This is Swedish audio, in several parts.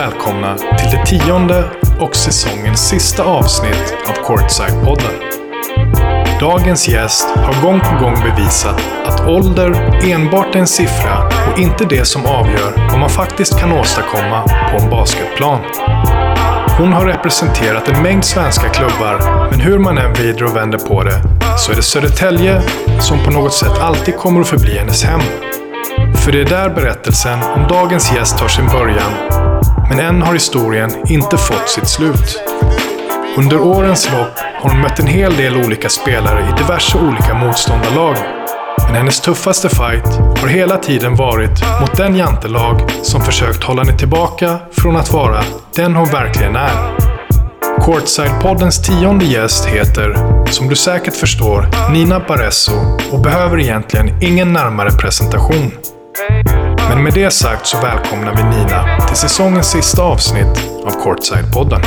välkomna till det 10:e och säsongens sista avsnitt av Courtside-podden. Dagens gäst har gång på gång bevisat att ålder enbart är en siffra och inte det som avgör vad man faktiskt kan åstadkomma på en basketplan. Hon har representerat en mängd svenska klubbar, men hur man än vrider och vänder på det så är det Södertälje som på något sätt alltid kommer att förbli hennes hem. För det är där berättelsen om dagens gäst tar sin början, men än har historien inte fått sitt slut. Under årens lopp har hon mött en hel del olika spelare i diverse olika motståndarlag. Men hennes tuffaste fight har hela tiden varit mot den jantelag som försökt hålla henne tillbaka från att vara den hon verkligen är. Courtside-poddens 10:e gäst heter, som du säkert förstår, Nina Barresso och behöver egentligen ingen närmare presentation. Men med det sagt så välkomnar vi Nina till säsongens sista avsnitt av Courtside-podden.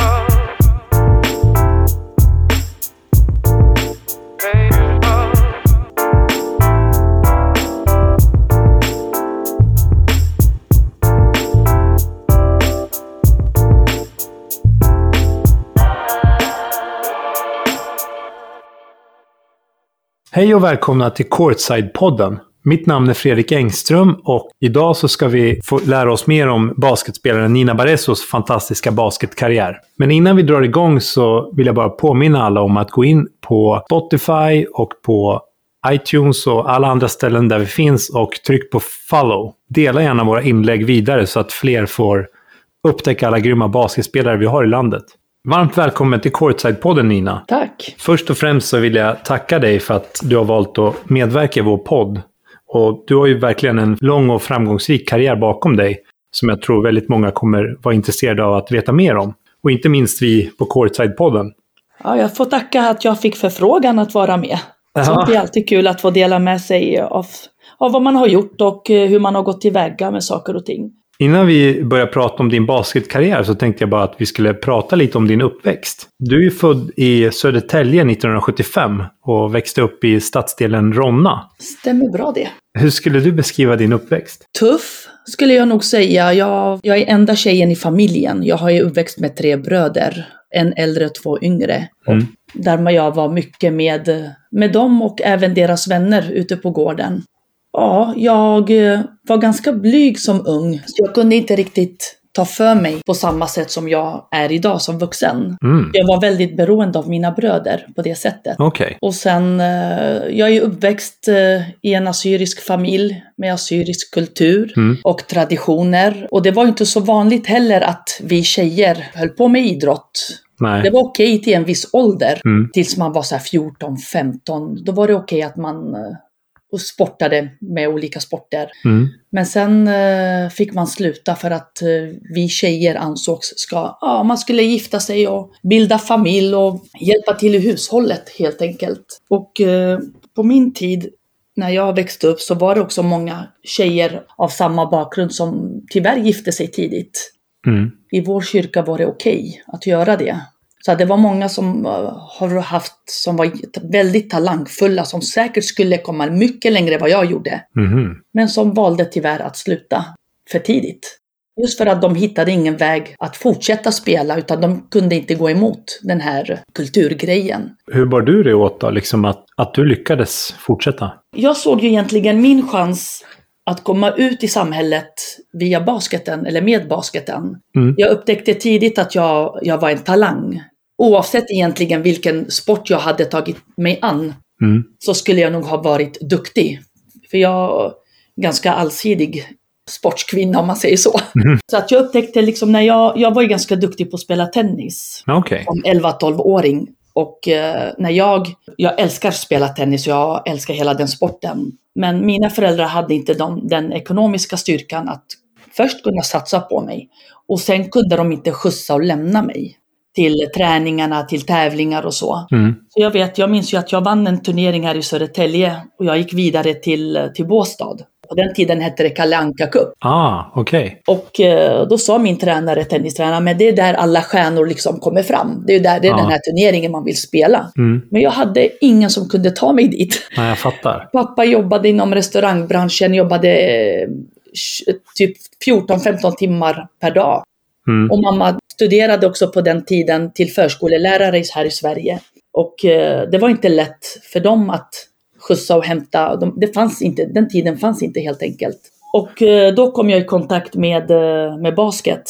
Hej och välkomna till Courtside-podden. Mitt namn är Fredrik Engström och idag så ska vi få lära oss mer om basketspelaren Nina Barressos fantastiska basketkarriär. Men innan vi drar igång så vill jag bara påminna alla om att gå in på Spotify och på iTunes och alla andra ställen där vi finns och tryck på follow. Dela gärna våra inlägg vidare så att fler får upptäcka alla grymma basketspelare vi har i landet. Varmt välkommen till Courtside-podden, Nina. Tack. Först och främst så vill jag tacka dig för att du har valt att medverka i vår podd. Och du har ju verkligen en lång och framgångsrik karriär bakom dig som jag tror väldigt många kommer vara intresserade av att veta mer om. Och inte minst vi på Courtside-podden. Ja, jag får tacka att jag fick förfrågan att vara med. Så det är alltid kul att få dela med sig av vad man har gjort och hur man har gått tillväga med saker och ting. Innan vi börjar prata om din basketkarriär så tänkte jag bara att vi skulle prata lite om din uppväxt. Du är ju född i Södertälje 1975 och växte upp i stadsdelen Ronna. Stämmer bra det. Hur skulle du beskriva din uppväxt? Tuff skulle jag nog säga. Jag är enda tjejen i familjen. Jag har ju uppväxt med 3 bröder. En äldre och 2 yngre. Mm. Där jag var mycket med dem och även deras vänner ute på gården. Ja, jag var ganska blyg som ung. Så jag kunde inte riktigt ta för mig på samma sätt som jag är idag som vuxen. Mm. Jag var väldigt beroende av mina bröder på det sättet. Okay. Och sen, jag är uppväxt i en assyrisk familj med assyrisk kultur och traditioner. Och det var inte så vanligt heller att vi tjejer höll på med idrott. Nej. Det var okej till en viss ålder, tills man var så här 14-15. Då var det okej att man och sportade med olika sporter. Men sen fick man sluta för att vi tjejer ansågs man skulle gifta sig och bilda familj och hjälpa till i hushållet helt enkelt. Och på min tid när jag växte upp så var det också många tjejer av samma bakgrund som tyvärr gifte sig tidigt. I vår kyrka var det okej att göra det. Så det var många som som var väldigt talangfulla, som säkert skulle komma mycket längre än vad jag gjorde. Men som valde tyvärr att sluta för tidigt. Just för att de hittade ingen väg att fortsätta spela, utan de kunde inte gå emot den här kulturgrejen. Hur bar du det åt då, liksom att du lyckades fortsätta? Jag såg ju egentligen min chans att komma ut i samhället via basketen eller med basketen. Jag upptäckte tidigt att jag var en talang. Oavsett egentligen vilken sport jag hade tagit mig an så skulle jag nog ha varit duktig. För jag är ganska allsidig sportskvinna om man säger så. Så att jag upptäckte liksom när jag var ju ganska duktig på att spela tennis. Okay. Som 11-12-åring. Och när jag älskar att spela tennis och jag älskar hela den sporten. Men mina föräldrar hade inte den ekonomiska styrkan att först kunna satsa på mig. Och sen kunde de inte skjutsa och lämna mig till träningarna, till tävlingar och så. Så jag minns ju att jag vann en turnering här i Södertälje och jag gick vidare till Båstad. På den tiden hette det Kalle Anka Cup. Okej. Och då sa min tennistränare, men det är där alla stjärnor liksom kommer fram. Det är den här turneringen man vill spela. Men jag hade ingen som kunde ta mig dit. Nej, jag fattar. Pappa jobbade inom restaurangbranschen, jobbade typ 14-15 timmar per dag. Och mamma studerade också på den tiden till förskolelärare här i Sverige. Och det var inte lätt för dem att skjutsa och hämta. Den tiden fanns inte helt enkelt. Och då kom jag i kontakt med basket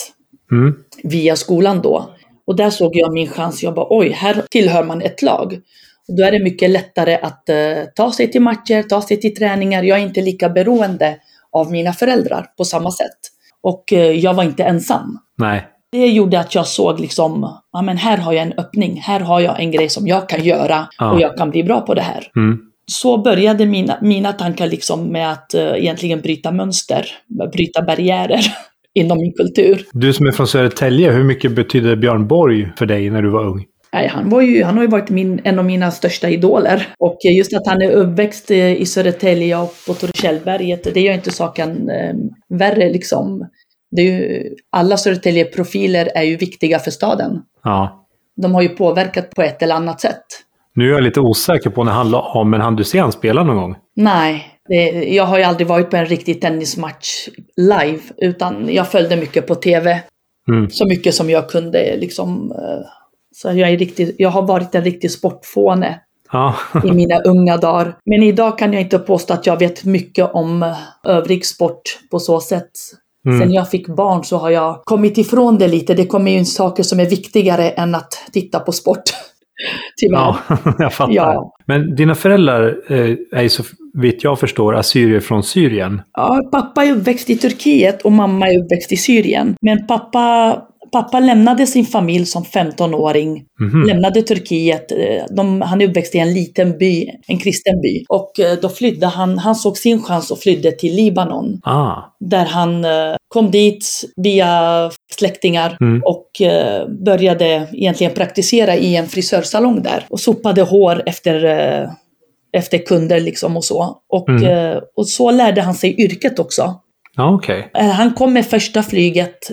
via skolan då. Och där såg jag min chans. Jag bara, oj, här tillhör man ett lag. Och då är det mycket lättare att ta sig till matcher, ta sig till träningar. Jag är inte lika beroende av mina föräldrar på samma sätt. Och jag var inte ensam. Nej. Det gjorde att jag såg liksom, ja men här har jag en öppning. Här har jag en grej som jag kan göra och jag kan bli bra på det här. Så började mina tankar liksom med att egentligen bryta mönster, bryta barriärer inom min kultur. Du som är från Södertälje, hur mycket betydde Björn Borg för dig när du var ung? Nej, han har ju varit en av mina största idoler. Och just att han är uppväxt i Södertälje och på Torshällberget, det gör inte saken värre liksom. Det är ju, alla Södertälje-profiler är ju viktiga för staden. Ja. De har ju påverkat på ett eller annat sätt. Nu är jag lite osäker på när det handlar om, men hann du se han spela någon gång? Nej, jag har ju aldrig varit på en riktig tennismatch live, utan jag följde mycket på tv. Så mycket som jag kunde liksom. Så jag har varit en riktig sportfåne i mina unga dagar. Men idag kan jag inte påstå att jag vet mycket om övrig sport på så sätt. Sen jag fick barn så har jag kommit ifrån det lite. Det kommer ju saker som är viktigare än att titta på sport. Ja, jag fattar. Ja. Men dina föräldrar är ju så vitt jag förstår assyrier från Syrien. Ja, pappa är uppväxt i Turkiet och mamma är uppväxt i Syrien. Men pappa lämnade sin familj som 15-åring, lämnade Turkiet. Han är uppväxt i en liten by, en kristen by. Och då flydde han såg sin chans och flydde till Libanon. Där han kom dit via släktingar och började egentligen praktisera i en frisörsalong där. Och sopade hår efter kunder liksom och så. Och så lärde han sig yrket också. Okay. Han kom med första flyget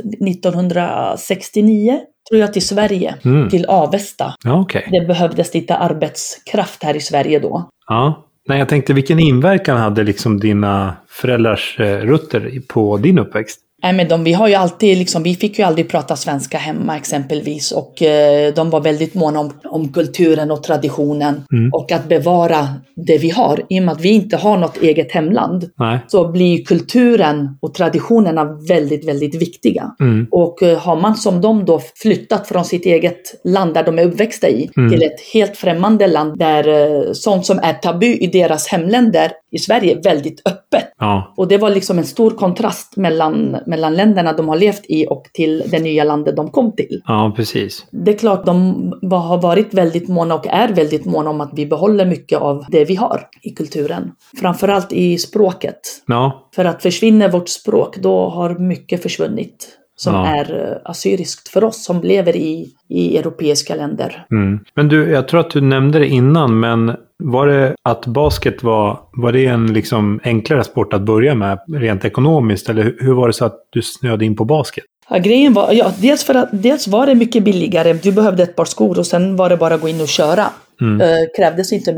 1969, tror jag, till Sverige, till Avesta. Okay. Det behövdes lite arbetskraft här i Sverige då. Ja. Nej, jag tänkte vilken inverkan hade liksom dina föräldrars rötter på din uppväxt? Nej, men vi har ju alltid liksom, vi fick ju aldrig prata svenska hemma exempelvis, och de var väldigt måna om kulturen och traditionen och att bevara det vi har. I och med att vi inte har något eget hemland så blir kulturen och traditionerna väldigt, väldigt viktiga. Och har man som de då flyttat från sitt eget land där de är uppväxta i till ett helt främmande land där sånt som är tabu i deras hemländer i Sverige är väldigt öppet. Ja. Och det var liksom en stor kontrast mellan länderna de har levt i och till det nya landet de kom till. Ja, precis. Det är klart de har varit väldigt måna och är väldigt måna om att vi behåller mycket av det vi har i kulturen. Framförallt i språket. Ja. För att försvinner vårt språk, då har mycket försvunnit som är assyriskt för oss som lever i europeiska länder. Men du, jag tror att du nämnde det innan, men var det att basket var det en liksom enklare sport att börja med rent ekonomiskt, eller hur var det så att du snöade in på basket? Ja, grejen var, dels var det mycket billigare. Du behövde ett par skor och sen var det bara att gå in och köra. Krävdes inte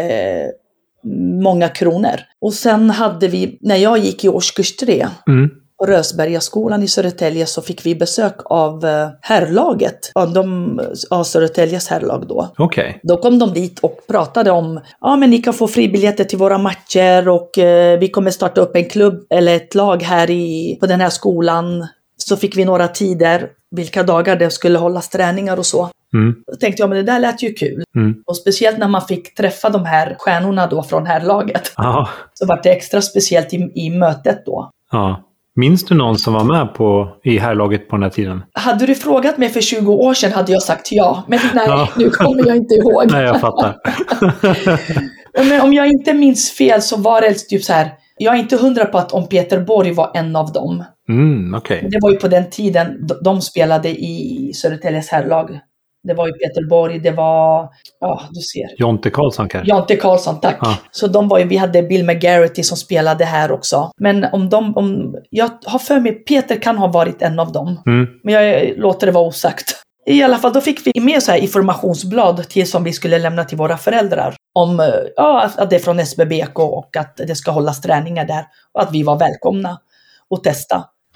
många kronor. Och sen hade vi, när jag gick i årskurs 3 på Rösbergaskolan i Södertälje, så fick vi besök av herrlaget. Av Södertäljes herrlag då. Okay. Då kom de dit och pratade om, men ni kan få fribiljetter till våra matcher och vi kommer starta upp en klubb eller ett lag här på den här skolan. Så fick vi några tider, vilka dagar det skulle hållas träningar och så. Då tänkte jag, men det där lät ju kul. Och speciellt när man fick träffa de här stjärnorna då från herrlaget. Så var det extra speciellt i mötet då. Ja. Minns du någon som var med i herrlaget på den här tiden? Hade du frågat mig för 20 år sedan hade jag sagt ja. Men nej, nu kommer jag inte ihåg. Nej, jag fattar. Men om jag inte minns fel så var det typ så här. Jag är inte 100 på att om Peter Borg var en av dem. Okay. Det var ju på den tiden de spelade i Södertäljes herrlag. Det var ju Peter Borg, det var, du ser. Jonte Karlsson kanske? Jonte Karlsson, tack. Ja. Så vi hade Bill McGarity som spelade här också. Men jag har för mig, Peter kan ha varit en av dem. Men jag låter det vara osagt. I alla fall, då fick vi med så här informationsblad som vi skulle lämna till våra föräldrar. Om att det är från SBBK och att det ska hållas träningar där. Och att vi var välkomna att testa.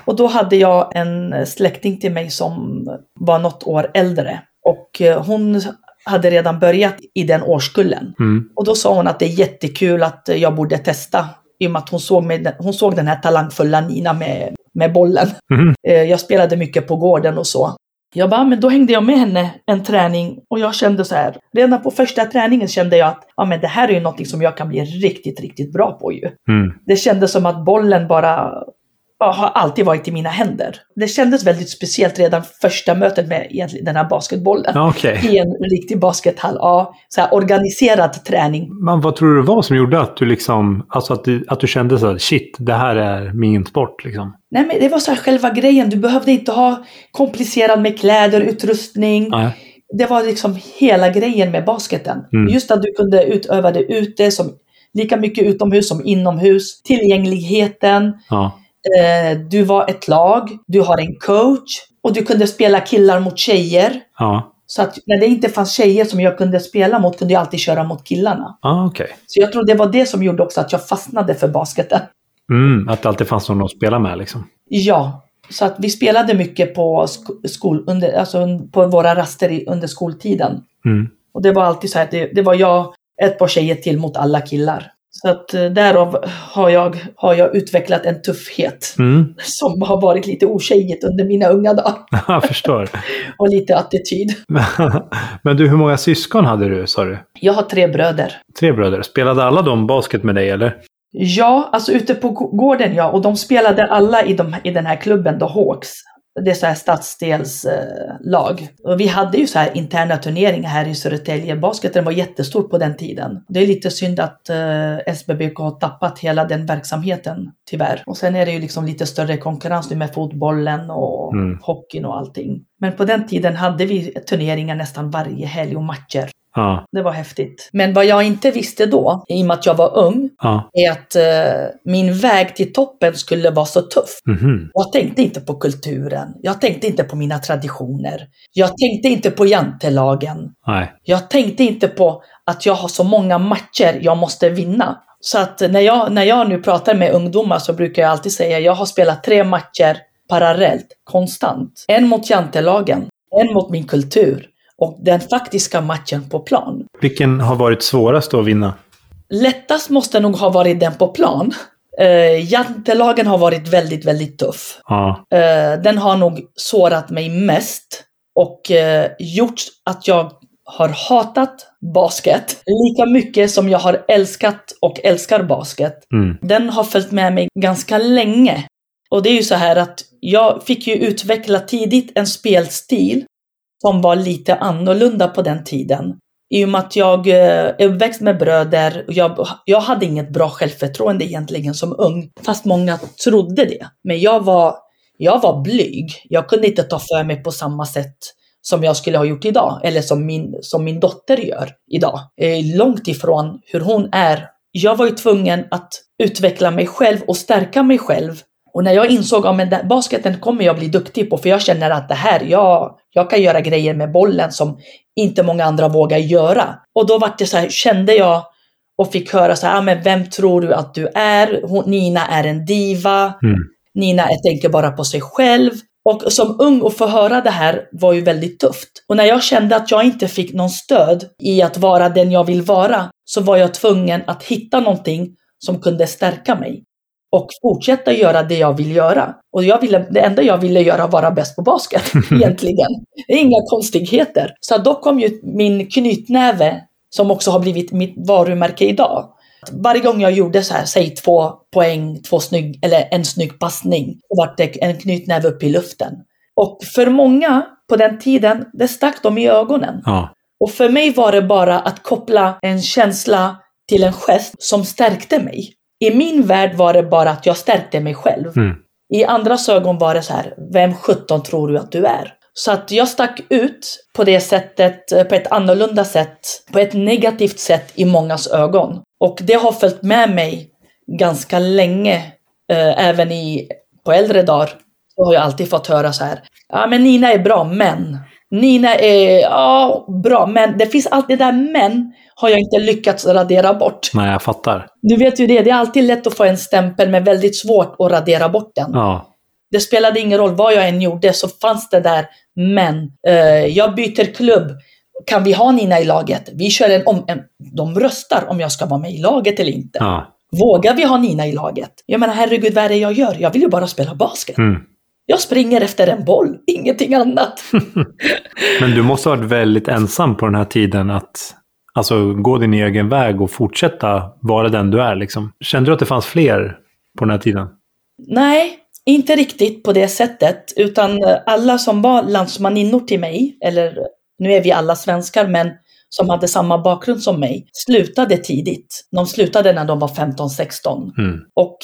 Och då hade jag en släkting till mig som var något år äldre. Och hon hade redan börjat i den årskullen. Och då sa hon att det är jättekul att jag borde testa. I och med att hon såg den här talangfulla Nina med bollen. Jag spelade mycket på gården och så. Jag bara, men då hängde jag med henne en träning. Och jag kände så här. Redan på första träningen kände jag att men det här är ju något som jag kan bli riktigt, riktigt bra på ju. Det kändes som att bollen bara har alltid varit i mina händer. Det kändes väldigt speciellt redan första mötet med egentligen den här basketbollen. I en riktig baskethall. Ja, så här organiserad träning. Men vad tror du det var som gjorde att du liksom, alltså att du kände så här, shit, det här är min sport liksom? Nej, men det var så här själva grejen. Du behövde inte ha komplicerad med kläder, utrustning. Nej. Det var liksom hela grejen med basketen. Just att du kunde utöva det ute, som lika mycket utomhus som inomhus. Tillgängligheten. Ja. Du var ett lag, du har en coach och du kunde spela killar mot tjejer. Ja. Så att när det inte fanns tjejer som jag kunde spela mot kunde jag alltid köra mot killarna. Okay. Så jag tror det var det som gjorde också att jag fastnade för basketen. Att det alltid fanns någon att spela med liksom. Ja, så att vi spelade mycket på på våra raster under skoltiden. Och det var alltid så här, det var jag, ett par tjejer till mot alla killar. Så att därav har jag utvecklat en tuffhet som har varit lite otjejigt under mina unga dagar. Jag förstår. Och lite attityd. Men du, hur många syskon hade du, sa du? Jag har 3 bröder. 3 bröder. Spelade alla de basket med dig, eller? Ja, alltså ute på gården, ja. Och de spelade alla i den här klubben, The Hawks. Det är så här stadsdelslag. Och vi hade ju så här interna turneringar här i Södertälje. Basketen var jättestor på den tiden. Det är lite synd att SBBK har tappat hela den verksamheten, tyvärr. Och sen är det ju liksom lite större konkurrens nu med fotbollen och hockeyn och allting. Men på den tiden hade vi turneringar nästan varje helg och matcher. Ja. Det var häftigt. Men vad jag inte visste då, i och med att jag var ung, är att min väg till toppen skulle vara så tuff. Jag tänkte inte på kulturen. Jag tänkte inte på mina traditioner. Jag tänkte inte på jantelagen. Nej. Jag tänkte inte på att jag har så många matcher jag måste vinna. Så att när jag nu pratar med ungdomar så brukar jag alltid säga att jag har spelat 3 matcher parallellt, konstant. En mot jantelagen, en mot min kultur. Och den faktiska matchen på plan. Vilken har varit svårast att vinna? Lättast måste nog ha varit den på plan. Jantelagen har varit väldigt, väldigt tuff. Ja. Den har nog sårat mig mest. Och gjort att jag har hatat basket. Lika mycket som jag har älskat och älskar basket. Den har följt med mig ganska länge. Och det är ju så här att jag fick ju utveckla tidigt en spelstil som var lite annorlunda på den tiden. I och med att jag är uppväxt med bröder. Och jag hade inget bra självförtroende egentligen som ung. Fast många trodde det. Men jag var blyg. Jag kunde inte ta för mig på samma sätt som jag skulle ha gjort idag. Eller som min dotter gör idag. Långt ifrån hur hon är. Jag var ju tvungen att utveckla mig själv och stärka mig själv. Och när jag insåg att basketen kommer jag bli duktig på. För jag känner att det här, jag kan göra grejer med bollen som inte många andra vågar göra. Och då var det så här, kände jag och fick höra så här, men vem tror du att du är? Nina är en diva. Nina tänker bara på sig själv. Och som ung och få höra det här var ju väldigt tufft. Och när jag kände att jag inte fick någon stöd i att vara den jag vill vara, så var jag tvungen att hitta någonting som kunde stärka mig. Och fortsätta göra det jag vill göra. Och det enda jag ville göra var vara bäst på basket egentligen. Det är inga konstigheter. Så då kom ju min knytnäve, som också har blivit mitt varumärke idag. Varje gång jag gjorde så här, säg 2 poäng, en snygg passning, så var det en knytnäve upp i luften. Och för många på den tiden, det stack dem i ögonen. Ja. Och för mig var det bara att koppla en känsla till en gest som stärkte mig. I min värld var det bara att jag stärkte mig själv. I andras ögon var det så här, vem 17 tror du att du är? Så att jag stack ut på det sättet, på ett annorlunda sätt, på ett negativt sätt i mångas ögon. Och det har följt med mig ganska länge, även på äldre dagar. Så har jag alltid fått höra så här, ja men Nina är bra, men Nina är bra, men det finns alltid det där men har jag inte lyckats radera bort. Nej, jag fattar. Du vet ju det är alltid lätt att få en stämpel men väldigt svårt att radera bort den. Ja. Det spelade ingen roll vad jag än gjorde, så fanns det där, men jag byter klubb. Kan vi ha Nina i laget? Vi kör de röstar om jag ska vara med i laget eller inte. Vågar vi ha Nina i laget? Jag menar, herregud, vad är det jag gör? Jag vill ju bara spela basket. Jag springer efter en boll, ingenting annat. Men du måste ha varit väldigt ensam på den här tiden att gå din egen väg och fortsätta vara den du är liksom. Kände du att det fanns fler på den här tiden? Nej, inte riktigt på det sättet, utan alla som var landsmaninnor till mig, eller nu är vi alla svenskar, men som hade samma bakgrund som mig, slutade tidigt. De slutade när de var 15-16. Och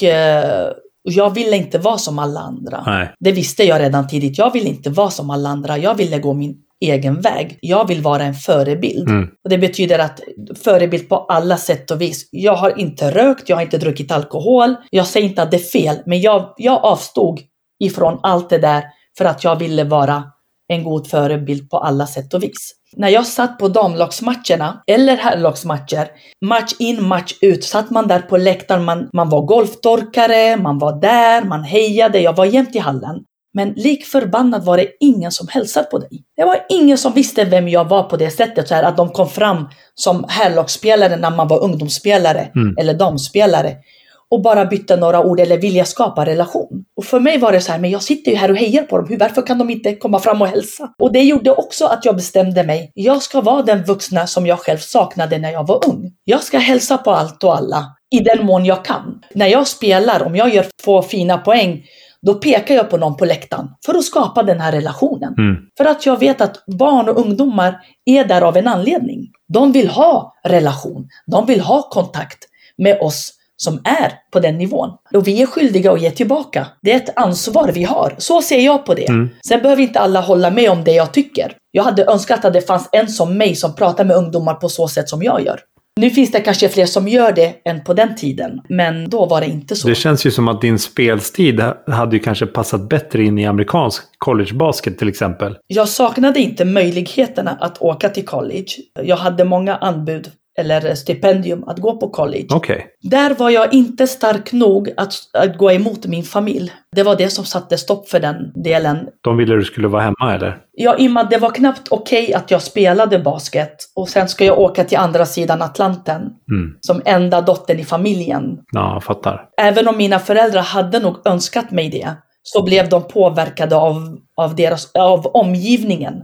jag ville inte vara som alla andra. Nej. Det visste jag redan tidigt. Jag ville inte vara som alla andra. Jag ville gå min egen väg. Jag vill vara en förebild. Och det betyder att förebild på alla sätt och vis. Jag har inte rökt, jag har inte druckit alkohol. Jag säger inte att det är fel, men jag avstod ifrån allt det där för att jag ville vara en god förebild på alla sätt och vis. När jag satt på damlagsmatcherna eller herrlagsmatcher, match in, match ut, satt man där på läktaren, man var golftorkare, man var där, man hejade, jag var jämt i hallen. Men lik förbannat var det ingen som hälsade på dig. Det var ingen som visste vem jag var på det sättet, så här, att de kom fram som herrlagsspelare när man var ungdomsspelare eller damspelare. Och bara byta några ord eller vilja skapa relation. Och för mig var det så här, men jag sitter ju här och hejar på dem. Varför kan de inte komma fram och hälsa? Och det gjorde också att jag bestämde mig. Jag ska vara den vuxna som jag själv saknade när jag var ung. Jag ska hälsa på allt och alla i den mån jag kan. När jag spelar, om jag gör 2 fina poäng, då pekar jag på någon på läktaren för att skapa den här relationen. För att jag vet att barn och ungdomar är där av en anledning. De vill ha relation. De vill ha kontakt med oss som är på den nivån. Och vi är skyldiga att ge tillbaka. Det är ett ansvar vi har. Så ser jag på det. Sen behöver inte alla hålla med om det jag tycker. Jag hade önskat att det fanns en som mig som pratar med ungdomar på så sätt som jag gör. Nu finns det kanske fler som gör det än på den tiden. Men då var det inte så. Det känns ju som att din spelstid hade ju kanske passat bättre in i amerikansk collegebasket till exempel. Jag saknade inte möjligheterna att åka till college. Jag hade många anbud eller stipendium att gå på college. Okay. Där var jag inte stark nog att gå emot min familj. Det var det som satte stopp för den delen. De ville du skulle vara hemma eller? Ja, i och med att det var knappt okej att jag spelade basket. Och sen ska jag åka till andra sidan Atlanten. Som enda dottern i familjen. Ja, jag fattar. Även om mina föräldrar hade nog önskat mig det, så blev de påverkade av omgivningen.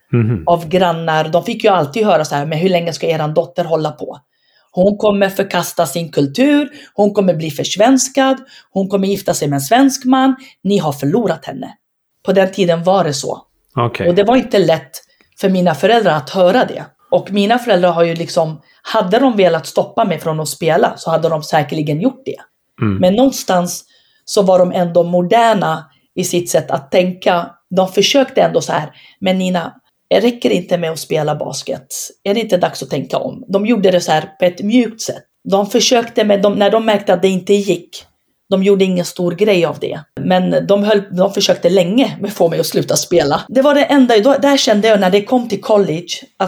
Av grannar. De fick ju alltid höra så här, men hur länge ska eran dotter hålla på? Hon kommer förkasta sin kultur, hon kommer bli försvenskad, hon kommer gifta sig med en svensk man, ni har förlorat henne. På den tiden var det så. Okay. Och det var inte lätt för mina föräldrar att höra det. Och mina föräldrar har ju liksom, hade de velat stoppa mig från att spela så hade de säkerligen gjort det. Men någonstans så var de ändå moderna i sitt sätt att tänka. De försökte ändå så här, men Nina, det räcker inte med att spela basket. Är det inte dags att tänka om? De gjorde det så här på ett mjukt sätt. De försökte, när de märkte att det inte gick. De gjorde ingen stor grej av det. Men de försökte länge med att få mig att sluta spela. Det var det enda. Där kände jag när det kom till college att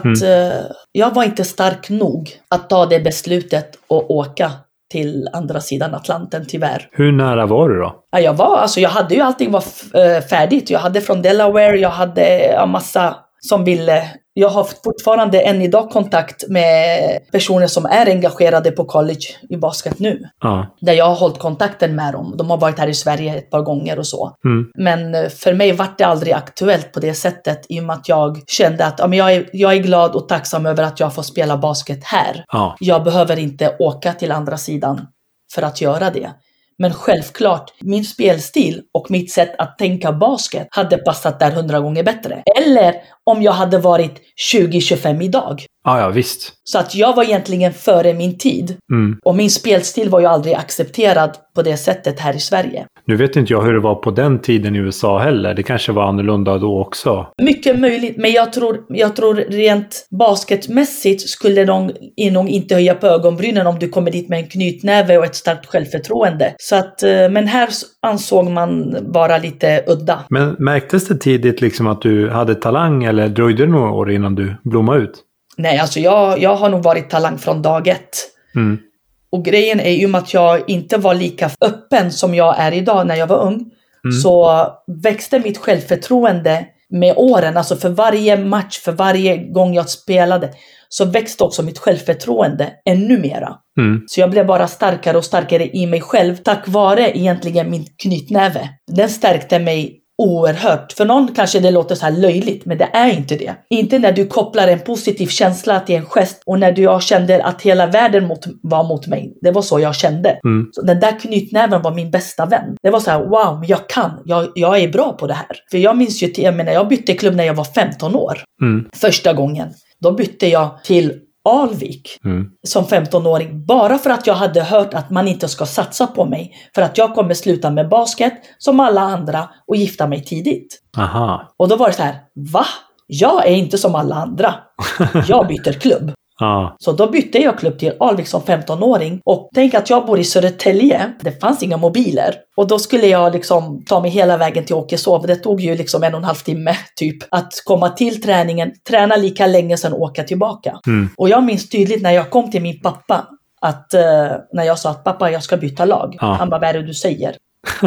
jag var inte stark nog att ta det beslutet och åka till andra sidan Atlanten, tyvärr. Hur nära var du då? Ja, jag hade ju allting var färdigt. Jag hade från Delaware, jag hade massa som ville. Jag har fortfarande än idag kontakt med personer som är engagerade på college i basket nu. Där jag har hållit kontakten med dem. De har varit här i Sverige ett par gånger och så. Men för mig var det aldrig aktuellt på det sättet, i och med att jag kände att jag är glad och tacksam över att jag får spela basket här. Jag behöver inte åka till andra sidan för att göra det. Men självklart, min spelstil och mitt sätt att tänka basket hade passat där 100 gånger bättre. Eller om jag hade varit 20-25 idag. Ja, visst. Så att jag var egentligen före min tid. Och min spelstil var ju aldrig accepterad på det sättet här i Sverige. Nu vet inte jag hur det var på den tiden i USA heller. Det kanske var annorlunda då också. Mycket möjligt, men jag tror rent basketmässigt skulle de nog inte höja på ögonbrynen om du kommer dit med en knytnäve och ett starkt självförtroende. Så att, men här ansåg man bara lite udda. Men märktes det tidigt liksom att du hade talang, eller dröjde det några år innan du blommade ut? Nej, alltså jag har nog varit talang från dag ett. Och grejen är ju att jag inte var lika öppen som jag är idag när jag var ung. så växte mitt självförtroende med åren. Alltså för varje match, för varje gång jag spelade, så växte också mitt självförtroende ännu mera. Så jag blev bara starkare och starkare i mig själv tack vare egentligen min knytnäve. Den stärkte mig oerhört. För någon kanske det låter så här löjligt, men det är inte det. Inte när du kopplar en positiv känsla till en gest och när jag kände att hela världen var mot mig. Det var så jag kände. Så den där knytnäven var min bästa vän. Det var så här, wow, jag är bra på det här. För jag minns ju när jag bytte klubb när jag var 15 år. Första gången. Då bytte jag till Alvik som 15-åring bara för att jag hade hört att man inte ska satsa på mig för att jag kommer sluta med basket som alla andra och gifta mig tidigt. Aha. Och då var det så här, va? Jag är inte som alla andra. Jag byter klubb. Så då bytte jag klubb till Alvik som 15-åring. Och tänk att jag bor i Södertälje. Det fanns inga mobiler. Och då skulle jag liksom ta mig hela vägen till Åkeshov. Det tog ju liksom 1,5 timme typ. Att komma till träningen, träna lika länge sedan åka tillbaka. Och jag minns tydligt när jag kom till min pappa. Att när jag sa att pappa, jag ska byta lag. Han bara, vad är det du säger?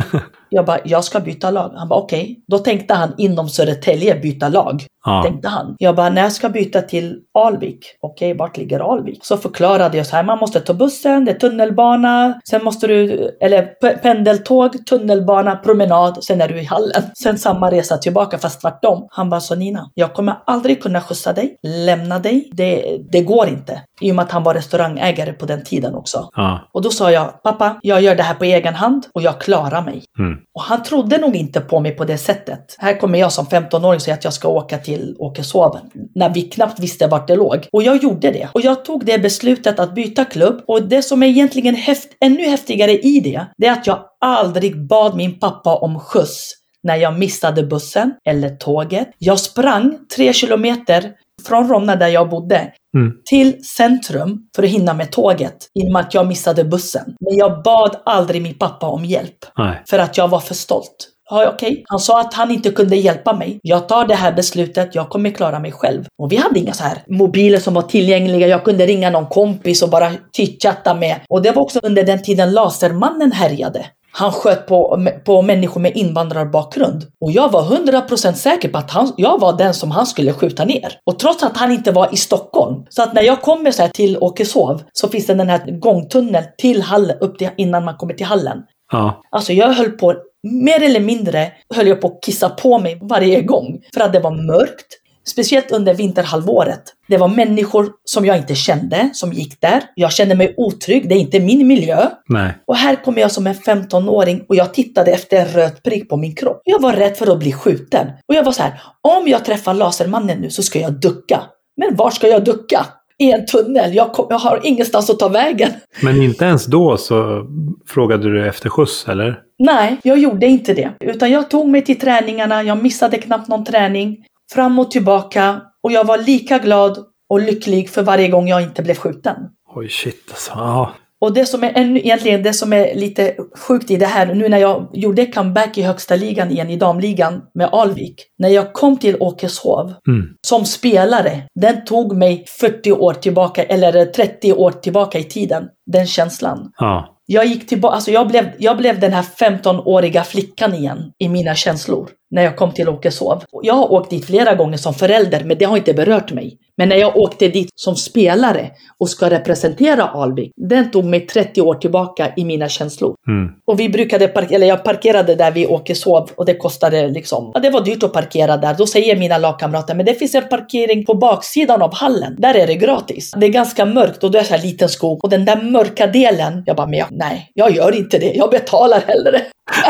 Jag bara, jag ska byta lag. Han bara, okej. Då tänkte han inom Södertälje byta lag. Tänkte han. Jag bara, när jag ska byta till Alvik. Okej, vart ligger Alvik? Så förklarade jag så här, man måste ta bussen, det är tunnelbana. Sen måste du, eller pendeltåg, tunnelbana, promenad. Sen är du i hallen. Sen samma resa tillbaka fast tvärtom. Han bara, så Nina, jag kommer aldrig kunna skjutsa dig, lämna dig. Det går inte. I och med att han var restaurangägare på den tiden också. Och då sa jag, pappa, jag gör det här på egen hand och jag klarar mig. Och han trodde nog inte på mig på det sättet. Här kommer jag som 15-åring säga att jag ska åka till Åkeshov när vi knappt visste vart det låg. Och jag gjorde det. Och jag tog det beslutet att byta klubb. Och det som är egentligen ännu häftigare i det är att jag aldrig bad min pappa om skjuts när jag missade bussen eller tåget. Jag sprang 3 kilometer från Ronna där jag bodde till centrum för att hinna med tåget innan att jag missade bussen. Men jag bad aldrig min pappa om hjälp. För att jag var för stolt. Ja, okej. Han sa att han inte kunde hjälpa mig. Jag tar det här beslutet, jag kommer klara mig själv. Och vi hade inga så här mobiler som var tillgängliga. Jag kunde ringa någon kompis och bara chitchatta med. Och det var också under den tiden Lasermannen härjade. Han sköt på människor med invandrarbakgrund. Och jag var 100% säker på att jag var den som han skulle skjuta ner. Och trots att han inte var i Stockholm. Så att när jag kommer så här till Åkeshov så finns det den här gångtunneln till hallen, innan man kommer till hallen. Alltså jag höll på, mer eller mindre höll jag på att kissa på mig varje gång. För att det var mörkt. Speciellt under vinterhalvåret. Det var människor som jag inte kände som gick där. Jag kände mig otrygg. Det är inte min miljö. Och här kom jag som en 15-åring och jag tittade efter en röd prick på min kropp. Jag var rädd för att bli skjuten. Och jag var så här, om jag träffar Lasermannen nu så ska jag ducka. Men var ska jag ducka? I en tunnel. Jag har ingenstans att ta vägen. Men inte ens då så frågade du efter skjuts, eller? Nej, jag gjorde inte det. Utan jag tog mig till träningarna. Jag missade knappt någon träning. Fram och tillbaka. Och jag var lika glad och lycklig för varje gång jag inte blev skjuten. Oj, shit alltså. Och det som är egentligen det som är lite sjukt i det här, nu när jag gjorde comeback i högsta ligan igen, i damligan med Alvik. När jag kom till Åkeshov som spelare, den tog mig 40 år tillbaka eller 30 år tillbaka i tiden. Den känslan. Jag gick tillbaka, alltså jag blev den här 15-åriga flickan igen i mina känslor när jag kom till Åkeshov. Jag har åkt dit flera gånger som förälder, men det har inte berört mig. Men när jag åkte dit som spelare och ska representera Alvik, den tog mig 30 år tillbaka i mina känslor. Och vi brukade jag parkerade där vid Åkeshov och det kostade liksom, det var dyrt att parkera där. Då säger mina lagkamrater, men det finns en parkering på baksidan av hallen. Där är det gratis. Det är ganska mörkt och det är så här liten skog. Och den där mörka delen, jag bara, men nej, jag gör inte det. Jag betalar hellre.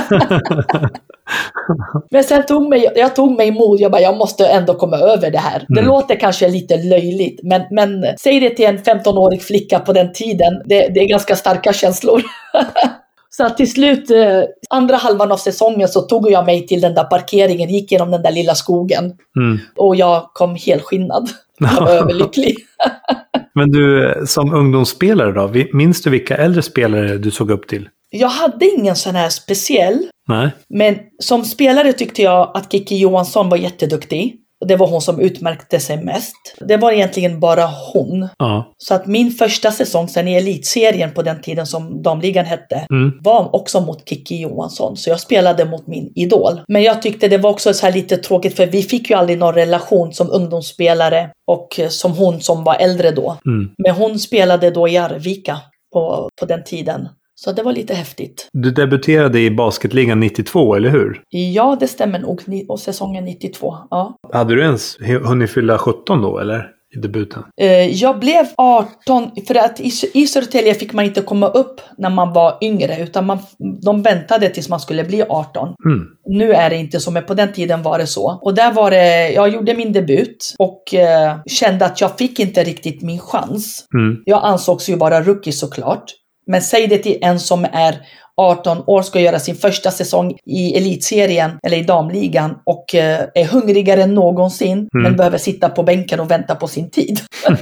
Men sen jag tog mig mod. Jag måste ändå komma över det här. Det låter kanske lite löjligt, men säg det till en 15-årig flicka på den tiden. Det är ganska starka känslor. Så att till slut, andra halvan av säsongen så tog jag mig till den där parkeringen, gick genom den där lilla skogen. Och jag kom helskinnad. Jag var överlycklig. Men du, som ungdomsspelare då, minns du vilka äldre spelare du såg upp till? Jag hade ingen sån här speciell. Nej. Men som spelare tyckte jag att Kiki Johansson var jätteduktig. Och det var hon som utmärkte sig mest. Det var egentligen bara hon. Så att min första säsong sen i elitserien på den tiden som damligan hette var också mot Kiki Johansson. Så jag spelade mot min idol. Men jag tyckte det var också så här lite tråkigt för vi fick ju aldrig någon relation som ungdomsspelare och som hon som var äldre då. Men hon spelade då i Arvika på den tiden. Så det var lite häftigt. Du debuterade i basketligan 92, eller hur? Ja, det stämmer nog. Och säsongen 92, ja. Hade du ens hunnit fylla 17 då, eller? I debuten? Jag blev 18, för att i Södertälje fick man inte komma upp när man var yngre, utan de väntade tills man skulle bli 18. Nu är det inte så, men på den tiden var det så. Och där var det, jag gjorde min debut och kände att jag fick inte riktigt min chans. Jag ansågs ju vara rookie såklart. Men säg det till en som är 18 år, ska göra sin första säsong i elitserien eller i damligan och är hungrigare än någonsin men behöver sitta på bänken och vänta på sin tid.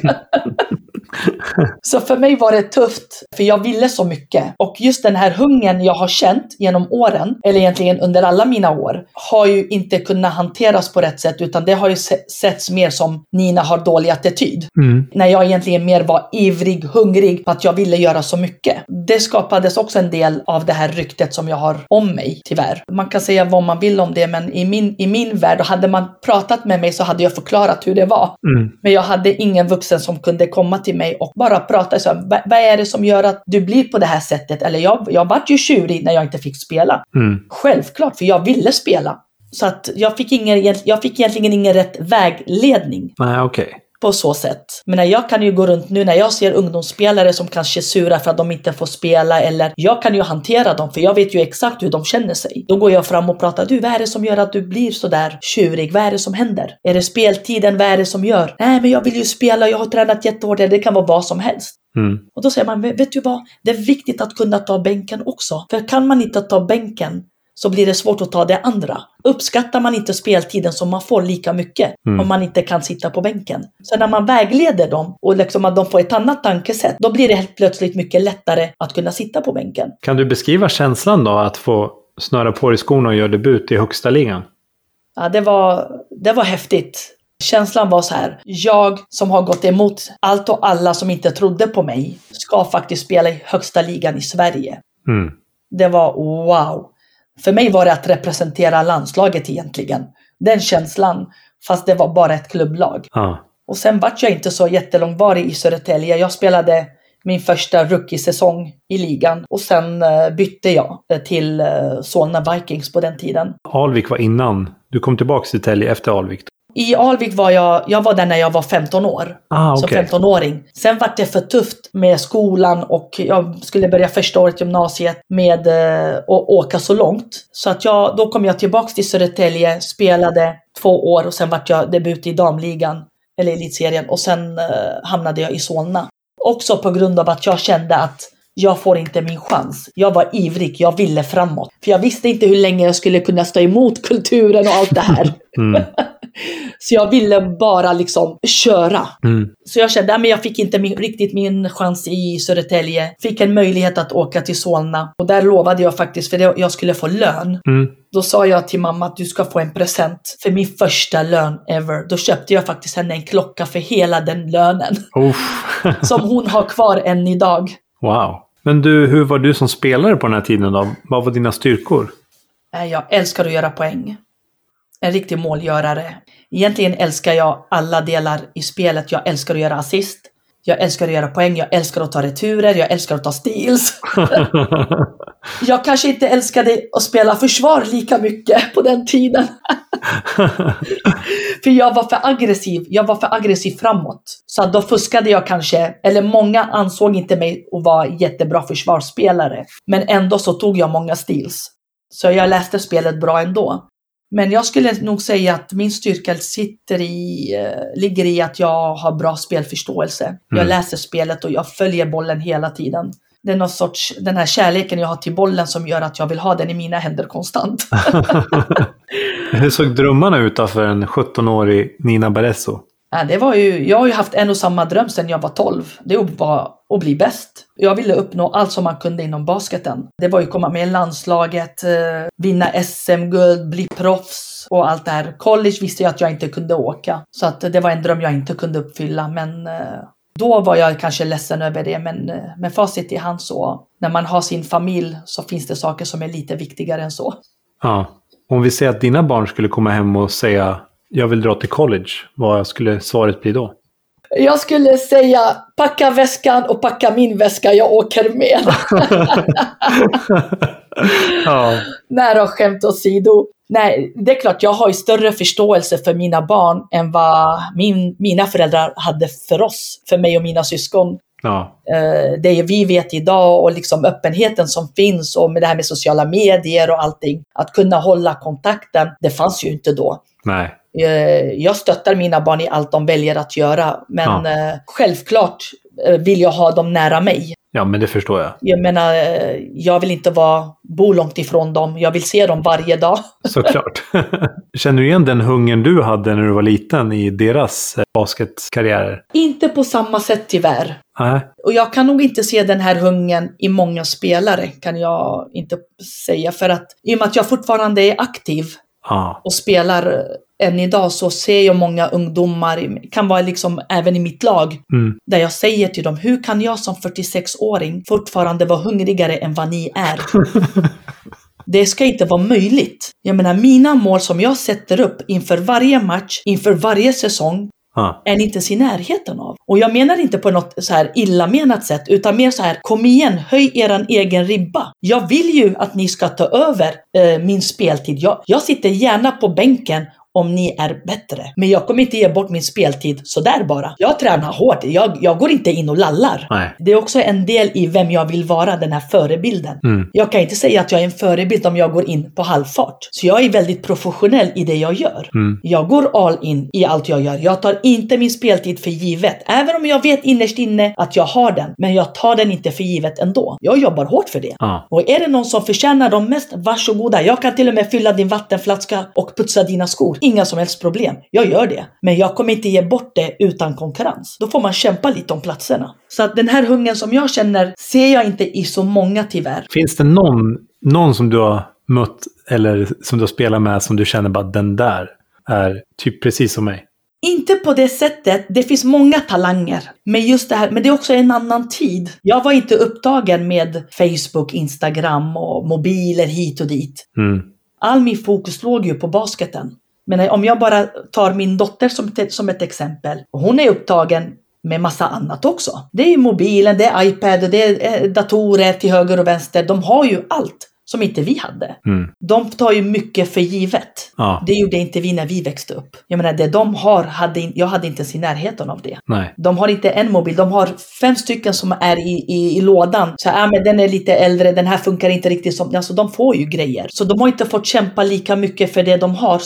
Så för mig var det tufft, för jag ville så mycket. Och just den här hungern jag har känt genom åren, eller egentligen under alla mina år, har ju inte kunnat hanteras på rätt sätt, utan det har ju setts mer som Nina har dålig attityd. När jag egentligen mer var ivrig, hungrig på att jag ville göra så mycket. Det skapades också en del av det här ryktet som jag har om mig, tyvärr. Man kan säga vad man vill om det, men i min värld, hade man pratat med mig så hade jag förklarat hur det var. Men jag hade ingen vuxen som kunde komma till mig och bara prata så här, vad är det som gör att du blir på det här sättet? Eller jag var ju tjurig när jag inte fick spela. Självklart, för jag ville spela. Så att jag fick egentligen ingen rätt vägledning. Nej, okej. På så sätt. Men jag kan ju gå runt nu när jag ser ungdomsspelare som kanske surar för att de inte får spela, eller jag kan ju hantera dem för jag vet ju exakt hur de känner sig. Då går jag fram och pratar, vad är det som gör att du blir så där tjurig? Vad är det som händer? Är det speltiden? Vad är det som gör? Nej, men jag vill ju spela, jag har tränat jättehårt, det kan vara vad som helst. Och då säger man, vet du vad? Det är viktigt att kunna ta bänken också. För kan man inte ta bänken så blir det svårt att ta det andra. Uppskattar man inte speltiden så man får lika mycket om man inte kan sitta på bänken. Så när man vägleder dem och liksom att de får ett annat tankesätt, då blir det helt plötsligt mycket lättare att kunna sitta på bänken. Kan du beskriva känslan då att få snöra på i skorna och göra debut i högsta ligan? Ja, det var häftigt. Känslan var så här, jag som har gått emot allt och alla som inte trodde på mig ska faktiskt spela i högsta ligan i Sverige. Det var wow. För mig var det att representera landslaget egentligen. Den känslan, fast det var bara ett klubblag. Och sen var jag inte så jättelångvarig i Södertälje. Jag spelade min första rookie-säsong i ligan. Och sen bytte jag till Solna Vikings på den tiden. Alvik var innan. Du kom tillbaka till Tälje efter Alvik. I Alvik var jag var där när jag var 15 år. Som 15-åring. Sen var det för tufft med skolan och jag skulle börja första året gymnasiet med att åka så långt. Så att då kom jag tillbaka till Södertälje, spelade 2 år och sen var jag debut i damligan eller elitserien och sen hamnade jag i Solna. Också på grund av att jag kände att jag får inte min chans. Jag var ivrig, jag ville framåt. För jag visste inte hur länge jag skulle kunna stå emot kulturen och allt det här. Så jag ville bara liksom köra. Så jag kände att jag fick inte riktigt min chans i Södertälje. Fick en möjlighet att åka till Solna. Och där lovade jag faktiskt för jag skulle få lön. Då sa jag till mamma att du ska få en present för min första lön ever. Då köpte jag faktiskt henne en klocka för hela den lönen. Som hon har kvar än idag. Wow. Men du, hur var du som spelare på den här tiden då? Vad var dina styrkor? Jag älskar att göra poäng. En riktig målgörare. Egentligen älskar jag alla delar i spelet. Jag älskar att göra assist. Jag älskar att göra poäng. Jag älskar att ta returer. Jag älskar att ta steals. Jag kanske inte älskade att spela försvar lika mycket på den tiden. För jag var för aggressiv. Jag var för aggressiv framåt. Så då fuskade jag kanske. Eller många ansåg inte mig att vara jättebra försvarsspelare. Men ändå så tog jag många steals. Så jag läste spelet bra ändå. Men jag skulle nog säga att min styrka ligger i att jag har bra spelförståelse. Jag läser spelet och jag följer bollen hela tiden. Det är någon sorts, den här kärleken jag har till bollen som gör att jag vill ha den i mina händer konstant. Hur såg drömmarna ut för en 17-årig Nina Barresso? Det var ju, jag har ju haft en och samma dröm sedan jag var 12. Det var att bli bäst. Jag ville uppnå allt som man kunde inom basketen. Det var ju komma med i landslaget, vinna SM-guld, bli proffs och allt det här. College visste jag att jag inte kunde åka. Så att det var en dröm jag inte kunde uppfylla. Men då var jag kanske ledsen över det. Men med facit i hand så, när man har sin familj så finns det saker som är lite viktigare än så. Ja, om vi säger att dina barn skulle komma hem och säga jag vill dra till college, vad skulle svaret bli då? Jag skulle säga packa väskan och packa min väska, jag åker med. Ja. Nära skämt åsido. Nej, det är klart jag har ju större förståelse för mina barn än vad mina föräldrar hade för oss, för mig och mina syskon. Ja. Det vi vet idag och liksom öppenheten som finns och med det här med sociala medier och allting, att kunna hålla kontakten, det fanns ju inte då. Nej. Jag stöttar mina barn i allt de väljer att göra, men självklart vill jag ha dem nära mig. Ja, men det förstår jag. Jag menar, jag vill inte bo långt ifrån dem. Jag vill se dem varje dag. Såklart. Känner du igen den hungern du hade när du var liten i deras basketkarriärer? Inte på samma sätt tyvärr. Nej. Och jag kan nog inte se den här hungern i många spelare, kan jag inte säga. För att i och med att jag fortfarande är aktiv och spelar än idag, så ser jag många ungdomar, kan vara liksom även i mitt lag, där jag säger till dem, hur kan jag som 46-åring fortfarande vara hungrigare än vad ni är? Det ska inte vara möjligt. Jag menar, mina mål som jag sätter upp inför varje match, inför varje säsong, är inte i närheten av. Och jag menar inte på något så här illamenat sätt, utan mer så här, kom igen, höj eran egen ribba. Jag vill ju att ni ska ta över min speltid. Jag sitter gärna på bänken om ni är bättre. Men jag kommer inte ge bort min speltid så där bara. Jag tränar hårt. Jag går inte in och lallar. Nej. Det är också en del i vem jag vill vara, den här förebilden. Jag kan inte säga att jag är en förebild om jag går in på halvfart. Så jag är väldigt professionell i det jag gör. Jag går all in i allt jag gör. Jag tar inte min speltid för givet. Även om jag vet innerst inne att jag har den. Men jag tar den inte för givet ändå. Jag jobbar hårt för det. Och är det någon som förtjänar dem mest, varsågoda. Jag kan till och med fylla din vattenflaska och putsa dina skor. Inga som helst problem. Jag gör det. Men jag kommer inte ge bort det utan konkurrens. Då får man kämpa lite om platserna. Så att den här hungern som jag känner ser jag inte i så många tyvärr. Finns det någon som du har mött eller som du har spelat med som du känner bara den där är typ precis som mig? Inte på det sättet. Det finns många talanger. Men just det här, men det är också en annan tid. Jag var inte upptagen med Facebook, Instagram och mobiler hit och dit. All min fokus låg ju på basketen. Men om jag bara tar min dotter som ett exempel. Och hon är upptagen med massa annat också. Det är mobilen, det är iPad, det är datorer till höger och vänster. De har ju allt som inte vi hade. De tar ju mycket för givet. Det gjorde inte vi när vi växte upp. Jag menar, det de har, jag hade inte ens i närheten av det. Nej. De har inte en mobil, de har 5 stycken som är i lådan. Så men den är lite äldre, den här funkar inte riktigt som... Alltså de får ju grejer. Så de har inte fått kämpa lika mycket för det de har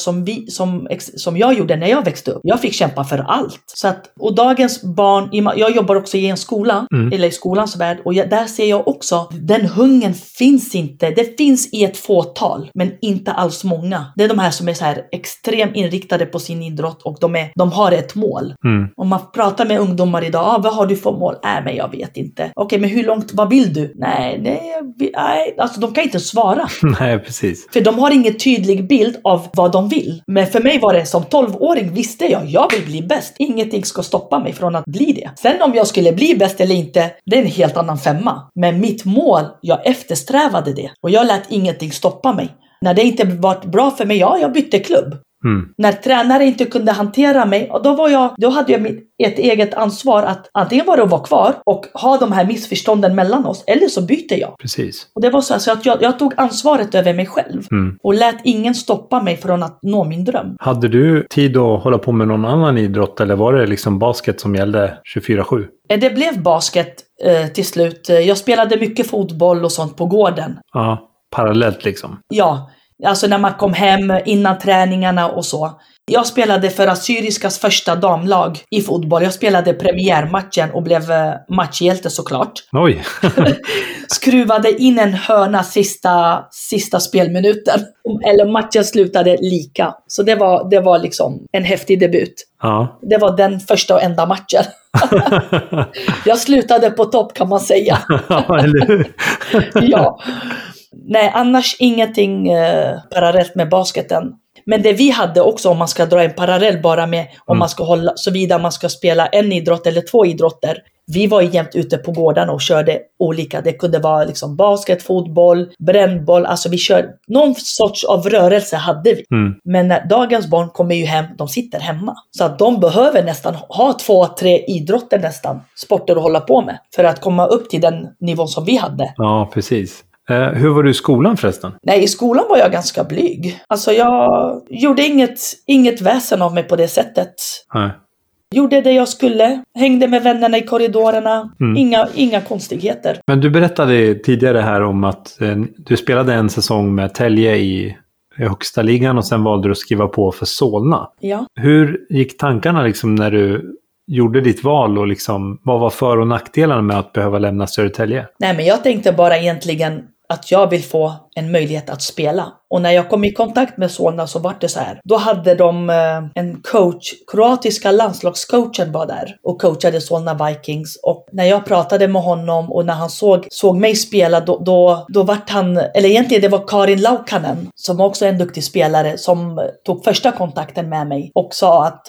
som jag gjorde när jag växte upp. Jag fick kämpa för allt. Så att, och dagens barn, jag jobbar också i en skola, eller i skolans värld, och där ser jag också, den hungern finns inte. Det finns i ett fåtal, men inte alls många. Det är de här som är så här extremt inriktade på sin idrott och de har ett mål. Om man pratar med ungdomar idag, vad har du för mål? Men jag vet inte. Okej, men hur långt, vad vill du? Nej, alltså de kan inte svara. Nej, precis. För de har ingen tydlig bild av vad de vill. Men för mig var det som 12-åring visste jag vill bli bäst. Ingenting ska stoppa mig från att bli det. Sen om jag skulle bli bäst eller inte, det är en helt annan femma. Men mitt mål, jag eftersträvade det. Och jag lät ingenting stoppa mig. När det inte var bra för mig, jag bytte klubb. När tränare inte kunde hantera mig, och då hade jag ett eget ansvar att antingen var det att vara kvar och ha de här missförstånden mellan oss, eller så bytte jag. Precis. Och det var så att jag tog ansvaret över mig själv och lät ingen stoppa mig från att nå min dröm. Hade du tid att hålla på med någon annan idrott, eller var det liksom basket som gällde 24/7? Det blev basket till slut. Jag spelade mycket fotboll och sånt på gården. Ja, parallellt liksom. Ja, alltså när man kom hem innan träningarna och så. Jag spelade för Assyriskas första damlag i fotboll. Jag spelade premiärmatchen och blev matchhjälte såklart. Oj! Skruvade in en hörna sista spelminuten. Eller matchen slutade lika. Så det var liksom en häftig debut. Ja. Det var den första och enda matchen. Jag slutade på topp kan man säga. Ja, eller hur? Ja. Nej, annars ingenting parallellt med basketen. Men det vi hade också, om man ska dra en parallell bara med om man ska hålla, såvida man ska spela en idrott eller 2 idrotter. Vi var jämt ute på gårdarna och körde olika. Det kunde vara liksom basket, fotboll, brännboll. Alltså vi körde någon sorts av rörelse hade vi. Men när dagens barn kommer ju hem, de sitter hemma. Så att de behöver nästan ha 2-3 idrotter nästan, sporter att hålla på med. För att komma upp till den nivån som vi hade. Ja, precis. Hur var du i skolan förresten? Nej, i skolan var jag ganska blyg. Alltså jag gjorde inget väsen av mig på det sättet. Nej. Gjorde det jag skulle. Hängde med vännerna i korridorerna. Inga konstigheter. Men du berättade tidigare här om att du spelade en säsong med Tälje i högsta ligan och sen valde du att skriva på för Solna. Ja. Hur gick tankarna liksom när du gjorde ditt val och liksom, vad var för- och nackdelarna med att behöva lämna Södertälje? Nej, men jag tänkte bara egentligen att jag vill få en möjlighet att spela. Och när jag kom i kontakt med Solna så var det så här. Då hade de en coach, kroatiska landslagscoachen var där och coachade Solna Vikings. Och när jag pratade med honom och när han såg mig spela då vart han, eller egentligen det var Karin Laukkanen som också är en duktig spelare som tog första kontakten med mig och sa att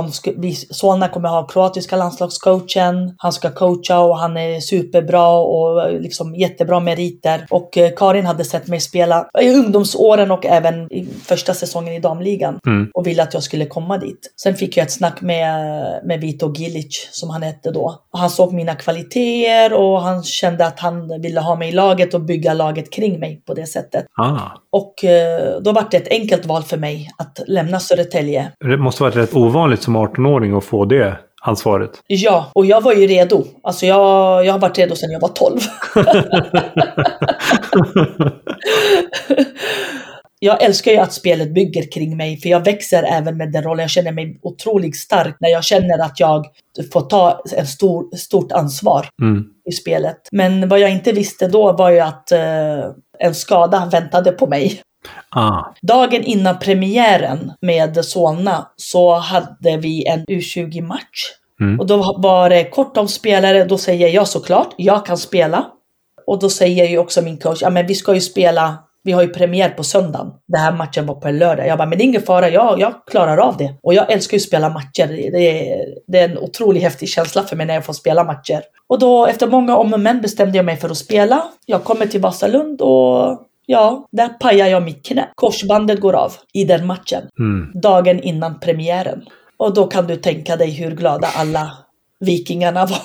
Solna kommer ha kroatiska landslagscoachen, han ska coacha och han är superbra och liksom jättebra meriter. Och Karin hade sett mig spela i ungdomsåren och även i första säsongen i damligan och ville att jag skulle komma dit. Sen fick jag ett snack med Vito Gilic som han hette då. Och han såg mina kvaliteter och han kände att han ville ha mig i laget och bygga laget kring mig på det sättet. Och då var det ett enkelt val för mig att lämna Södertälje. Det måste vara rätt ovanligt som 18-åring att få det ansvaret. Ja, och jag var ju redo. Alltså jag har varit redo sedan jag var 12. Jag älskar ju att spelet bygger kring mig, för jag växer även med den rollen. Jag känner mig otroligt stark när jag känner att jag får ta en stort ansvar i spelet. Men vad jag inte visste då var ju att en skada väntade på mig. Dagen innan premiären med Solna så hade vi en U20-match. Och då var det kort om spelare. Då säger jag såklart, jag kan spela. Och då säger ju också min coach, ja men vi ska ju spela, vi har ju premiär på söndagen. Den här matchen var på en lördag. Jag bara, men det är ingen fara, jag klarar av det. Och jag älskar ju att spela matcher. Det är en otroligt häftig känsla för mig när jag får spela matcher. Och då efter många om och men bestämde jag mig för att spela. Jag kommer till Vasalund och ja, där pajar jag mitt knä. Korsbandet går av i den matchen. Dagen innan premiären. Och då kan du tänka dig hur glada alla vikingarna var.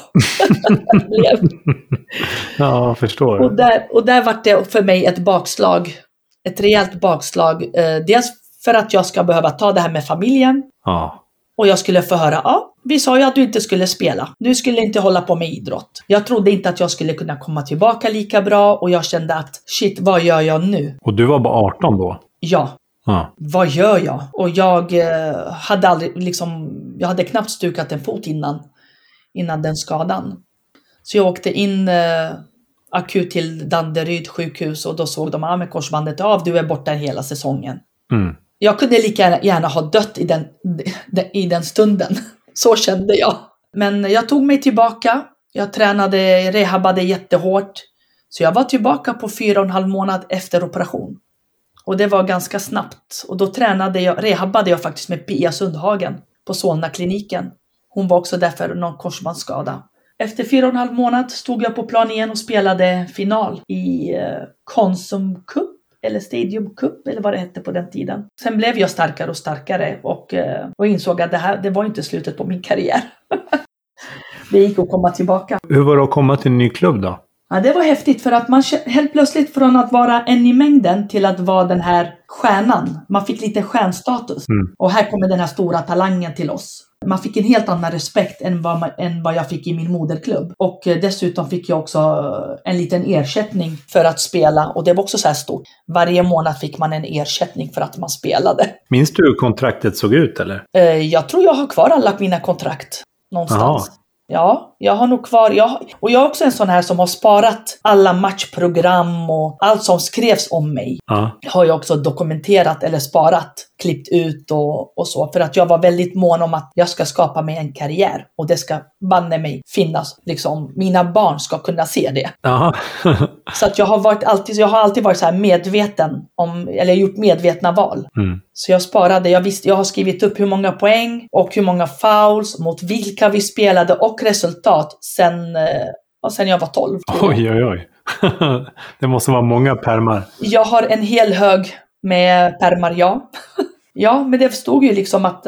Ja, jag förstår. Och där var det för mig ett bakslag. Ett rejält bakslag. Dels för att jag ska behöva ta det här med familjen. Och jag skulle få höra, vi sa ju att du inte skulle spela. Du skulle inte hålla på med idrott. Jag trodde inte att jag skulle kunna komma tillbaka lika bra. Och jag kände att, shit, vad gör jag nu? Och du var bara 18 då? Ja. Vad gör jag? Och jag hade aldrig jag hade knappt stukat en fot innan den skadan. Så jag åkte in akut till Danderyd sjukhus och då såg de med korsbandet av, du är borta hela säsongen. Jag kunde lika gärna ha dött i den stunden. Så kände jag. Men jag tog mig tillbaka. Jag rehabade jättehårt. Så jag var tillbaka på 4,5 månader efter operation. Och det var ganska snabbt. Och då rehabade jag faktiskt med Pia Sundhagen på Solna-kliniken. Hon var också där för någon korsbandsskada. Efter 4,5 månader stod jag på plan igen och spelade final i Konsum Cup eller Stadium Cup eller vad det hette på den tiden. Sen blev jag starkare och starkare och insåg att det var inte slutet på min karriär. Det gick att komma tillbaka. Hur var det att komma till en ny klubb då? Ja, det var häftigt för att man helt plötsligt från att vara en i mängden till att vara den här stjärnan. Man fick lite stjärnstatus. Och här kommer den här stora talangen till oss. Man fick en helt annan respekt än vad jag fick i min moderklubb. Och dessutom fick jag också en liten ersättning för att spela. Och det var också så här stort. Varje månad fick man en ersättning för att man spelade. Minns du hur kontraktet såg ut eller? Jag tror jag har kvar alla mina kontrakt någonstans. Aha. Ja, jag har nog kvar. Och jag är också en sån här som har sparat alla matchprogram och allt som skrevs om mig. Har jag också dokumenterat eller sparat, klippt ut och så. För att jag var väldigt mån om att jag ska skapa mig en karriär. Och det ska banne mig finnas. Liksom, mina barn ska kunna se det. Så att jag har alltid varit så här medveten om, eller gjort medvetna val. Så jag sparade, jag har skrivit upp hur många poäng och hur många fouls mot vilka vi spelade och resultat sen jag var 12. Oj. Det måste vara många pärmar. Jag har en hel hög med pärmar, ja. Ja, men det stod ju liksom att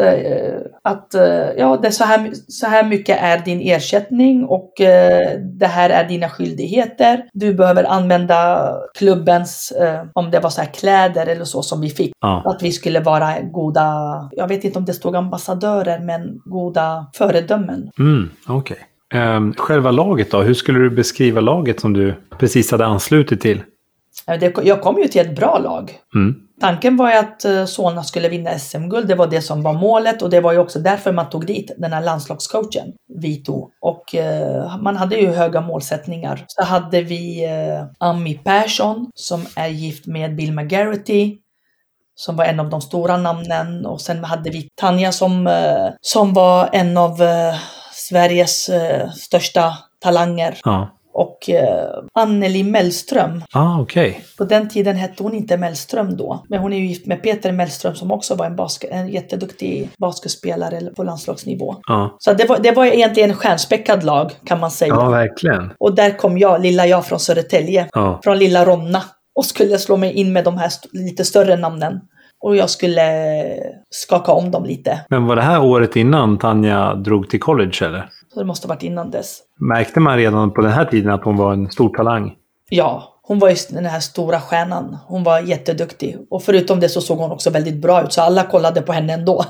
det så här mycket är din ersättning och det här är dina skyldigheter. Du behöver använda klubbens, om det var så här kläder eller så som vi fick. Att vi skulle vara goda, jag vet inte om det stod ambassadörer, men goda föredömen. Okej. Själva laget då? Hur skulle du beskriva laget som du precis hade anslutit till? Jag kom ju till ett bra lag. Tanken var ju att Solna skulle vinna SM-guld. Det var det som var målet. Och det var ju också därför man tog dit den här landslagscoachen, Vito. Och man hade ju höga målsättningar. Så hade vi Ami Persson som är gift med Bill McGarity, som var en av de stora namnen. Och sen hade vi Tanja som var en av Sveriges största talanger. Och Anneli Mellström. Okej. På den tiden hette hon inte Mellström då. Men hon är ju gift med Peter Mellström som också var en jätteduktig basketspelare på landslagsnivå. Så det var egentligen en stjärnspäckad lag, kan man säga. Ja, verkligen. Och där kom jag från Södertälje. Från lilla Ronna. Och skulle slå mig in med de här lite större namnen. Och jag skulle skaka om dem lite. Men var det här året innan Tanja drog till college eller? Så det måste ha varit innan dess. Märkte man redan på den här tiden att hon var en stor talang? Ja, hon var ju den här stora stjärnan. Hon var jätteduktig. Och förutom det så såg hon också väldigt bra ut. Så alla kollade på henne ändå.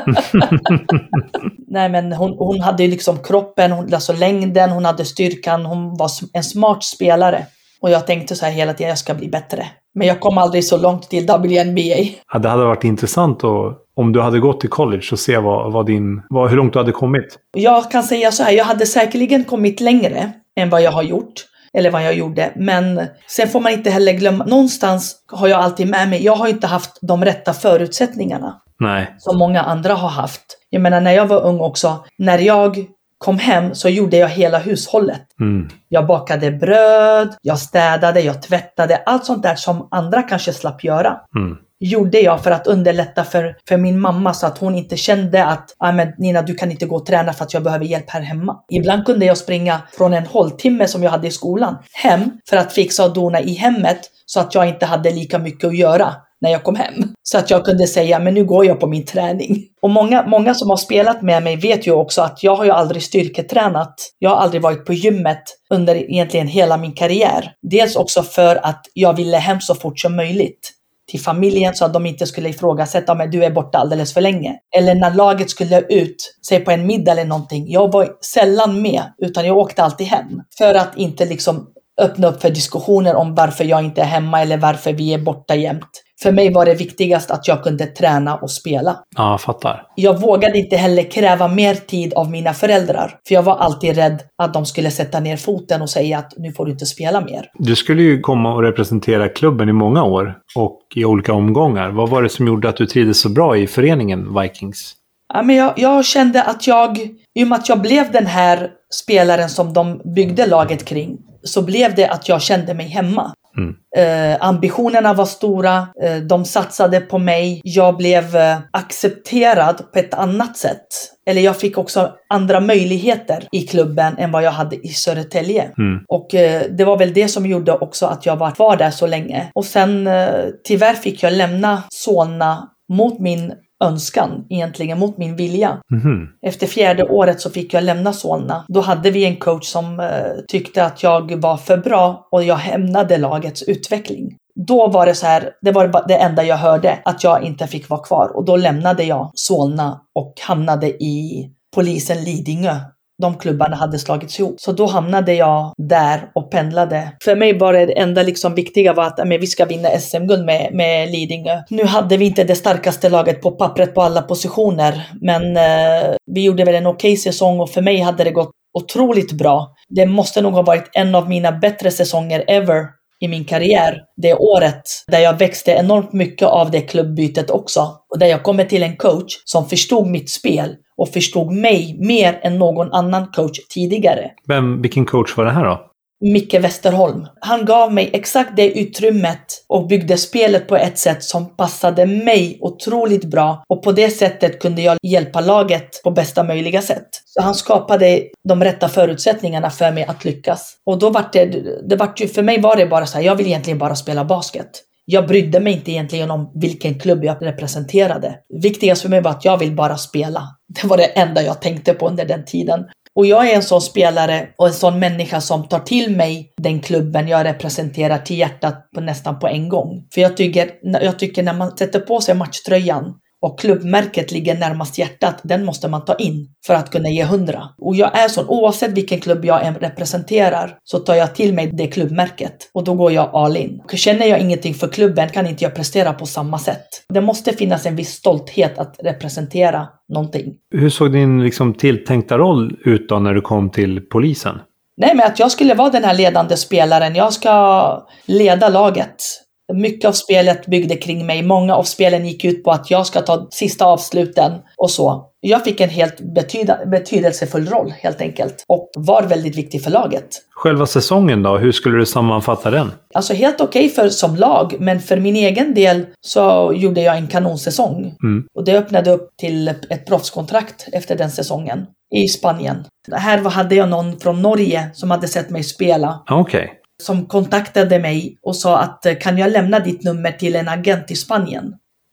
Nej, men hon hade ju liksom kroppen, alltså längden, hon hade styrkan. Hon var en smart spelare. Och jag tänkte så här hela tiden, jag ska bli bättre. Men jag kom aldrig så långt till WNBA. Ja, det hade varit intressant om du hade gått till college och se hur långt du hade kommit. Jag kan säga så här, jag hade säkerligen kommit längre än vad jag har gjort. Eller vad jag gjorde. Men sen får man inte heller glömma, någonstans har jag alltid med mig, jag har inte haft de rätta förutsättningarna. Nej. Som många andra har haft. Jag menar när jag var ung också, när jag kom hem så gjorde jag hela hushållet. Jag bakade bröd, jag städade, jag tvättade. Allt sånt där som andra kanske slapp göra. Gjorde jag för att underlätta för min mamma så att hon inte kände att men Nina, du kan inte gå och träna för att jag behöver hjälp här hemma. Ibland kunde jag springa från en hålltimme som jag hade i skolan hem för att fixa och dona i hemmet så att jag inte hade lika mycket att göra när jag kom hem. Så att jag kunde säga, men nu går jag på min träning. Och många som har spelat med mig vet ju också att jag har ju aldrig styrketränat. Jag har aldrig varit på gymmet under egentligen hela min karriär. Dels också för att jag ville hem så fort som möjligt till familjen så att de inte skulle ifrågasätta om du är borta alldeles för länge. Eller när laget skulle ut, säg på en middag eller någonting. Jag var sällan med utan jag åkte alltid hem. För att inte liksom öppna upp för diskussioner om varför jag inte är hemma eller varför vi är borta jämt. För mig var det viktigast att jag kunde träna och spela. Ja, jag fattar. Jag vågade inte heller kräva mer tid av mina föräldrar. För jag var alltid rädd att de skulle sätta ner foten och säga att nu får du inte spela mer. Du skulle ju komma och representera klubben i många år och i olika omgångar. Vad var det som gjorde att du trivdes så bra i föreningen Vikings? Ja, men jag kände att i och med att jag blev den här spelaren som de byggde laget kring, så blev det att jag kände mig hemma. Ambitionerna var stora, de satsade på mig, jag blev accepterad på ett annat sätt. Eller jag fick också andra möjligheter i klubben än vad jag hade i Södertälje. Och det var väl det som gjorde också att jag var kvar där så länge. Och sen tyvärr fick jag lämna Solna mot min önskan, egentligen mot min vilja. Efter 4:e året så fick jag lämna Solna. Då hade vi en coach som tyckte att jag var för bra och jag hämnade lagets utveckling. Då var det så här, det var det enda jag hörde, att jag inte fick vara kvar. Och då lämnade jag Solna och hamnade i polisen Lidingö. De klubbarna hade slagits ihop. Så då hamnade jag där och pendlade. För mig var det enda liksom viktiga var att vi ska vinna SM-guld med Lidingö. Nu hade vi inte det starkaste laget på pappret på alla positioner. Men vi gjorde väl en okej säsong och för mig hade det gått otroligt bra. Det måste nog ha varit en av mina bättre säsonger ever i min karriär. Det året där jag växte enormt mycket av det klubbbytet också. Och där jag kom till en coach som förstod mitt spel och förstod mig mer än någon annan coach tidigare. Vilken coach var det här då? Micke Westerholm. Han gav mig exakt det utrymmet och byggde spelet på ett sätt som passade mig otroligt bra. Och på det sättet kunde jag hjälpa laget på bästa möjliga sätt. Så han skapade de rätta förutsättningarna för mig att lyckas. Och då för mig var det bara så här, jag vill egentligen bara spela basket. Jag brydde mig inte egentligen om vilken klubb jag representerade. Viktigast för mig var att jag vill bara spela. Det var det enda jag tänkte på under den tiden. Och jag är en sån spelare och en sån människa som tar till mig den klubben jag representerar till hjärtat nästan på en gång. För jag tycker när man sätter på sig matchtröjan och klubbmärket ligger närmast hjärtat, den måste man ta in för att kunna ge 100. Och jag är sån, oavsett vilken klubb jag än representerar så tar jag till mig det klubbmärket. Och då går jag all in. Och känner jag ingenting för klubben kan inte jag prestera på samma sätt. Det måste finnas en viss stolthet att representera någonting. Hur såg din tilltänkta roll ut då när du kom till polisen? Nej, men att jag skulle vara den här ledande spelaren. Jag ska leda laget. Mycket av spelet byggde kring mig. Många av spelen gick ut på att jag ska ta sista avsluten och så. Jag fick en helt betydelsefull roll helt enkelt. Och var väldigt viktig för laget. Själva säsongen då? Hur skulle du sammanfatta den? Alltså helt okej som lag. Men för min egen del så gjorde jag en kanonsäsong. Och det öppnade upp till ett proffskontrakt efter den säsongen. I Spanien. Här hade jag någon från Norge som hade sett mig spela. Okej. Som kontaktade mig och sa att kan jag lämna ditt nummer till en agent i Spanien?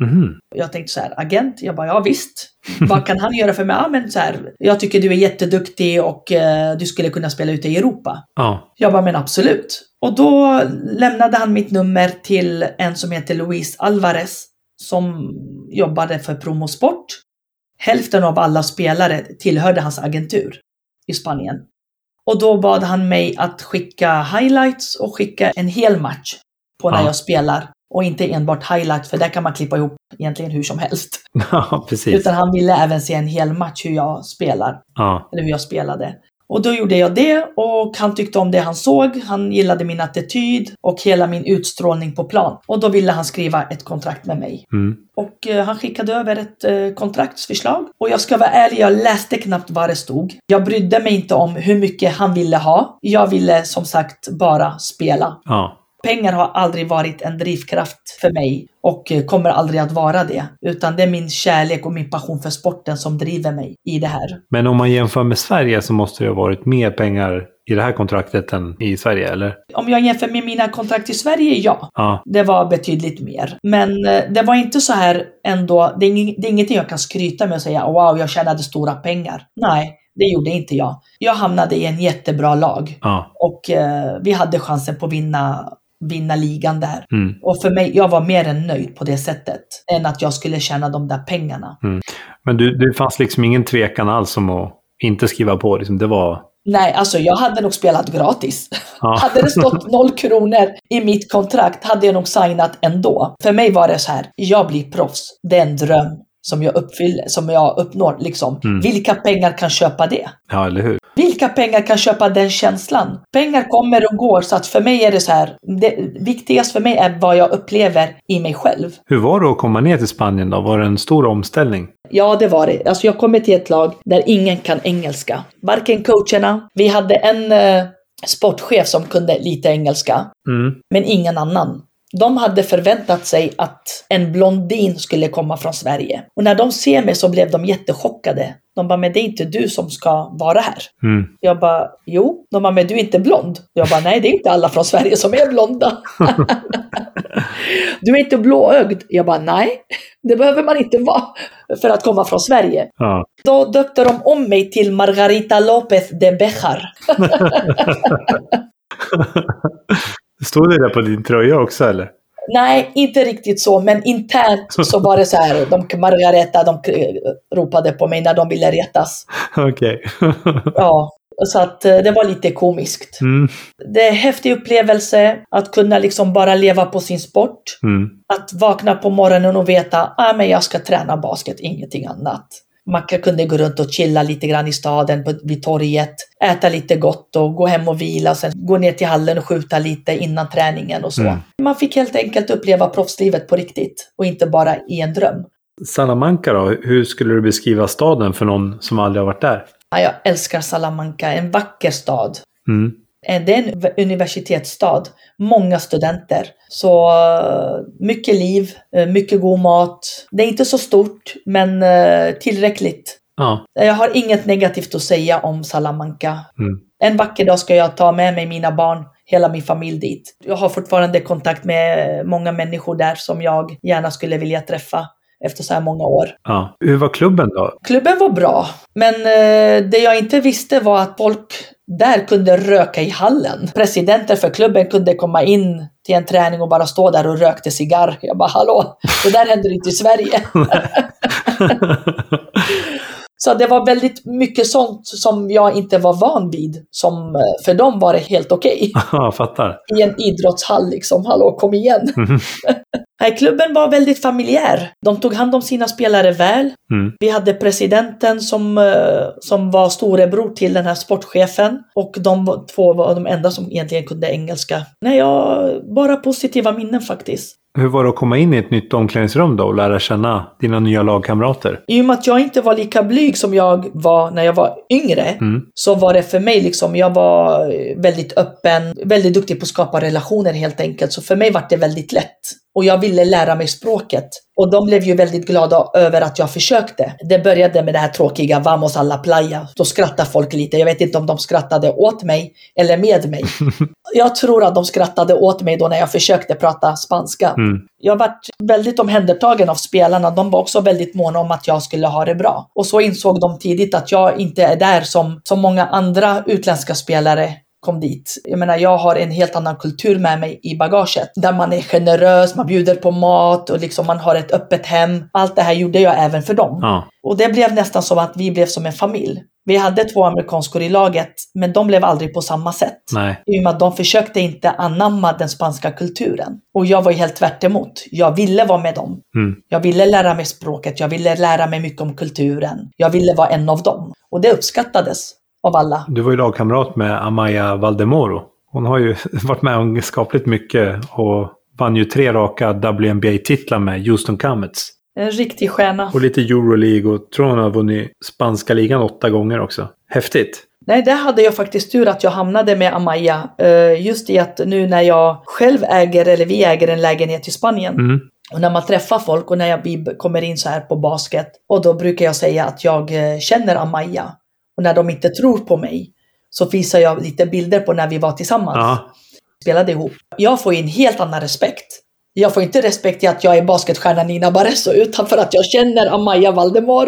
Jag tänkte så här, agent? Jag bara, ja visst. Vad kan han göra för mig? Ja, men så här, jag tycker du är jätteduktig och du skulle kunna spela ute i Europa. Jag bara, men absolut. Och då lämnade han mitt nummer till en som heter Luis Alvarez som jobbade för Promosport. Hälften av alla spelare tillhörde hans agentur i Spanien. Och då bad han mig att skicka highlights och skicka en hel match på när jag spelar. Och inte enbart highlights, för där kan man klippa ihop egentligen hur som helst. Ja, precis. Utan han ville även se en hel match hur jag spelar. Eller hur jag spelade. Och då gjorde jag det och han tyckte om det han såg. Han gillade min attityd och hela min utstrålning på plan. Och då ville han skriva ett kontrakt med mig. Och han skickade över ett kontraktsförslag. Och jag ska vara ärlig, jag läste knappt vad det stod. Jag brydde mig inte om hur mycket han ville ha. Jag ville som sagt bara spela. Pengar har aldrig varit en drivkraft för mig och kommer aldrig att vara det. Utan det är min kärlek och min passion för sporten som driver mig i det här. Men om man jämför med Sverige så måste det ha varit mer pengar i det här kontraktet än i Sverige, eller? Om jag jämför med mina kontrakt i Sverige, ja. Det var betydligt mer. Men det var inte så här ändå. Det är ingenting jag kan skryta med och säga, wow, jag tjänade stora pengar. Nej. Det gjorde inte jag. Jag hamnade i en jättebra lag. Och vi hade chansen på att vinna ligan där. Och för mig, jag var mer än nöjd på det sättet. Än att jag skulle tjäna de där pengarna. Men det fanns ingen tvekan alls om att inte skriva på. Det var... Nej, alltså jag hade nog spelat gratis. Hade det stått 0 kronor i mitt kontrakt hade jag nog signat ändå. För mig var det så här, jag blir proffs. Det är en dröm som jag uppnår Vilka pengar kan köpa det? Ja, eller hur? Vilka pengar kan köpa den känslan? Pengar kommer och går, så att för mig är det så här, det viktigaste för mig är vad jag upplever i mig själv. Hur var det att komma ner till Spanien då? Var det en stor omställning? Ja, det var det. Alltså jag kom till ett lag där ingen kan engelska. Varken coacherna. Vi hade en sportchef som kunde lite engelska. Men ingen annan. De hade förväntat sig att en blondin skulle komma från Sverige. Och när de ser mig så blev de jättechockade. De bara, men det är inte du som ska vara här. Jag bara, jo. De bara, men du är inte blond. Jag bara, nej, det är inte alla från Sverige som är blonda. Du är inte blåögd. Jag bara, nej. Det behöver man inte vara för att komma från Sverige. Då döpte de om mig till Margarita López de Bejar. Stod det där på din tröja också, eller? Nej, inte riktigt så, men internt så var det så här, Margareta, de ropade på mig när de ville retas. Okej. Ja, så att det var lite komiskt. Det är en häftig upplevelse att kunna liksom bara leva på sin sport. Att vakna på morgonen och veta, men jag ska träna basket, ingenting annat. Man kunde gå runt och chilla lite grann i staden vid torget, äta lite gott och gå hem och vila och sen gå ner till hallen och skjuta lite innan träningen och så. Man fick helt enkelt uppleva proffslivet på riktigt och inte bara i en dröm. Salamanca då, hur skulle du beskriva staden för någon som aldrig har varit där? Ja, jag älskar Salamanca, en vacker stad. Det är en universitetsstad, många studenter. Så mycket liv, mycket god mat. Det är inte så stort, men tillräckligt. Ja. Jag har inget negativt att säga om Salamanca. En vacker dag ska jag ta med mig mina barn, hela min familj dit. Jag har fortfarande kontakt med många människor där som jag gärna skulle vilja träffa efter så här många år. Ja. Hur var klubben då? Klubben var bra, men det jag inte visste var att folk där kunde röka i hallen. Presidenten för klubben kunde komma in till en träning och bara stå där och rökte cigarr. Jag bara, hallå, det där händer inte i Sverige. Så det var väldigt mycket sånt som jag inte var van vid. Som för dem var det helt okej. Jag fattar. I en idrottshall liksom, hallå, kom igen. Nej, klubben var väldigt familjär. De tog hand om sina spelare väl. Vi hade presidenten som var storebror till den här sportchefen. Och de två var de enda som egentligen kunde engelska. Nej, bara positiva minnen faktiskt. Hur var det att komma in i ett nytt omklädningsrum då och lära känna dina nya lagkamrater? I och med att jag inte var lika blyg som jag var när jag var yngre, så var det för mig liksom, jag var väldigt öppen, väldigt duktig på att skapa relationer helt enkelt. Så för mig var det väldigt lätt. Och jag ville lära mig språket. Och de blev ju väldigt glada över att jag försökte. Det började med det här tråkiga Vamos a la playa. Då skrattade folk lite. Jag vet inte om de skrattade åt mig eller med mig. Jag tror att de skrattade åt mig då när jag försökte prata spanska. Jag var väldigt omhändertagen av spelarna. De var också väldigt måna om att jag skulle ha det bra. Och så insåg de tidigt att jag inte är där som många andra utländska spelare kom dit. Jag menar, jag har en helt annan kultur med mig i bagaget. Där man är generös, man bjuder på mat och liksom man har ett öppet hem. Allt det här gjorde jag även för dem. Ja. Och det blev nästan som att vi blev som en familj. Vi hade 2 amerikanskor i laget, men de blev aldrig på samma sätt. Nej. I och med att de försökte inte anamma den spanska kulturen. Och jag var helt tvärt emot. Jag ville vara med dem. Jag ville lära mig språket, jag ville lära mig mycket om kulturen. Jag ville vara en av dem. Och det uppskattades av alla. Du var ju lagkamrat med Amaya Valdemoro. Hon har ju varit med om skapligt mycket och vann ju 3 raka WNBA-titlar med Houston Comets. En riktig stjärna. Och lite Euroleague och tror hon har vunnit spanska ligan 8 gånger också. Häftigt. Nej, där hade jag faktiskt tur att jag hamnade med Amaya. Just i att nu när jag själv vi äger en lägenhet i Spanien. Och när man träffar folk och när vi kommer in så här på basket. Och då brukar jag säga att jag känner Amaya. Och när de inte tror på mig så visar jag lite bilder på när vi var tillsammans. Ja. Spelade ihop. Jag får ju en helt annan respekt. Jag får inte respekt i att jag är basketstjärnan Nina Barresso utan för att jag känner Amaya Valdemoro.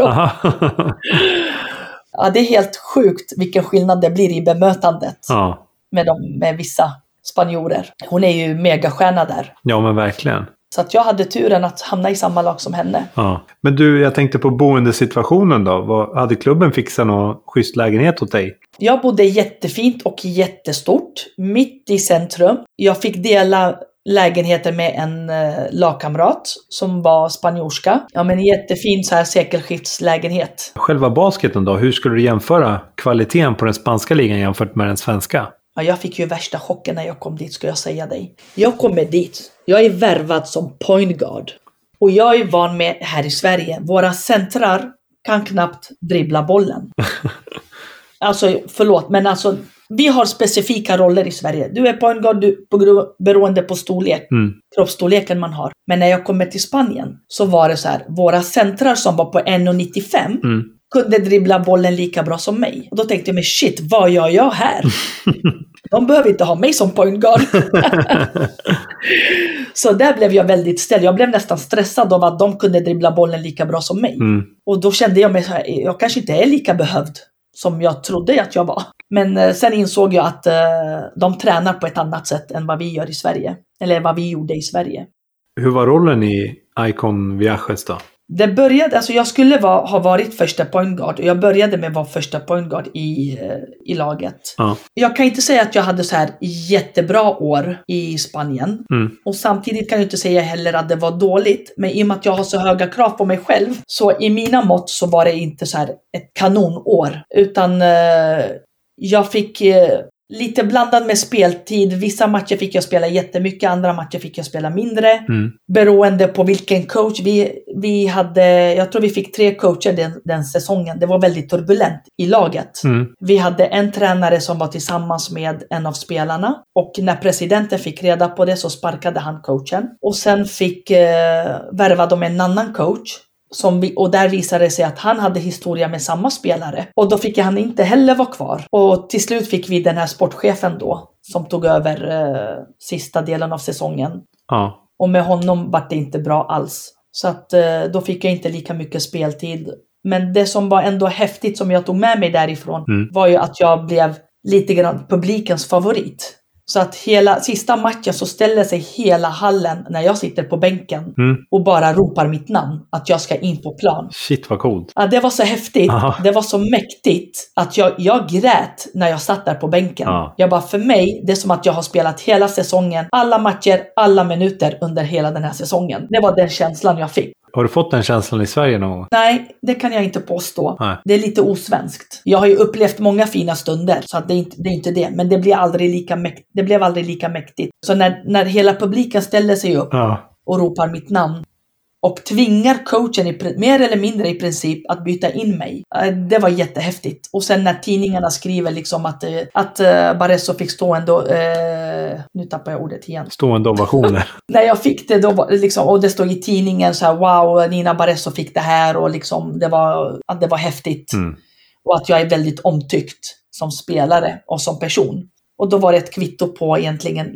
Ja, det är helt sjukt vilken skillnad det blir i bemötandet med vissa spanjorer. Hon är ju megastjärna där. Ja, men verkligen. Så att jag hade turen att hamna i samma lag som henne. Ja. Men du, jag tänkte på boendesituationen då. Hade klubben fixat någon schysst lägenhet åt dig? Jag bodde jättefint och jättestort. Mitt i centrum. Jag fick dela lägenheter med en lagkamrat som var spanjorska. Ja, men jättefin så här sekelskiftslägenhet. Själva basketen då? Hur skulle du jämföra kvaliteten på den spanska ligan jämfört med den svenska? Ja, jag fick ju värsta chocken när jag kom dit, ska jag säga dig. Jag kommer dit. Jag är värvad som point guard. Och jag är van med här i Sverige. Våra centrar kan knappt dribbla bollen. Alltså, förlåt, men alltså vi har specifika roller i Sverige. Du är point guard beroende på storlek, kroppsstorleken man har. Men när jag kommer till Spanien så var det så här, våra centrar som var på 1,95 kunde dribbla bollen lika bra som mig. Och då tänkte jag mig, shit, vad gör jag här? De behöver inte ha mig som point guard. Så där blev jag väldigt ställd. Jag blev nästan stressad av att de kunde dribbla bollen lika bra som mig. Och då kände jag mig så här, jag kanske inte är lika behövd som jag trodde att jag var. Men sen insåg jag att de tränar på ett annat sätt än vad vi gör i Sverige. Eller vad vi gjorde i Sverige. Hur var rollen i Icon Viajes då? Det började, alltså jag skulle ha varit första point guard och jag började med att vara första point guard i laget. Ja. Jag kan inte säga att jag hade så här jättebra år i Spanien. Och samtidigt kan jag inte säga heller att det var dåligt. Men i och med att jag har så höga krav på mig själv, så i mina mått så var det inte så här ett kanonår. Utan jag fick lite blandad med speltid. Vissa matcher fick jag spela jättemycket, andra matcher fick jag spela mindre. Beroende på vilken coach. Vi hade, jag tror vi fick 3 coacher den säsongen. Det var väldigt turbulent i laget. Vi hade en tränare som var tillsammans med en av spelarna. Och när presidenten fick reda på det så sparkade han coachen. Och sen värvade de en annan coach. Och där visade det sig att han hade historia med samma spelare. Och då fick han inte heller vara kvar. Och till slut fick vi den här sportchefen då, som tog över sista delen av säsongen. Ja. Och med honom var det inte bra alls. Så att då fick jag inte lika mycket speltid. Men det som var ändå häftigt som jag tog med mig därifrån var ju att jag blev lite grann publikens favorit. Så att hela sista matchen så ställer sig hela hallen när jag sitter på bänken och bara ropar mitt namn att jag ska in på plan. Shit vad coolt. Ja, det var så häftigt. Aha. Det var så mäktigt att jag grät när jag satt där på bänken. Jag bara, för mig, det är som att jag har spelat hela säsongen, alla matcher, alla minuter under hela den här säsongen. Det var den känslan jag fick. Har du fått den känslan i Sverige någon gång? Nej, det kan jag inte påstå. Nej. Det är lite osvenskt. Jag har ju upplevt många fina stunder, så att det är inte det. Men det blev aldrig lika mäktigt. Så när hela publiken ställer sig upp och ropar mitt namn och tvingar coachen mer eller mindre i princip att byta in mig. Det var jättehäftigt. Och sen när tidningarna skriver liksom att Barresso fick nu tappar jag ordet igen. Stående ovationer. När jag fick det då liksom, och det stod i tidningen så här, wow, Nina Barresso fick det här och liksom det var häftigt. Och att jag är väldigt omtyckt som spelare och som person. Och då var det ett kvitto på egentligen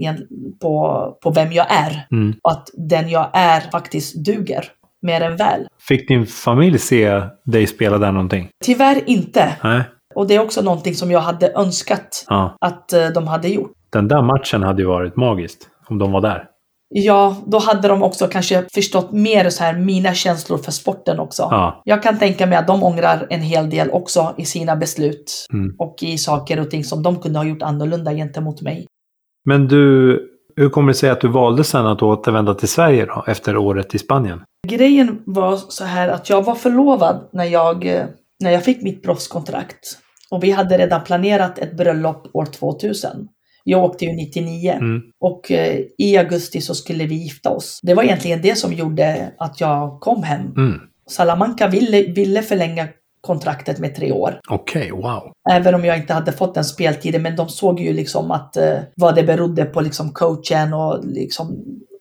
på vem jag är. Och att den jag är faktiskt duger mer än väl. Fick din familj se dig spela där någonting? Tyvärr inte. Nej. Och det är också någonting som jag hade önskat att de hade gjort. Den där matchen hade ju varit magiskt om de var där. Ja, då hade de också kanske förstått mer så här mina känslor för sporten också. Jag kan tänka mig att de ångrar en hel del också i sina beslut. Och i saker och ting som de kunde ha gjort annorlunda gentemot mig. Men hur kommer det sig att du valde sen att återvända till Sverige då, efter året i Spanien? Grejen var så här att jag var förlovad när jag fick mitt proffskontrakt. Och vi hade redan planerat ett bröllop år 2000. Jag åkte ju 99 och i augusti så skulle vi gifta oss. Det var egentligen det som gjorde att jag kom hem. Salamanca ville förlänga kontraktet med 3 år. Okej, wow. Även om jag inte hade fått den speltiden, men de såg ju liksom att vad det berodde på liksom coachen och liksom,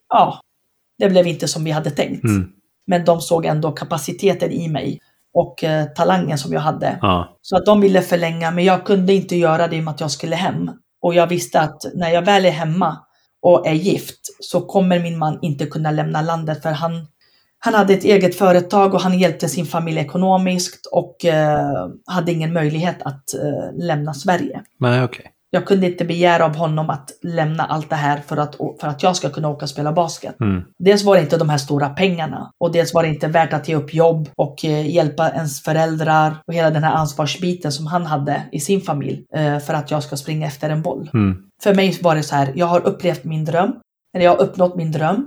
det blev inte som vi hade tänkt. Men de såg ändå kapaciteten i mig och talangen som jag hade. Så att de ville förlänga, men jag kunde inte göra det med att jag skulle hem. Och jag visste att när jag väl är hemma och är gift så kommer min man inte kunna lämna landet, för han hade ett eget företag och han hjälpte sin familj ekonomiskt och hade ingen möjlighet att lämna Sverige. Nej, okej. Jag kunde inte begära av honom att lämna allt det här för att jag ska kunna åka och spela basket. Dels var det inte de här stora pengarna och dels var det inte värt att ge upp jobb och hjälpa ens föräldrar och hela den här ansvarsbiten som han hade i sin familj för att jag ska springa efter en boll. För mig var det så här, jag har upplevt min dröm. Eller jag har uppnått min dröm.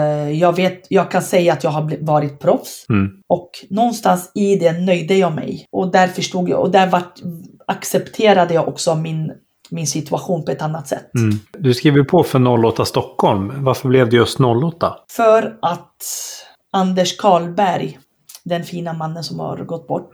Jag kan säga att jag har varit proffs. Och någonstans i det nöjde jag mig. Och där förstod jag, och där accepterade jag också min situation på ett annat sätt. Du skriver på för 08 Stockholm. Varför blev det just 08? För att Anders Karlberg, den fina mannen som har gått bort,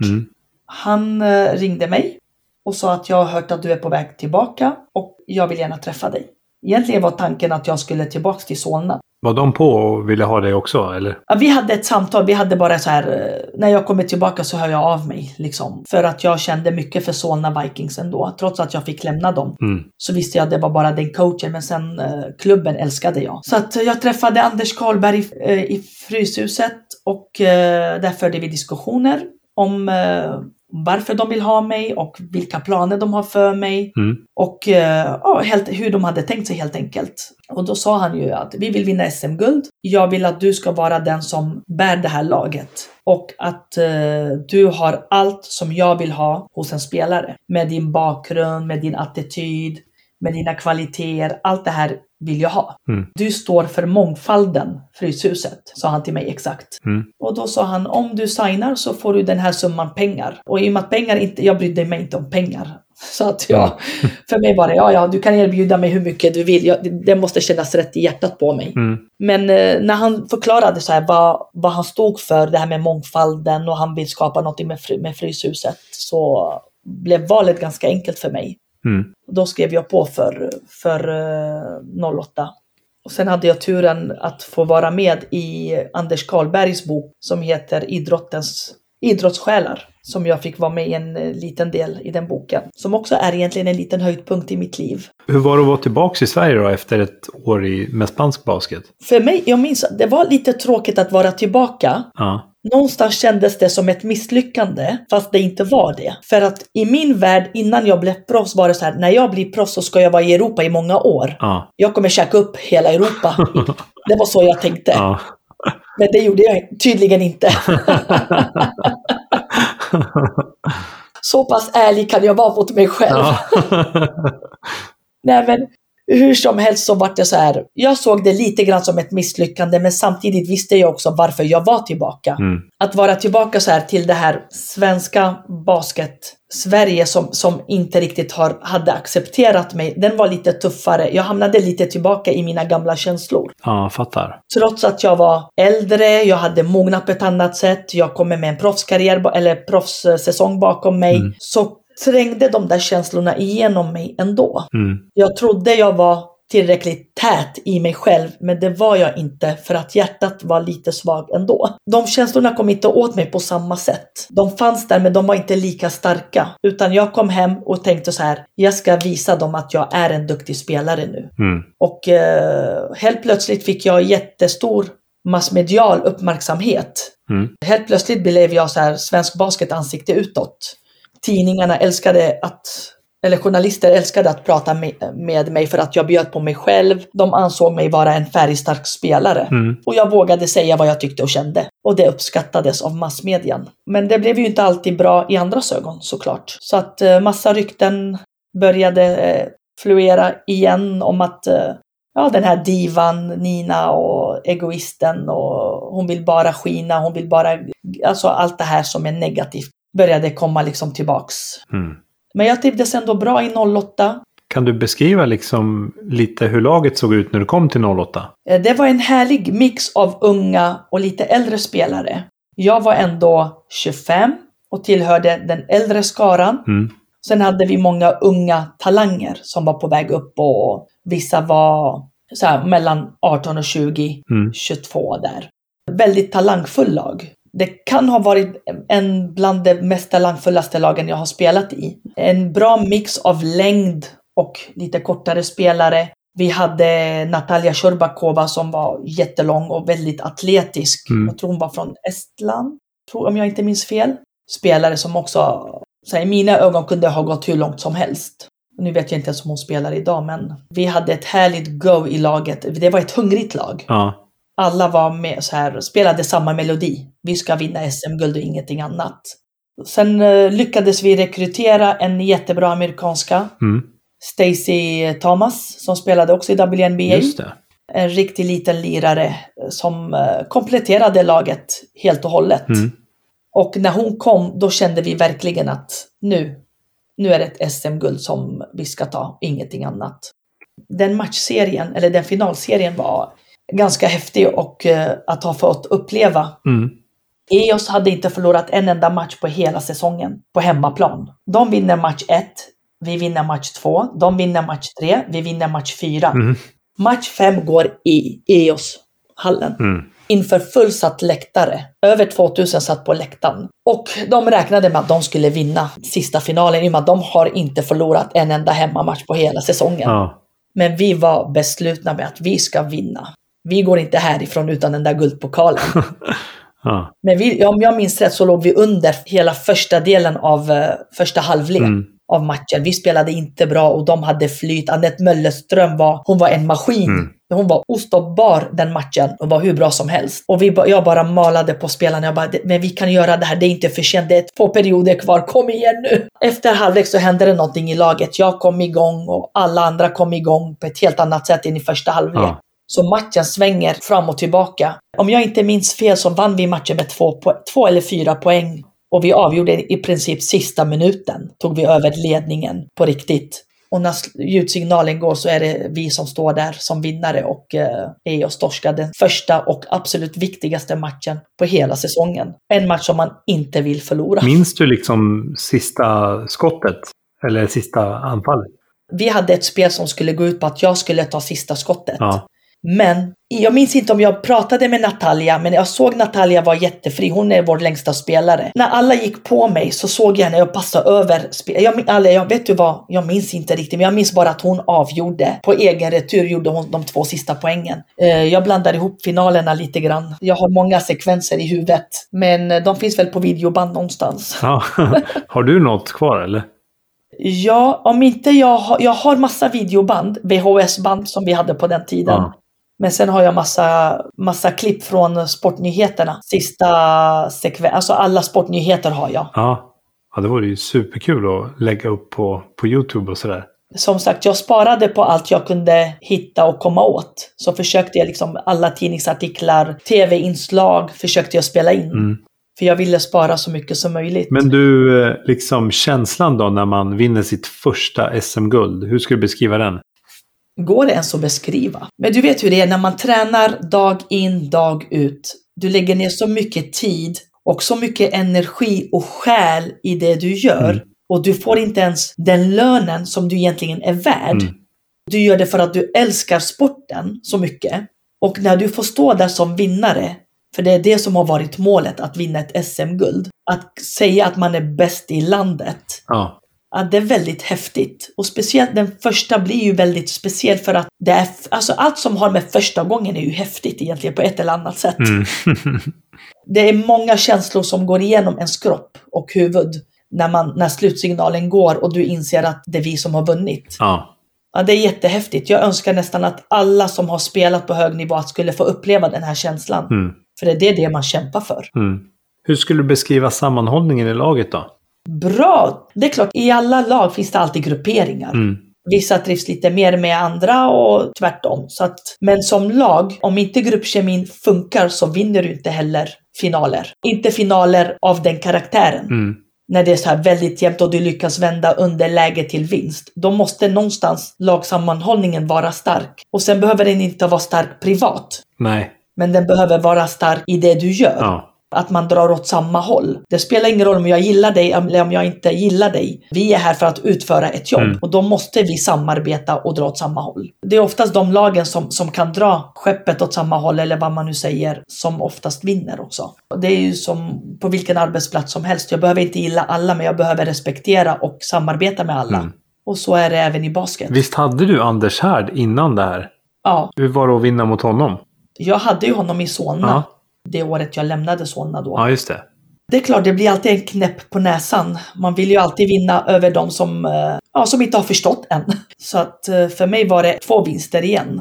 han ringde mig och sa att jag har hört att du är på väg tillbaka och jag vill gärna träffa dig. Egentligen var tanken att jag skulle tillbaka till Solna. Var de på och ville ha dig också, eller? Ja, vi hade ett samtal. Vi hade bara så här, när jag kommer tillbaka så hör jag av mig. Liksom. För att jag kände mycket för Solna Vikings ändå. Trots att jag fick lämna dem. Så visste jag att det var bara den coachen. Men sen klubben älskade jag. Så att jag träffade Anders Karlberg i Fryshuset. Och där förde vi diskussioner om varför de vill ha mig och vilka planer de har för mig. Och hur de hade tänkt sig helt enkelt. Och då sa han ju att vi vill vinna SM-guld. Jag vill att du ska vara den som bär det här laget. Och att du har allt som jag vill ha hos en spelare. Med din bakgrund, med din attityd, med dina kvaliteter. Allt det här vill jag ha. Du står för mångfalden, Fryshuset, sa han till mig exakt. Och då sa han, om du signar så får du den här summan pengar. Och i och med att pengar inte, jag brydde mig inte om pengar. Så att för mig var det, du kan erbjuda mig hur mycket du vill. Det måste kännas rätt i hjärtat på mig. Men när han förklarade så här, vad han stod för, det här med mångfalden och han vill skapa något med Fryshuset, så blev valet ganska enkelt för mig. Då skrev jag på för 08. Och sen hade jag turen att få vara med i Anders Karlbergs bok som heter Idrottssjälar. Som jag fick vara med i en liten del i den boken. Som också är egentligen en liten höjdpunkt i mitt liv. Hur var det att vara tillbaka i Sverige då efter ett år med spansk basket? För mig, jag minns att det var lite tråkigt att vara tillbaka. Ja. Någonstans kändes det som ett misslyckande, fast det inte var det. För att i min värld, innan jag blev proffs, var det så här, när jag blir proffs så ska jag vara i Europa i många år. Ja. Jag kommer käka upp hela Europa. Det var så jag tänkte. Ja. Men det gjorde jag tydligen inte. Så pass ärlig kan jag vara mot mig själv. Ja. Nej, men hur som helst så var det så här. Jag såg det lite grann som ett misslyckande, men samtidigt visste jag också varför jag var tillbaka. Att vara tillbaka så här till det här svenska basket Sverige som inte riktigt hade accepterat mig, den var lite tuffare. Jag hamnade lite tillbaka i mina gamla känslor. Ja, fattar. Trots att jag var äldre, jag hade mognat på ett annat sätt, jag kom med en proffskarriär eller proffssäsong bakom mig, så trängde de där känslorna igenom mig ändå. Jag trodde jag var tillräckligt tät i mig själv, men det var jag inte, för att hjärtat var lite svag ändå. De känslorna kom inte åt mig på samma sätt. De fanns där, men de var inte lika starka. Utan jag kom hem och tänkte så här, jag ska visa dem att jag är en duktig spelare nu. Och helt plötsligt fick jag jättestor massmedial uppmärksamhet. Helt plötsligt blev jag så här svensk basket ansikte utåt. Tidningarna älskade journalister älskade att prata med mig för att jag bjöd på mig själv. De ansåg mig vara en färgstark spelare. Och jag vågade säga vad jag tyckte och kände. Och det uppskattades av massmedian. Men det blev ju inte alltid bra i andras ögon, såklart. Så att massa rykten började fluera igen om att den här divan, Nina, och egoisten, och hon vill bara skina, hon vill bara... Alltså allt det här som är negativt började komma liksom tillbaks. Men jag trivdes ändå bra i 08. Kan du beskriva liksom lite hur laget såg ut när du kom till 08? Det var en härlig mix av unga och lite äldre spelare. Jag var ändå 25 och tillhörde den äldre skaran. Sen hade vi många unga talanger som var på väg upp, och vissa var så här, mellan 18 och 20, 22 där. Väldigt talangfull lag. Det kan ha varit en bland de mest talangfullaste lagen jag har spelat i. En bra mix av längd och lite kortare spelare. Vi hade Natalia Shurbakova som var jättelång och väldigt atletisk. Jag tror hon var från Estland, om jag inte minns fel. Spelare som också, så här, i mina ögon kunde ha gått hur långt som helst. Nu vet jag inte ens om hon spelar idag, men vi hade ett härligt go i laget. Det var ett hungrigt lag. Ja. Alla var med så här, spelade samma melodi. Vi ska vinna SM-guld och ingenting annat. Sen lyckades vi rekrytera en jättebra amerikanska. Stacey Thomas, som spelade också i WNBA. Just det. En riktig liten lirare som kompletterade laget helt och hållet. Och när hon kom, då kände vi verkligen att nu är det ett SM-guld som vi ska ta, ingenting annat. Den matchserien, eller den finalserien, var ganska häftig och att ha fått uppleva. EOS hade inte förlorat en enda match på hela säsongen på hemmaplan. De vinner match 1, vi vinner match 2, de vinner match 3, vi vinner match 4. Match 5 går i EOS-hallen. Inför fullsatt läktare. Över 2000 satt på läktaren. Och de räknade med att de skulle vinna sista finalen, i och med att de har inte förlorat en enda hemmamatch på hela säsongen. Men vi var beslutna med att vi ska vinna. Vi går inte härifrån utan den där guldpokalen. Ja. Men om jag minns rätt så låg vi under hela första delen av första halvlek av matchen. Vi spelade inte bra och de hade flyt. Anette Möllerström hon var en maskin. Hon var ostoppbar den matchen och var hur bra som helst. Och jag bara malade på spelarna. Jag bara, men vi kan göra det här, det är inte för sent. Det är 2 perioder kvar, kom igen nu. Efter halvlek så hände det någonting i laget. Jag kom igång och alla andra kom igång på ett helt annat sätt än i första halvlek. Ja. Så matchen svänger fram och tillbaka. Om jag inte minns fel så vann vi matchen med 2 eller 4 poäng. Och vi avgjorde i princip sista minuten. Tog vi över ledningen på riktigt. Och när ljudsignalen går så är det vi som står där som vinnare och är och torskar den första och absolut viktigaste matchen på hela säsongen. En match som man inte vill förlora. Minns du liksom sista skottet? Eller sista anfallet? Vi hade ett spel som skulle gå ut på att jag skulle ta sista skottet. Ja. Men jag minns inte om jag pratade med Natalia, men jag såg Natalia var jättefri. Hon är vår längsta spelare. När alla gick på mig så såg jag när jag passade över. Jag vet du vad, jag minns inte riktigt, men jag minns bara att hon avgjorde. På egen retur gjorde hon de 2 sista poängen. Jag blandar ihop finalerna lite grann. Jag har många sekvenser i huvudet, men de finns väl på videoband någonstans. Ja. Har du något kvar eller? Ja, om inte jag har massa videoband, VHS-band som vi hade på den tiden. Ja. Men sen har jag massa klipp från sportnyheterna. Alltså alla sportnyheter har jag. Ja, det var ju superkul att lägga upp på YouTube och sådär. Som sagt, jag sparade på allt jag kunde hitta och komma åt. Så försökte jag liksom alla tidningsartiklar, tv-inslag försökte jag spela in. För jag ville spara så mycket som möjligt. Men du, liksom känslan då när man vinner sitt första SM-guld. Hur ska du beskriva den? Går det ens att beskriva? Men du vet hur det är när man tränar dag in, dag ut. Du lägger ner så mycket tid och så mycket energi och själ i det du gör. Och du får inte ens den lönen som du egentligen är värd. Du gör det för att du älskar sporten så mycket. Och när du får stå där som vinnare, för det är det som har varit målet, att vinna ett SM-guld. Att säga att man är bäst i landet. Ja. Ja, det är väldigt häftigt. Och speciellt den första blir ju väldigt speciell för att det är, alltså allt som har med första gången är ju häftigt egentligen på ett eller annat sätt. Det är många känslor som går igenom ens kropp och huvud när slutsignalen går och du inser att det är vi som har vunnit. Ja, det är jättehäftigt. Jag önskar nästan att alla som har spelat på hög nivå skulle få uppleva den här känslan. För det är det man kämpar för. Hur skulle du beskriva sammanhållningen i laget då? Bra! Det är klart, i alla lag finns det alltid grupperingar. Vissa trivs lite mer med andra och tvärtom. Men som lag, om inte gruppkemin funkar så vinner du inte heller finaler. Inte finaler av den karaktären. När det är så här väldigt jämnt och du lyckas vända underläge till vinst. Då måste någonstans lagsammanhållningen vara stark. Och sen behöver den inte vara stark privat. Nej. Men den behöver vara stark i det du gör. Ja. Att man drar åt samma håll. Det spelar ingen roll om jag gillar dig eller om jag inte gillar dig. Vi är här för att utföra ett jobb. Och då måste vi samarbeta och dra åt samma håll. Det är oftast de lagen som kan dra skeppet åt samma håll, eller vad man nu säger, som oftast vinner också. Det är ju som på vilken arbetsplats som helst. Jag behöver inte gilla alla, men jag behöver respektera och samarbeta med alla. Och så är det även i basket. Visst hade du Anders Härd innan det här? Ja. Hur var det att vinna mot honom? Jag hade ju honom i Solna. Ja. Det året jag lämnade Solna då. Ja, just det. Det är klart, det blir alltid en knäpp på näsan. Man vill ju alltid vinna över de som inte har förstått än. Så att för mig var det 2 vinster igen.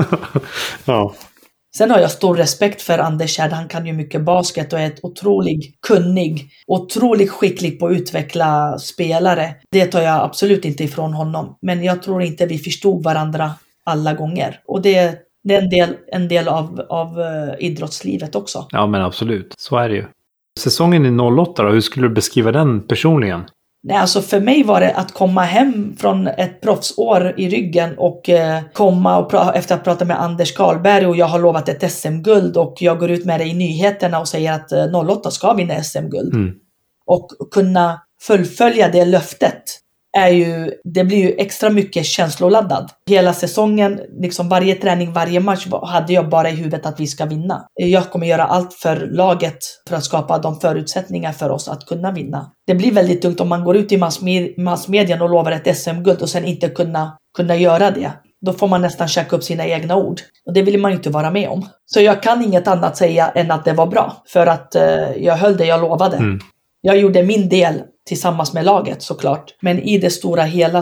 Ja. Sen har jag stor respekt för Anders Härd. Han kan ju mycket basket och är ett otroligt kunnig, otroligt skicklig på att utveckla spelare. Det tar jag absolut inte ifrån honom. Men jag tror inte vi förstod varandra alla gånger. Och det är en del av idrottslivet också. Ja, men absolut. Så är det ju. Säsongen i 08 då, hur skulle du beskriva den personligen? Nej, alltså för mig var det att komma hem från ett proffsår i ryggen och komma och efter att prata med Anders Karlberg och jag har lovat ett SM-guld och jag går ut med det i nyheterna och säger att 08 ska vinna SM-guld. Och kunna fullfölja det löftet. Det blir ju extra mycket känsloladdad. Hela säsongen, liksom varje träning, varje match hade jag bara i huvudet att vi ska vinna. Jag kommer göra allt för laget för att skapa de förutsättningar för oss att kunna vinna. Det blir väldigt tungt om man går ut i massmedien och lovar ett SM-guld och sen inte kunna göra det. då får man nästan checka upp sina egna ord. Och det vill man inte vara med om. Så jag kan inget annat säga än att det var bra. För att jag höll det jag lovade. Jag gjorde min del tillsammans med laget såklart. Men i det stora hela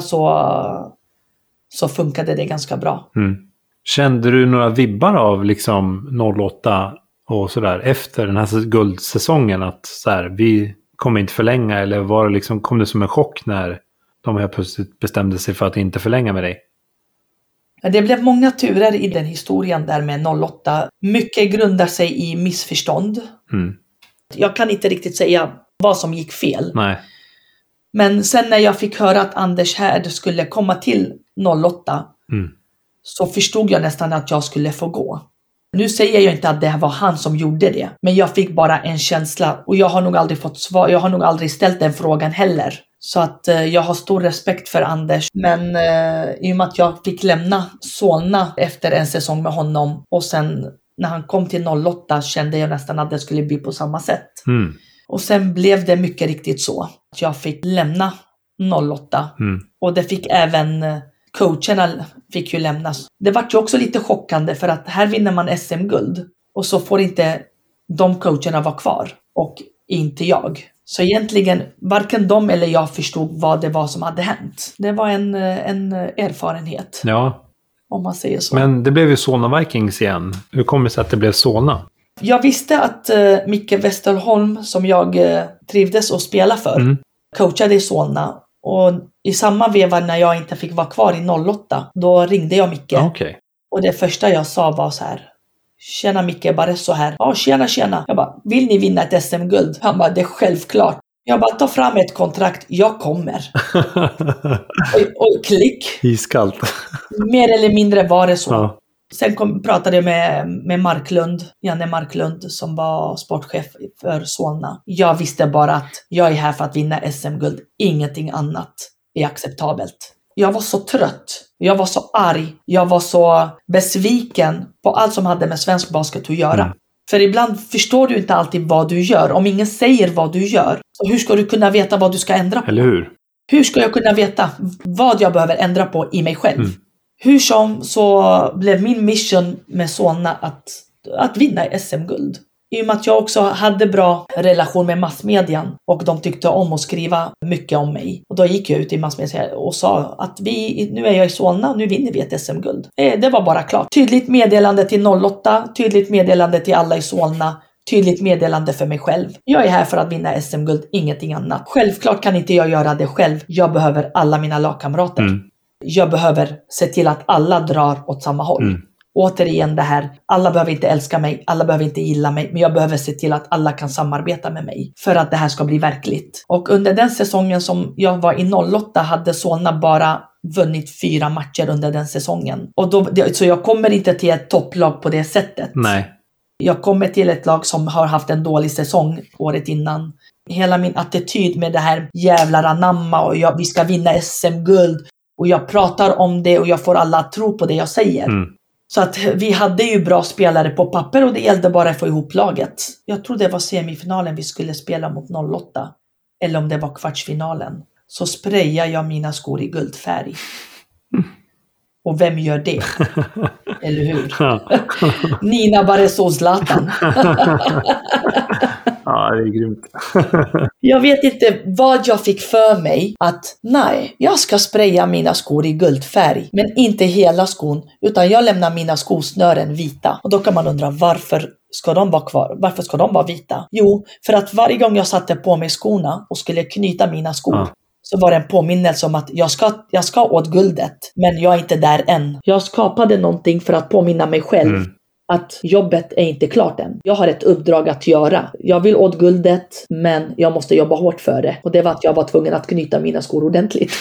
så funkade det ganska bra. Kände du några vibbar av liksom 08 och sådär efter den här guldsäsongen? Att så här, vi kommer inte förlänga, eller var det liksom, kom det som en chock när de här plötsligt bestämde sig för att inte förlänga med dig? Det blev många turer i den historien där med 08. Mycket grundar sig i missförstånd. Jag kan inte riktigt säga vad som gick fel. Nej. Men sen när jag fick höra att Anders Härd skulle komma till 08 så förstod jag nästan att jag skulle få gå. Nu säger jag inte att det var han som gjorde det. Men jag fick bara en känsla. Och jag har nog aldrig fått svar. Jag har nog aldrig ställt den frågan heller. Så att jag har stor respekt för Anders. Men i och med att jag fick lämna Solna efter en säsong med honom. Och sen när han kom till 08 kände jag nästan att det skulle bli på samma sätt. Och sen blev det mycket riktigt så. Jag fick lämna 08. Och det fick även... coacherna fick ju lämnas. Det var ju också lite chockande för att här vinner man SM-guld. Och så får inte de coacherna vara kvar. Och inte jag. Så egentligen varken de eller jag förstod vad det var som hade hänt. Det var en erfarenhet. Ja. Om man säger så. Men det blev ju Solna Vikings igen. Hur kommer det sig att det blev Solna? Jag visste att Micke Westerholm, som jag trivdes att spela för, coachade i Solna. Och i samma veva när jag inte fick vara kvar i 08, då ringde jag Micke. Okay. Och det första jag sa var så här: tjena Micke, bara så här. Ja, tjena. Jag bara, vill ni vinna ett SM-guld? Han bara, det är självklart. Jag bara, ta fram ett kontrakt, jag kommer. och klick. Iskallt. Mer eller mindre var det så. Ja. Sen pratade jag med Marklund, Janne Marklund, som var sportchef för Solna. Jag visste bara att jag är här för att vinna SM-guld. Ingenting annat är acceptabelt. Jag var så trött. Jag var så arg. Jag var så besviken på allt som hade med svensk basket att göra. För ibland förstår du inte alltid vad du gör. Om ingen säger vad du gör, så hur ska du kunna veta vad du ska ändra på? Eller hur? Hur ska jag kunna veta vad jag behöver ändra på i mig själv? Hur som så blev min mission med Solna att vinna SM-guld. I och med att jag också hade bra relation med massmedian och de tyckte om att skriva mycket om mig. Och då gick jag ut i massmedia och sa att nu är jag i Solna, nu vinner vi ett SM-guld. Det var bara klart. Tydligt meddelande till 08, tydligt meddelande till alla i Solna, tydligt meddelande för mig själv. Jag är här för att vinna SM-guld, ingenting annat. Självklart kan inte jag göra det själv. Jag behöver alla mina lagkamrater. Jag behöver se till att alla drar åt samma håll. Återigen det här, alla behöver inte älska mig, alla behöver inte gilla mig, men jag behöver se till att alla kan samarbeta med mig för att det här ska bli verkligt. Och under den säsongen som jag var i 08 hade Solna bara vunnit 4 matcher under den säsongen. Och så jag kommer inte till ett topplag på det sättet. Nej. Jag kommer till ett lag som har haft en dålig säsong året innan. Hela min attityd med det här jävlar anamma och vi ska vinna SM-guld. Och jag pratar om det och jag får alla att tro på det jag säger. Så att vi hade ju bra spelare på papper och det gällde bara att få ihop laget. Jag tror det var semifinalen vi skulle spela mot 08. Eller om det var kvartsfinalen. Så sprayade jag mina skor i guldfärg. Och vem gör det? Eller hur? Nina Barresso och Zlatan. Ja, det är grymt. Jag vet inte vad jag fick för mig att nej, jag ska spraya mina skor i guldfärg. Men inte hela skon, utan jag lämnar mina skosnören vita. Och då kan man undra, varför ska de vara kvar? Varför ska de vara vita? Jo, för att varje gång jag satte på mig skorna och skulle knyta mina skor, så var det en påminnelse om att jag ska åt guldet, men jag är inte där än. Jag skapade någonting för att påminna mig själv att jobbet är inte klart än. Jag har ett uppdrag att göra. Jag vill åt guldet, men jag måste jobba hårt för det. Och det var att jag var tvungen att knyta mina skor ordentligt.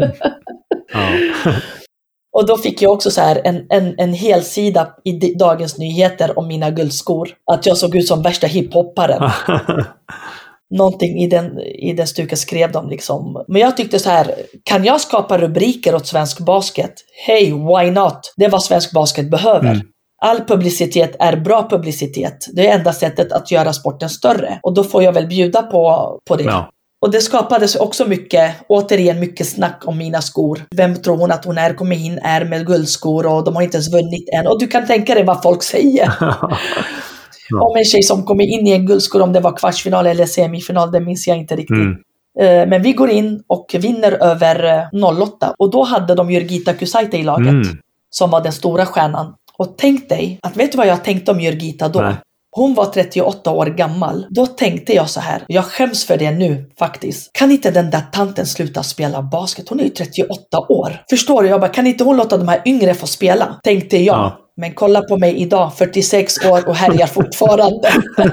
Och då fick jag också så här en hel sida i Dagens Nyheter om mina guldskor. Att jag såg ut som värsta hiphopparen. Någonting i den stuket skrev de liksom. Men jag tyckte så här, kan jag skapa rubriker åt svensk basket? Hey, why not? Det är vad svensk basket behöver. All publicitet är bra publicitet. Det är enda sättet att göra sporten större. Och då får jag väl bjuda på det. Ja. Och det skapades också mycket snack om mina skor. Vem tror hon att hon är, kommer in är med guldskor och de har inte ens vunnit än. Och du kan tänka dig vad folk säger. Om en tjej som kommer in i en guldskor, om det var kvartsfinal eller semifinal, det minns jag inte riktigt. Men vi går in och vinner över 08. Och då hade de Jurgita Kusaite i laget. Som var den stora stjärnan. Och tänk dig, att vet du vad jag tänkte om Jurgita då? Nej. Hon var 38 år gammal. Då tänkte jag så här. Jag skäms för det nu faktiskt. Kan inte den där tanten sluta spela basket? Hon är ju 38 år. Förstår du? Jag bara, kan inte hon låta de här yngre få spela? Tänkte jag. Ja. Men kolla på mig idag, 46 år och härjar fortfarande.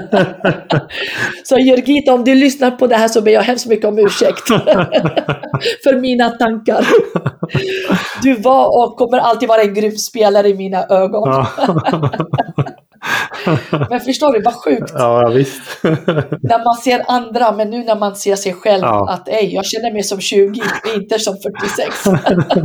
Så Jurgita, om du lyssnar på det här så ber jag hemskt mycket om ursäkt. För mina tankar. Du var och kommer alltid vara en grym spelare i mina ögon. Men förstår du, vad sjukt. Ja, visst. När man ser andra, men nu när man ser sig själv att jag känner mig som 20, inte som 46.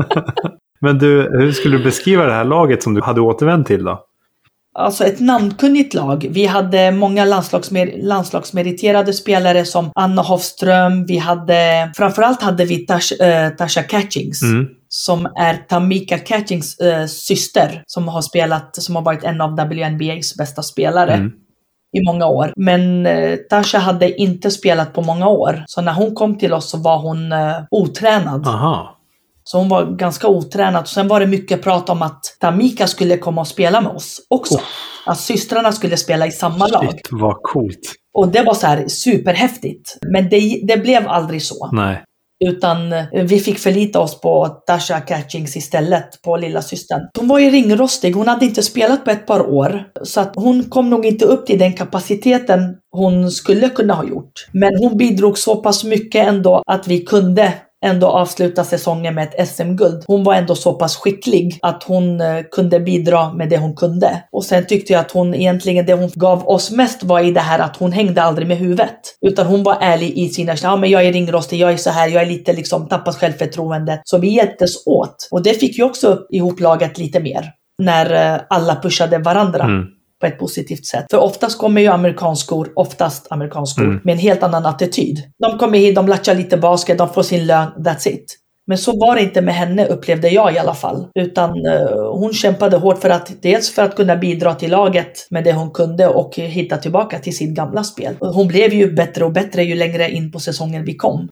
Men du, hur skulle du beskriva det här laget som du hade återvänt till då? Alltså ett namnkunnigt lag. Vi hade många landslagsmeriterade spelare som Anna Hofström. Framförallt hade vi Tasha Catchings. Som är Tamika Catchings syster. Som har varit en av WNBAs bästa spelare. I många år. Men Tasha hade inte spelat på många år. Så när hon kom till oss så var hon otränad. Aha. Så hon var ganska otränad. Och sen var det mycket prat om att Tamika skulle komma och spela med oss också. Att systrarna skulle spela i samma lag. Shit, vad coolt. Och det var så här superhäftigt. Men det blev aldrig så. Nej. Utan vi fick förlita oss på Tasha Catchings istället, på lilla systern. Hon var ju ringrostig, hon hade inte spelat på ett par år. Så att hon kom nog inte upp till den kapaciteten hon skulle kunna ha gjort. Men hon bidrog så pass mycket ändå att vi kunde ändå avsluta säsongen med ett SM-guld. Hon var ändå så pass skicklig att hon kunde bidra med det hon kunde. Och sen tyckte jag att hon egentligen, det hon gav oss mest var i det här att hon hängde aldrig med huvudet. Utan hon var ärlig i sina, men jag är ringrostig, jag är så här, jag är lite tappas självförtroende. Så vi hjälptes åt. Och det fick ju också ihop laget lite mer. När alla pushade varandra. På ett positivt sätt. För oftast kommer ju amerikanskor med en helt annan attityd. De kommer hit, de latchar lite basket, de får sin lön, that's it. Men så var det inte med henne, upplevde jag i alla fall. Utan hon kämpade hårt för att kunna bidra till laget med det hon kunde och hitta tillbaka till sitt gamla spel. Hon blev ju bättre och bättre ju längre in på säsongen vi kom.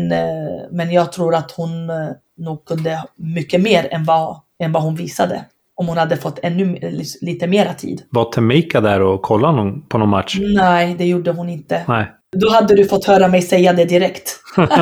Men jag tror att hon nog kunde mycket mer än vad hon visade. Om hon hade fått ännu lite mera tid. Var Tamika där och kollade på någon match? Nej, det gjorde hon inte. Nej. Då hade du fått höra mig säga det direkt.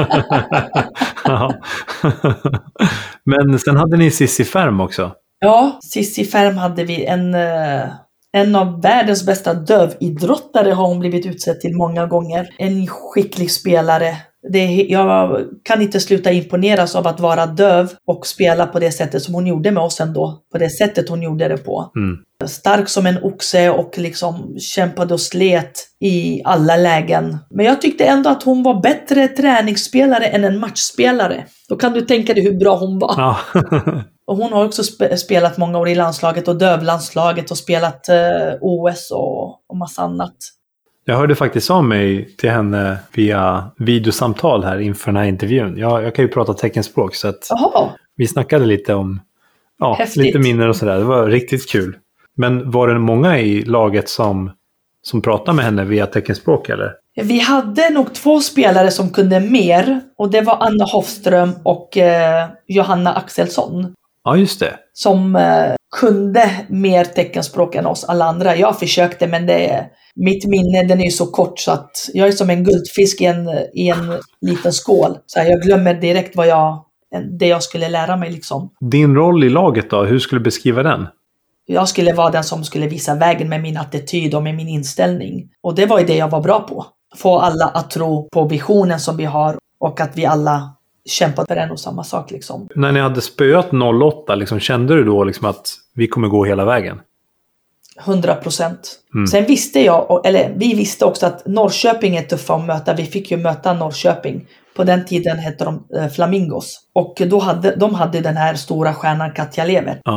Men sen hade ni Cissi Färm också. Ja, Cissi Färm hade vi. En av världens bästa dövidrottare har hon blivit utsedd till många gånger. En skicklig spelare. Jag kan inte sluta imponeras av att vara döv och spela på det sättet som hon gjorde med oss ändå. På det sättet hon gjorde det på. Stark som en oxe och kämpade och slet i alla lägen. Men jag tyckte ändå att hon var bättre träningsspelare än en matchspelare. Då kan du tänka dig hur bra hon var. Ja. Och hon har också spelat många år i landslaget och dövlandslaget och spelat OS och massa annat. Jag hörde faktiskt av mig till henne via videosamtal här inför den här intervjun. Jag kan ju prata teckenspråk så att vi snackade lite om lite minnen och sådär. Det var riktigt kul. Men var det många i laget som pratade med henne via teckenspråk eller? Vi hade nog 2 spelare som kunde mer och det var Anna Hofström och Johanna Axelsson. Ja, just det. Som kunde mer teckenspråk än oss alla andra. Jag försökte men mitt minne den är ju så kort så att jag är som en guldfisk i en liten skål. Så jag glömmer direkt det jag skulle lära mig liksom. Din roll i laget då, hur skulle du beskriva den? Jag skulle vara den som skulle visa vägen med min attityd och med min inställning. Och det var ju det jag var bra på. Få alla att tro på visionen som vi har och att vi alla kämpade för en och samma sak liksom. När ni hade spöat 08 liksom, kände du då liksom att vi kommer gå hela vägen? 100%. Sen visste vi visste också att Norrköping är tuffa att möta. Vi fick ju möta Norrköping. På den tiden hette de Flamingos. Och då de hade den här stora stjärnan Katja Lever. Ja.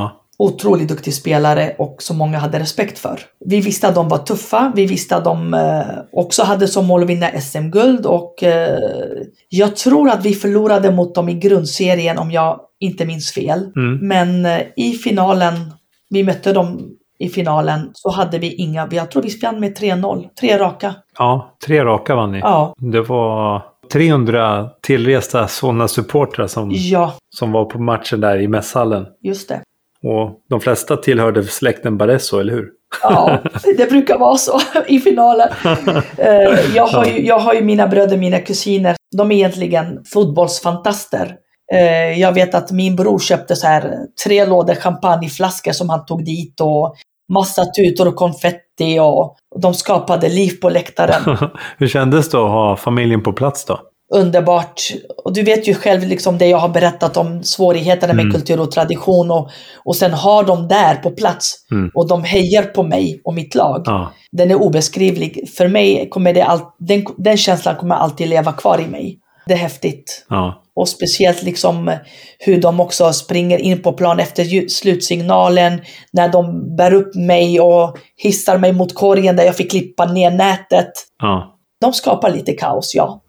otroligt duktig spelare och som många hade respekt för. Vi visste att de var tuffa. Vi visste att de också hade som mål att vinna SM-guld. Och jag tror att vi förlorade mot dem i grundserien om jag inte minns fel. Men i finalen, vi mötte dem i finalen, så hade vi inga. Jag tror vi vann med 3-0. 3 raka. Ja, 3 raka vann ni. Ja. Det var 300 tillresta sådana supportrar som var på matchen där i mässhallen. Just det. Och de flesta tillhörde släkten Baresso, eller hur? Ja, det brukar vara så i finalen. Jag har ju mina bröder, mina kusiner. De är egentligen fotbollsfantaster. Jag vet att min bror köpte så här 3 lådor champagneflaskor som han tog dit och massa tutor och konfetti och de skapade liv på läktaren. Hur kändes det att ha familjen på plats då? Underbart. Och du vet ju själv liksom det jag har berättat om svårigheterna med kultur och tradition och sen har de där på plats och de hejar på mig och mitt lag. Den är obeskrivlig. För mig kommer den känslan kommer alltid leva kvar i mig. Det är häftigt. Och speciellt liksom hur de också springer in på plan efter slutsignalen, när de bär upp mig och hissar mig mot korgen där jag fick klippa ner nätet. De skapar lite kaos, ja.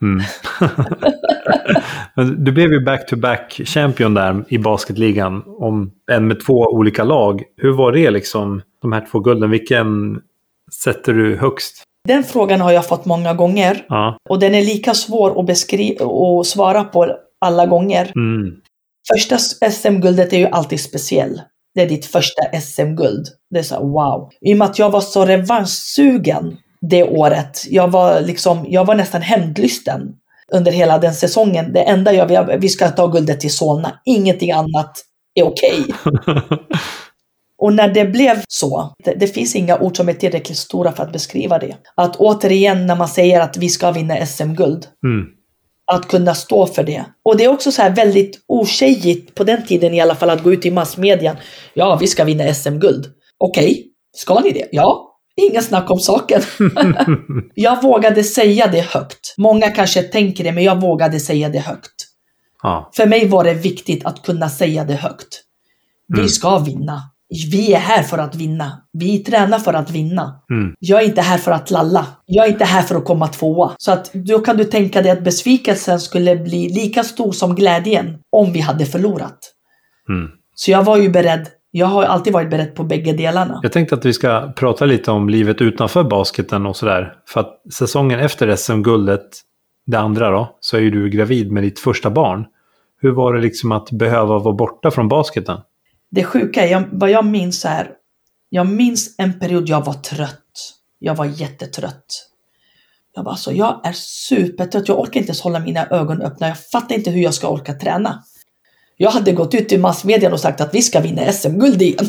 Men du blev ju back-to-back champion där i basketligan, om en med 2 olika lag. Hur var det liksom, de här 2 gulden? Vilken sätter du högst? Den frågan har jag fått många gånger. Och den är lika svår att beskriva och svara på alla gånger. Första SM-guldet är ju alltid speciell. Det är ditt första SM-guld. Det är så här, wow. I och med att jag var så revanschsugen det året. Jag var nästan hämndlysten under hela den säsongen. Det enda vi ska ta guldet till Solna. Ingenting annat är okej. Och när det blev så, det finns inga ord som är tillräckligt stora för att beskriva det. Att återigen när man säger att vi ska vinna SM-guld. Att kunna stå för det. Och det är också så här väldigt otjejigt på den tiden i alla fall att gå ut i massmedien. Ja, vi ska vinna SM-guld. Okej, ska ni det? Ja. Ingen snack om saken. Jag vågade säga det högt. Många kanske tänker det, men jag vågade säga det högt. För mig var det viktigt att kunna säga det högt. Vi ska vinna. Vi är här för att vinna. Vi tränar för att vinna. Jag är inte här för att lalla. Jag är inte här för att komma 2. Så att då kan du tänka dig att besvikelsen skulle bli lika stor som glädjen om vi hade förlorat. Så jag var ju beredd. Jag har alltid varit beredd på bägge delarna. Jag tänkte att vi ska prata lite om livet utanför basketen och sådär. För att säsongen efter SM-guldet, det andra då, så är ju du gravid med ditt första barn. Hur var det liksom att behöva vara borta från basketen? Det sjuka är, vad jag minns är, jag minns en period jag var trött. Jag var jättetrött. Jag är supertrött. Jag orkar inte ens hålla mina ögon öppna. Jag fattar inte hur jag ska orka träna. Jag hade gått ut i massmedien och sagt att vi ska vinna SM-guld igen.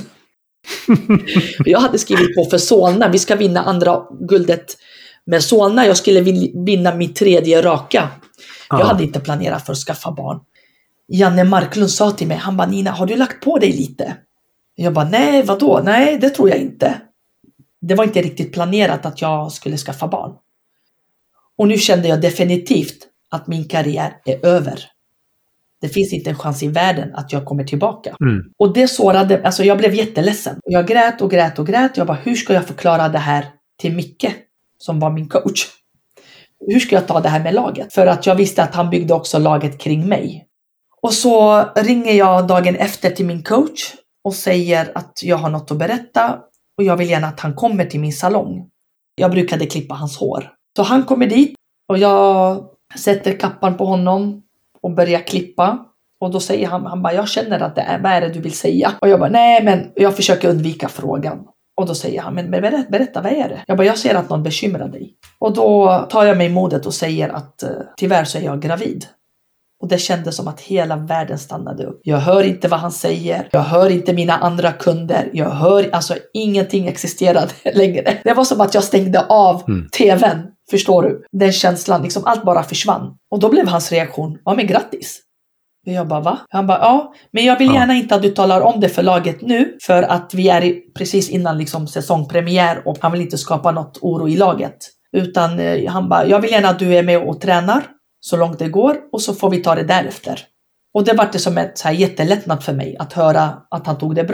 Jag hade skrivit på för Solna. Vi ska vinna andra guldet med Solna. Jag skulle vinna mitt 3:e raka. Jag hade inte planerat för att skaffa barn. Janne Marklund sa till mig, han bara, Nina, har du lagt på dig lite? Jag bara, nej, vadå? Nej, det tror jag inte. Det var inte riktigt planerat att jag skulle skaffa barn. Och nu kände jag definitivt att min karriär är över. Det finns inte en chans i världen att jag kommer tillbaka. Och det sårade, alltså jag blev jätteledsen. Jag grät och grät och grät. Jag bara, hur ska jag förklara det här till Micke, som var min coach? Hur ska jag ta det här med laget? För att jag visste att han byggde också laget kring mig. Och så ringer jag dagen efter till min coach och säger att jag har något att berätta. Och jag vill gärna att han kommer till min salong. Jag brukade klippa hans hår. Så han kommer dit och jag sätter kappan på honom och börjar klippa. Och då säger han bara, jag känner att vad är det du vill säga? Och jag bara, nej, men jag försöker undvika frågan. Och då säger han, men berätta, vad är det? Jag bara, jag ser att någon bekymrar dig. Och då tar jag mig modet och säger att tyvärr så är jag gravid. Och det kändes som att hela världen stannade upp. Jag hör inte vad han säger. Jag hör inte mina andra kunder. Jag hör, alltså ingenting existerade längre. Det var som att jag stängde av tvn. Förstår du? Den känslan, liksom allt bara försvann. Och då blev hans reaktion, ja men grattis. Och jag bara, va? Han bara, ja, men jag vill gärna inte att du talar om det för laget nu. För att vi är precis innan liksom säsongpremiär och han vill inte skapa något oro i laget. Utan han bara, jag vill gärna att du är med och tränar så långt det går och så får vi ta det därefter. Och det var det som ett så här jättelättnad för mig att höra att han tog det bra.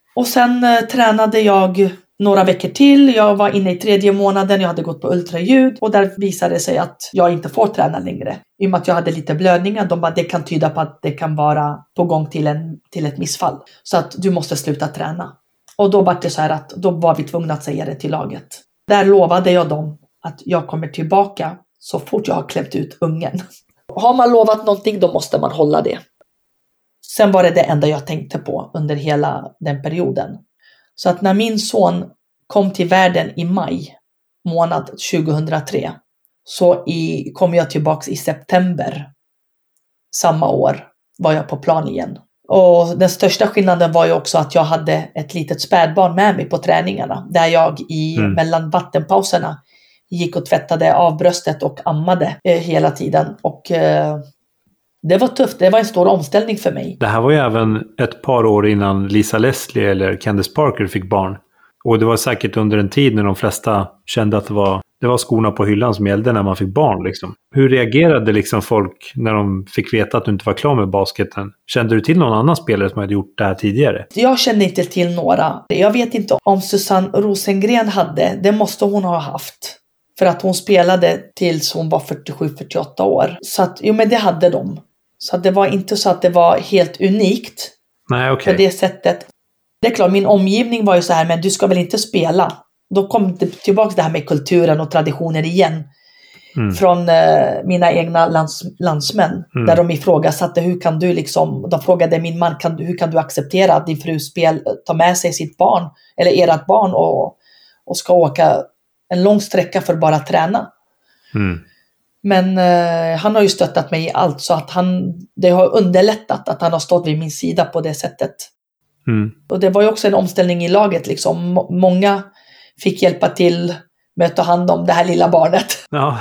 Och sen tränade jag några veckor till. Jag var inne i 3:e månaden. Jag hade gått på ultraljud. Och där visade det sig att jag inte får träna längre. I och med att jag hade lite blödningar. De bara, det kan tyda på att det kan vara på gång till ett missfall. Så att du måste sluta träna. Och då var det så här att då var vi tvungna att säga det till laget. Där lovade jag dem att jag kommer tillbaka så fort jag har klämt ut ungen. Har man lovat någonting, då måste man hålla det. Sen var det enda jag tänkte på under hela den perioden. Så att när min son kom till världen i maj månad 2003 så kom jag tillbaka i september samma år var jag på plan igen. Och den största skillnaden var ju också att jag hade ett litet spädbarn med mig på träningarna. Där jag mellan vattenpauserna gick och tvättade av bröstet och ammade hela tiden. Och det var tufft, det var en stor omställning för mig. Det här var ju även ett par år innan Lisa Leslie eller Candice Parker fick barn. Och det var säkert under en tid när de flesta kände att det var skorna på hyllan som gällde när man fick barn. Liksom. Hur reagerade liksom folk när de fick veta att du inte var klar med basketen? Kände du till någon annan spelare som hade gjort det här tidigare? Jag kände inte till några. Jag vet inte om Susanne Rosengren hade. Det måste hon ha haft. För att hon spelade tills hon var 47-48 år. Så att, men det hade de. Så att det var inte så att det var helt unikt. Nej, okej. På det sättet. Det är klart, min omgivning var ju så här, men du ska väl inte spela? Då kom det tillbaka det här med kulturen och traditioner igen. Från mina egna landsmän. Där de ifrågasatte, hur kan du liksom, de frågade min man, hur kan du acceptera att din fru tar med sig sitt barn, eller ert barn och ska åka en lång sträcka för bara att träna. Men han har ju stöttat mig i allt, så att det har underlättat att han har stått vid min sida på det sättet. Och det var ju också en omställning i laget liksom. Många fick hjälpa till med att ta hand om det här lilla barnet. Ja.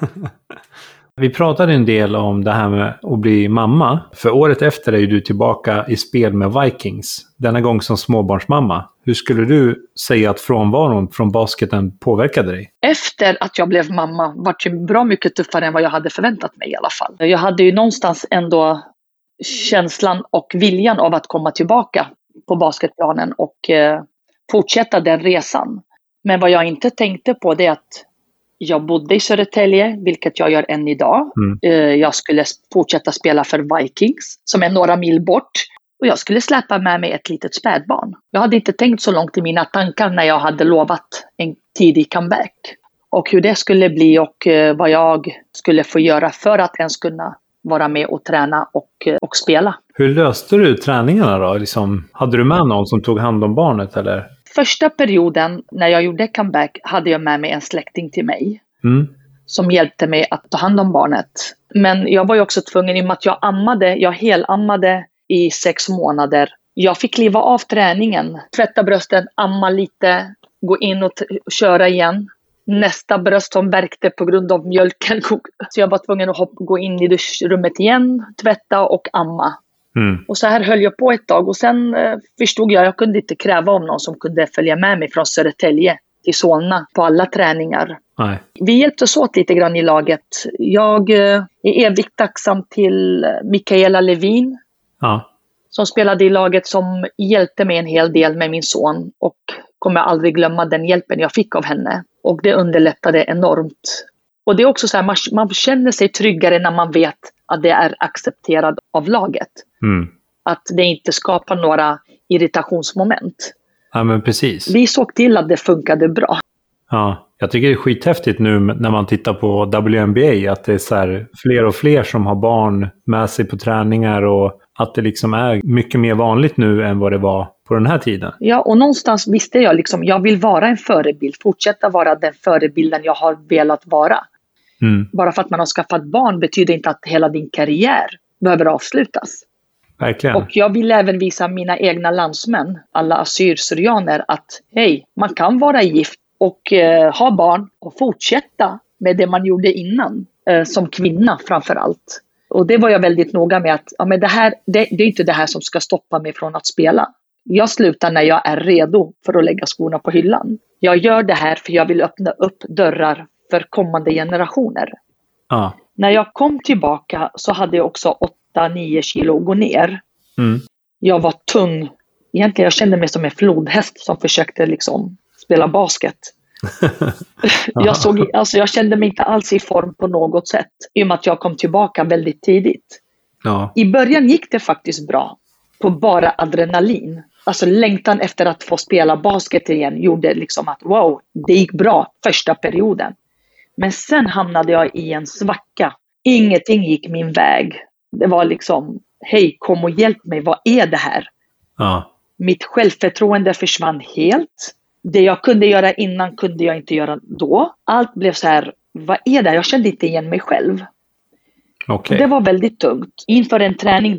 Vi pratade en del om det här med att bli mamma. För året efter är ju du tillbaka i spel med Vikings. Denna gång som småbarnsmamma. Hur skulle du säga att frånvaron från basketen påverkade dig? Efter att jag blev mamma var det bra mycket tuffare än vad jag hade förväntat mig i alla fall. Jag hade ju någonstans ändå känslan och viljan av att komma tillbaka på basketplanen och fortsätta den resan. Men vad jag inte tänkte på det är att jag bodde i Södertälje, vilket jag gör än idag. Jag skulle fortsätta spela för Vikings, som är några mil bort. Och jag skulle släppa med mig ett litet spädbarn. Jag hade inte tänkt så långt i mina tankar när jag hade lovat en tidig comeback. Och hur det skulle bli och vad jag skulle få göra för att ens kunna vara med och träna och spela. Hur löste du träningarna då? Liksom, hade du med någon som tog hand om barnet eller? Första perioden när jag gjorde comeback hade jag med mig en släkting till mig. Som hjälpte mig att ta hand om barnet. Men jag var ju också tvungen, i och med att jag helammade i 6 månader. Jag fick kliva av träningen, tvätta brösten, amma lite, gå in och köra igen. Nästa bröst som värkte på grund av mjölken. Så jag var tvungen att gå in i duschrummet igen, tvätta och amma. Och så här höll jag på ett tag och sen förstod jag kunde inte kräva om någon som kunde följa med mig från Södertälje till Solna på alla träningar. Nej. Vi hjälptes åt lite grann i laget. Jag är evigt tacksam till Mikaela Levin som spelade i laget, som hjälpte mig en hel del med min son och kommer aldrig glömma den hjälpen jag fick av henne. Och det underlättade enormt. Och det är också så här, man känner sig tryggare när man vet att det är accepterat av laget. Att det inte skapar några irritationsmoment. Ja, men precis. Vi såg till att det funkade bra. Ja, jag tycker det är skithäftigt nu när man tittar på WNBA att det är så här fler och fler som har barn med sig på träningar och att det liksom är mycket mer vanligt nu än vad det var på den här tiden. Ja, och någonstans visste jag liksom, jag vill vara en förebild, fortsätta vara den förebilden jag har velat vara. Bara för att man har skaffat barn betyder inte att hela din karriär behöver avslutas. Verkligen. Och jag vill även visa mina egna landsmän, alla assyrier-syrianer, att hej, man kan vara gift och ha barn och fortsätta med det man gjorde innan, som kvinna framför allt. Och det var jag väldigt noga med att men det är inte det här som ska stoppa mig från att spela. Jag slutar när jag är redo för att lägga skorna på hyllan. Jag gör det här för jag vill öppna upp dörrar för kommande generationer. När jag kom tillbaka så hade jag också 8-9 kilo att gå ner. Jag var tung egentligen jag kände mig som en flodhäst som försökte liksom spela basket. Jag kände mig inte alls i form på något sätt. I och med att jag kom tillbaka väldigt tidigt. Ja. I början gick det faktiskt bra. På bara adrenalin. Alltså längtan efter att få spela basket igen gjorde liksom att wow, det gick bra första perioden. Men sen hamnade jag i en svacka. Ingenting gick min väg. Det var liksom, hej, kom och hjälp mig, vad är det här? Ja. Mitt självförtroende försvann helt. Det jag kunde göra innan kunde jag inte göra då. Allt blev så här, vad är det? Jag kände inte igen mig själv. Okay. Det var väldigt tungt. Inför en träning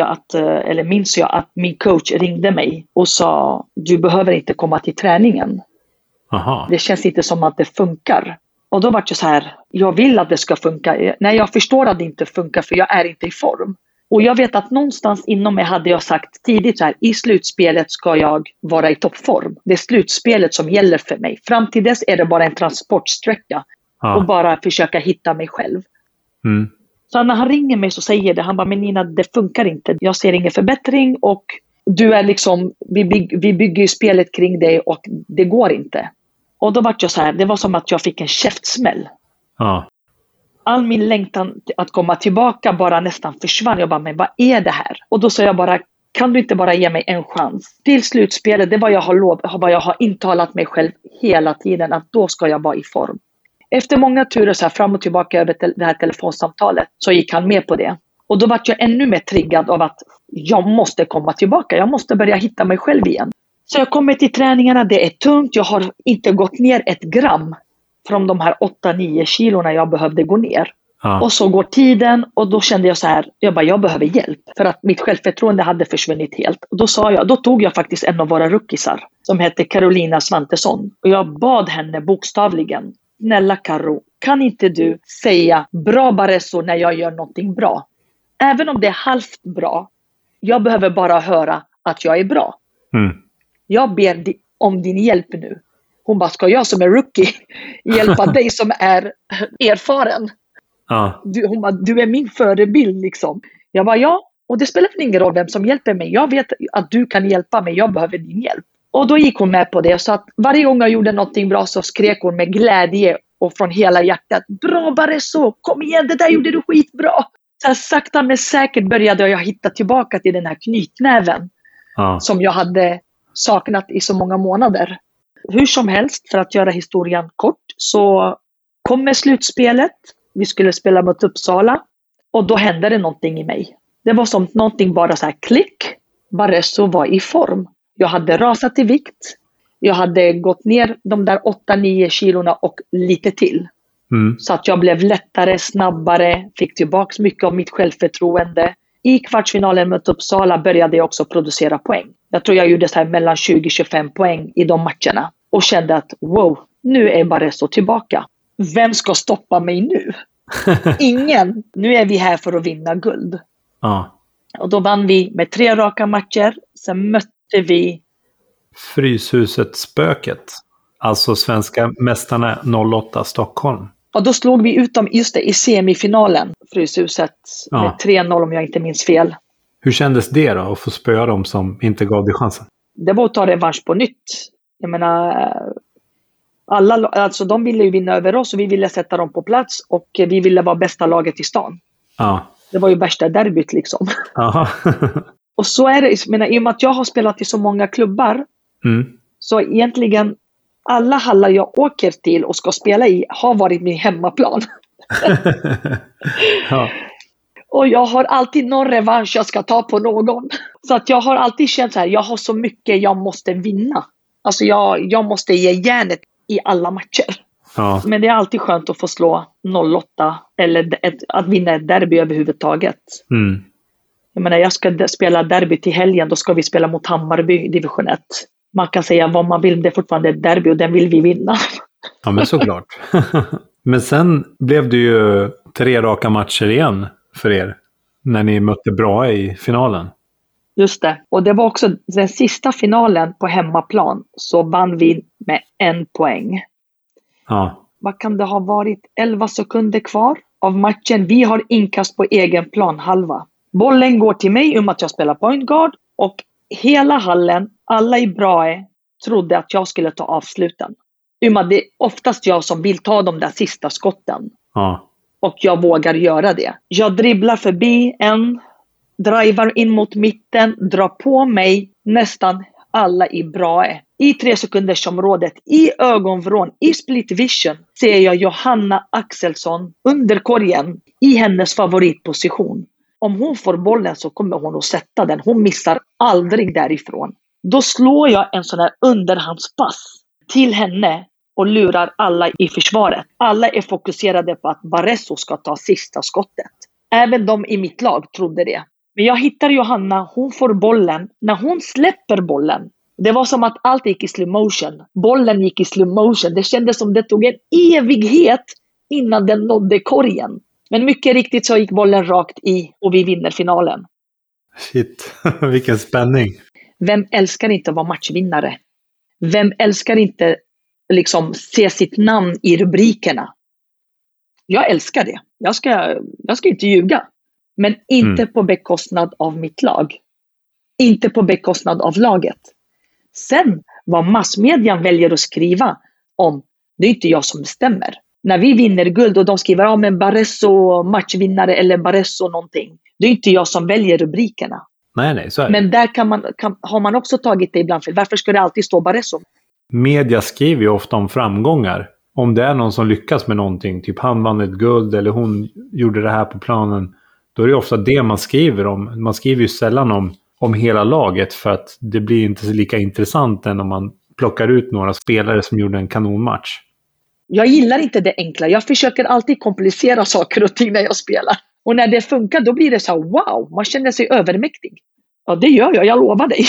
där minns jag att min coach ringde mig och sa, du behöver inte komma till träningen. Aha. Det känns inte som att det funkar. Och då var det så här, jag vill att det ska funka. Nej, jag förstår att det inte funkar för jag är inte i form. Och jag vet att någonstans inom mig hade jag sagt tidigt så här, i slutspelet ska jag vara i toppform. Det är slutspelet som gäller för mig. Fram till dess är det bara en transportsträcka. Ja. Och bara försöka hitta mig själv. Mm. Så när han ringer mig så säger det, han bara, men Nina, det funkar inte. Jag ser ingen förbättring och du är liksom, vi bygger ju spelet kring dig och det går inte. Och då var jag så här, det var som att jag fick en käftsmäll. Ja. All min längtan att komma tillbaka bara nästan försvann. Jag bara, men vad är det här? Och då sa jag bara, kan du inte bara ge mig en chans? Till slutspelet, det var jag har intalat mig själv hela tiden att då ska jag vara i form. Efter många turer så här fram och tillbaka över det här telefonsamtalet så gick han med på det. Och då var jag ännu mer triggad av att jag måste komma tillbaka. Jag måste börja hitta mig själv igen. Så jag kommer till träningarna, det är tungt. Jag har inte gått ner 1 gram från de här 8-9 kilorna jag behövde gå ner. Ja. Och så går tiden och då kände jag så här, jag behöver hjälp. För att mitt självförtroende hade försvunnit helt. Och då tog jag faktiskt en av våra rookiesar som hette Carolina Svantesson. Och jag bad henne bokstavligen, snälla Karo, kan inte du säga bra Barresso när jag gör någonting bra? Även om det är halvt bra, jag behöver bara höra att jag är bra. Mm. Jag ber om din hjälp nu. Hon bara, ska jag som är rookie hjälpa dig som är erfaren? Ja. Hon bara, du är min förebild liksom. Jag bara, ja. Och det spelar ingen roll vem som hjälper mig. Jag vet att du kan hjälpa mig. Jag behöver din hjälp. Och då gick hon med på det. Så att varje gång jag gjorde någonting bra så skrek hon med glädje och från hela hjärtat. Bra Barresso, kom igen, det där gjorde du skitbra. Så sakta men säkert började jag hitta tillbaka till den här knytnäven. Ja. Som jag hade saknat i så många månader. Hur som helst, för att göra historien kort, så kommer slutspelet. Vi skulle spela mot Uppsala. Och då hände det någonting i mig. Det var som någonting bara så här klick. Barresso var i form. Jag hade rasat i vikt. Jag hade gått ner de där 8-9 kilorna och lite till. Mm. Så att jag blev lättare, snabbare. Fick tillbaka mycket av mitt självförtroende. I kvartsfinalen mot Uppsala började jag också producera poäng. Jag tror jag gjorde så här mellan 20-25 poäng i de matcherna. Och kände att wow, nu är Barresso tillbaka. Vem ska stoppa mig nu? Ingen. Nu är vi här för att vinna guld. Ja. Och då vann vi med 3 raka matcher. Sen mötte vi Fryshuset-spöket. Alltså svenska mästarna 08 Stockholm. Och då slog vi ut dem just det, i semifinalen. Fryshuset med 3-0 om jag inte minns fel. Hur kändes det då att få spöa dem som inte gav dig chansen? Det var att ta revansch på nytt. Jag menar, de ville ju vinna över oss och vi ville sätta dem på plats. Och vi ville vara bästa laget i stan. Ja. Det var ju värsta derbyt liksom. Aha. Och så är det, jag menar, i och med att jag har spelat i så många klubbar. Så egentligen alla hallar jag åker till och ska spela i har varit min hemmaplan. Ja. Och jag har alltid någon revansch jag ska ta på någon. Så att jag har alltid känt så här, jag har så mycket jag måste vinna. Alltså jag måste ge järnet i alla matcher. Ja. Men det är alltid skönt att få slå 08 eller att vinna ett derby överhuvudtaget. Mm. Jag menar, jag ska spela derby till helgen, då ska vi spela mot Hammarby i division 1. Man kan säga vad man vill, det är fortfarande ett derby och den vill vi vinna. Ja, men såklart. Men sen blev det ju 3 raka matcher igen för er när ni mötte bra i finalen. Just det. Och det var också den sista finalen på hemmaplan, så vann vi med 1 poäng. Ja. Vad kan det ha varit? 11 sekunder kvar av matchen. Vi har inkast på egen planhalva. Bollen går till mig om att jag spelar point guard och hela hallen, alla i Brahe trodde att jag skulle ta avsluten. Det är oftast jag som vill ta de där sista skotten. Ja. Och jag vågar göra det. Jag dribblar förbi en, drivar in mot mitten, drar på mig nästan alla i Brahe. I 3-sekundersområdet, i ögonvrån, i split vision ser jag Johanna Axelsson under korgen i hennes favoritposition. Om hon får bollen så kommer hon att sätta den. Hon missar aldrig därifrån. Då slår jag en sån här underhandspass till henne och lurar alla i försvaret. Alla är fokuserade på att Barresso ska ta sista skottet. Även de i mitt lag trodde det. Men jag hittar Johanna, hon får bollen. När hon släpper bollen, det var som att allt gick i slow motion. Bollen gick i slow motion. Det kändes som det tog en evighet innan den nådde korgen. Men mycket riktigt så gick bollen rakt i och vi vinner finalen. Shit, vilken spänning. Vem älskar inte att vara matchvinnare? Vem älskar inte liksom se sitt namn i rubrikerna? Jag älskar det. Jag ska inte ljuga. Men inte på bekostnad av mitt lag. Inte på bekostnad av laget. Sen vad massmedian väljer att skriva om, det är inte jag som bestämmer. När vi vinner guld och de skriver men Barresso matchvinnare eller Barresso någonting. Det är inte jag som väljer rubrikerna. Nej, så är det. Men där har man också tagit det ibland fel. Varför ska det alltid stå Barresso? Media skriver ju ofta om framgångar. Om det är någon som lyckas med någonting, typ han vann ett guld eller hon gjorde det här på planen, då är det ofta det man skriver om. Man skriver ju sällan om hela laget för att det blir inte så lika intressant än om man plockar ut några spelare som gjorde en kanonmatch. Jag gillar inte det enkla. Jag försöker alltid komplicera saker och ting när jag spelar. Och när det funkar då blir det så här, wow, man känner sig övermäktig. Ja, det gör jag lovar dig.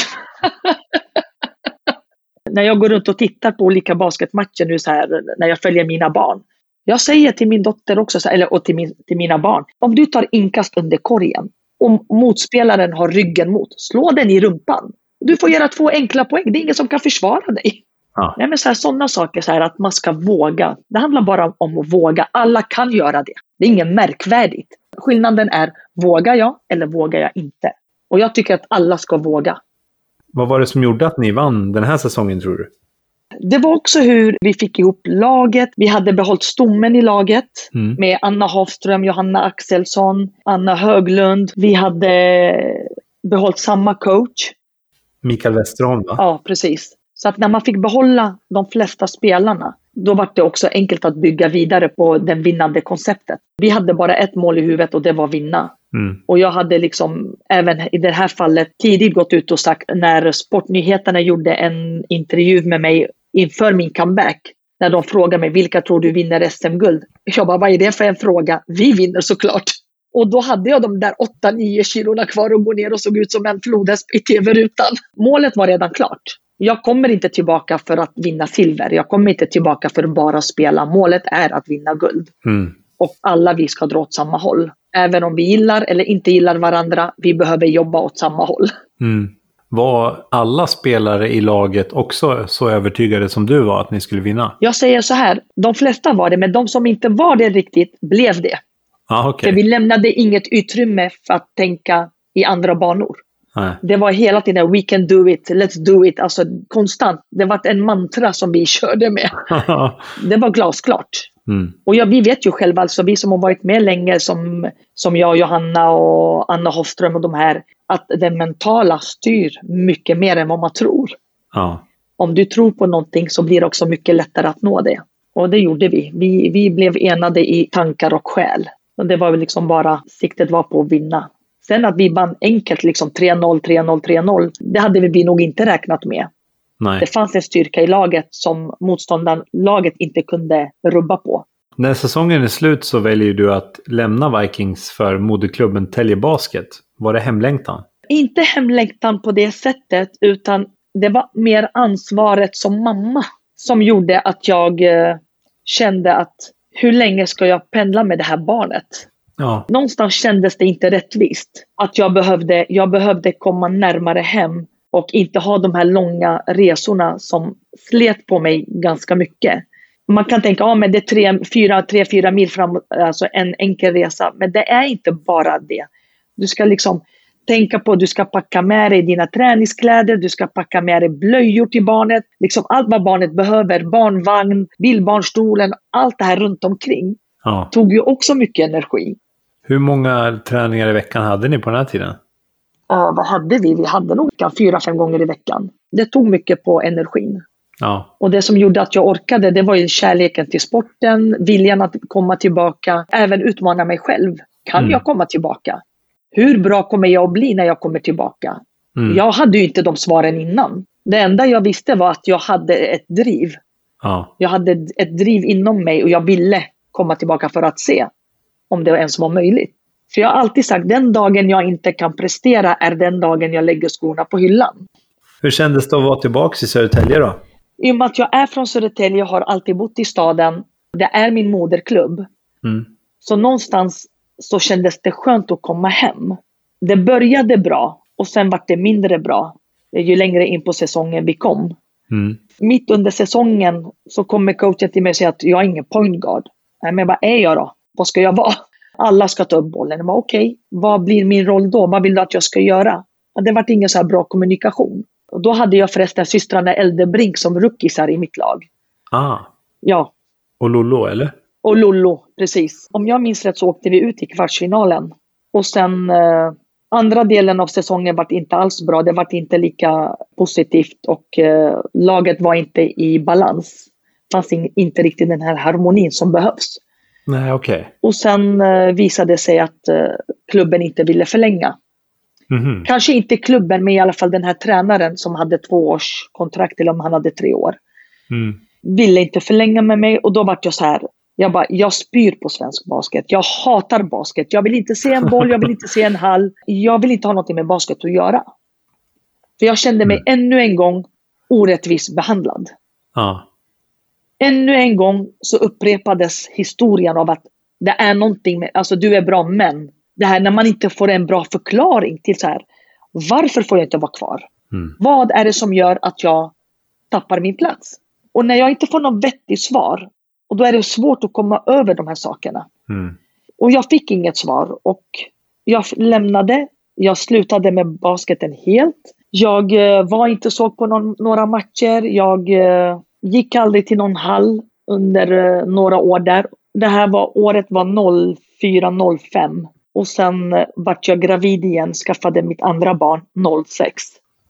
När jag går runt och tittar på olika basketmatcher nu så här, när jag följer mina barn. Jag säger till min dotter också, och till mina barn. Om du tar inkast under korgen och motspelaren har ryggen mot, slå den i rumpan. Du får göra 2 enkla poäng. Det är ingen som kan försvara dig. Ja. Nej, men sådana saker så här, att man ska våga. Det handlar bara om att våga. Alla kan göra det. Det är inget märkvärdigt. Skillnaden är, vågar jag eller vågar jag inte? Och jag tycker att alla ska våga. Vad var det som gjorde att ni vann den här säsongen, tror du? Det var också hur vi fick ihop laget. Vi hade behållit stommen i laget med Anna Hofström, Johanna Axelsson, Anna Höglund. Vi hade behållit samma coach. Mikael Westerholm, va? Ja, precis. Så att när man fick behålla de flesta spelarna, då var det också enkelt att bygga vidare på den vinnande konceptet. Vi hade bara ett mål i huvudet och det var vinna. Och jag hade liksom även i det här fallet tidigt gått ut och sagt, när Sportnyheterna gjorde en intervju med mig inför min comeback, när de frågade mig, vilka tror du vinner SM-guld? Jag bara, vad är det för en fråga? Vi vinner såklart. Och då hade jag de där 8-9 kilorna kvar och gå ner och såg ut som en flodhäst i tv-rutan. Målet var redan klart. Jag kommer inte tillbaka för att vinna silver. Jag kommer inte tillbaka för att bara spela. Målet är att vinna guld. Och alla vi ska dra åt samma håll. Även om vi gillar eller inte gillar varandra, vi behöver jobba åt samma håll. Var alla spelare i laget också så övertygade som du var att ni skulle vinna? Jag säger så här, de flesta var det, men de som inte var det riktigt blev det. Okay. För vi lämnade inget utrymme för att tänka i andra banor. Nej. Det var hela tiden, we can do it, let's do it, alltså konstant. Det var en mantra som vi körde med. Det var glasklart. Och vi vet ju själva, alltså vi som har varit med länge, som jag, Johanna och Anna Hofström och de här, att det mentala styr mycket mer än vad man tror. Ja. Om du tror på någonting så blir det också mycket lättare att nå det. Och det gjorde vi. Vi blev enade i tankar och själ. Och det var väl liksom bara, siktet var på att vinna. Sen att vi vann enkelt liksom 3-0, 3-0, 3-0, det hade vi nog inte räknat med. Nej. Det fanns en styrka i laget som motståndarlaget inte kunde rubba på. När säsongen är slut så väljer du att lämna Vikings för moderklubben Tälje Basket. Var det hemlängtan? Inte hemlängtan på det sättet, utan det var mer ansvaret som mamma som gjorde att jag kände att hur länge ska jag pendla med det här barnet? Ja. Någonstans kändes det inte rättvist. Att jag behövde komma närmare hem och inte ha de här långa resorna som slet på mig ganska mycket. Man kan tänka, men det är 3-4 mil fram, alltså en enkel resa. Men det är inte bara det. Du ska liksom tänka på att du ska packa med dig dina träningskläder, du ska packa med dig blöjor till barnet. Liksom allt vad barnet behöver, barnvagn, bilbarnstolen, allt det här runt omkring. Ja. Tog ju också mycket energi. Hur många träningar i veckan hade ni på den här tiden? Vad hade vi? Vi hade nog 4-5 gånger i veckan. Det tog mycket på energin. Ja. Och det som gjorde att jag orkade, det var ju kärleken till sporten, viljan att komma tillbaka, även utmana mig själv. Kan jag komma tillbaka? Hur bra kommer jag att bli när jag kommer tillbaka? Jag hade ju inte de svaren innan. Det enda jag visste var att jag hade ett driv. Ja. Jag hade ett driv inom mig och jag ville komma tillbaka för att se om det ens var möjligt. För jag har alltid sagt, den dagen jag inte kan prestera är den dagen jag lägger skorna på hyllan. Hur kändes det att vara tillbaka i Södertälje då? I och med att jag är från Södertälje och har alltid bott i staden. Det är min moderklubb. Så någonstans så kändes det skönt att komma hem. Det började bra och sen var det mindre bra ju längre in på säsongen vi kom. Mitt under säsongen så kommer coachen till mig och säger att jag är ingen point guard. Nej, men vad är jag då? Vad ska jag vara? Alla ska ta upp bollen. Jag bara, okej, vad blir min roll då? Vad vill du att jag ska göra? Och det var ingen så här bra kommunikation. Och då hade jag förresten systrarna Eldebrink som rookiesar i mitt lag. Ja. Och Lollo, eller? Och Lollo, precis. Om jag minns rätt så åkte vi ut i kvartsfinalen. Och sen andra delen av säsongen var inte alls bra. Det var inte lika positivt och laget var inte i balans. Det fanns inte riktigt den här harmonin som behövs. Nej, okej. Och sen visade det sig att klubben inte ville förlänga. Kanske inte klubben, men i alla fall den här tränaren som hade 2 års kontrakt, eller om han hade 3 år. Ville inte förlänga med mig och då var jag så här. Jag spyr på svensk basket. Jag hatar basket. Jag vill inte se en boll, jag vill inte se en hall. Jag vill inte ha något med basket att göra. För jag kände mig ännu en gång orättvis behandlad. Ännu en gång så upprepades historien av att det är någonting med, alltså du är bra, men det här när man inte får en bra förklaring till så här, varför får jag inte vara kvar? Vad är det som gör att jag tappar min plats? Och när jag inte får någon vettig svar, och då är det svårt att komma över de här sakerna. Och jag fick inget svar och jag lämnade. Jag slutade med basketen helt. Jag var inte så på några matcher. Jag gick aldrig till någon hall under några år där. Det här året var 04-05. Och sen vart jag gravid igen, skaffade mitt andra barn 06.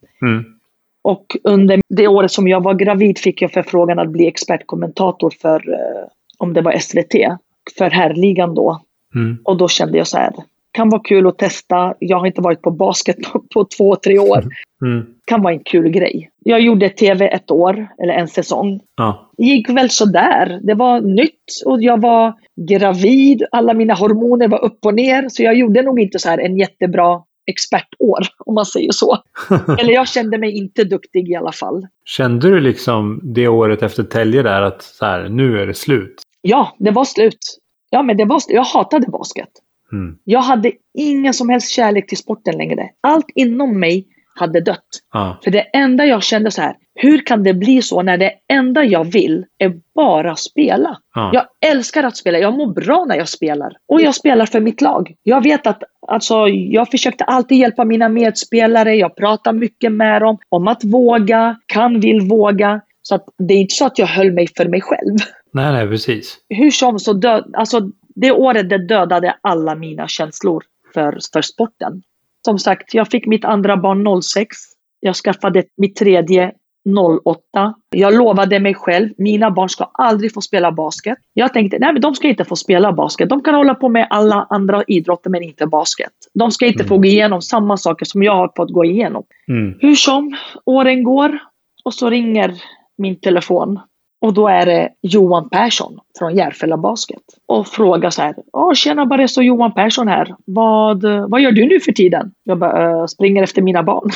Och under det året som jag var gravid fick jag förfrågan att bli expertkommentator för, om det var SVT, för herrligan då. Och då kände jag så här, kan vara kul att testa. Jag har inte varit på basket på 2-3 år. Kan vara en kul grej. Jag gjorde tv 1 år, eller en säsong. Gick väl så där. Det var nytt och jag var gravid. Alla mina hormoner var upp och ner. Så jag gjorde nog inte så här en jättebra expertår, om man säger så. Eller jag kände mig inte duktig i alla fall. Kände du liksom det året efter Tälje där att så här, nu är det slut? Ja, det var slut. Ja, men jag hatade basket. Jag hade ingen som helst kärlek till sporten längre. Allt inom mig hade dött. För det enda jag kände så här, hur kan det bli så när det enda jag vill är bara spela? Jag älskar att spela, jag mår bra när jag spelar. Och jag spelar för mitt lag. Jag vet att jag försökte alltid hjälpa mina medspelare. Jag pratar mycket med dem om att våga, vill våga. Så att det är inte så att jag höll mig för mig själv. Nej, precis. Hur som så det året det dödade alla mina känslor för sporten. Som sagt, jag fick mitt andra barn 06. Jag skaffade mitt tredje 08. Jag lovade mig själv, mina barn ska aldrig få spela basket. Jag tänkte, nej men de ska inte få spela basket. De kan hålla på med alla andra idrotter men inte basket. De ska inte få gå igenom samma saker som jag har fått gå igenom. Hur som, åren går och så ringer min telefon. Och då är det Johan Persson från Järfälla Basket. Och frågar så här, tjena Barresso, Johan Persson här. Vad gör du nu för tiden? Jag bara, springer efter mina barn.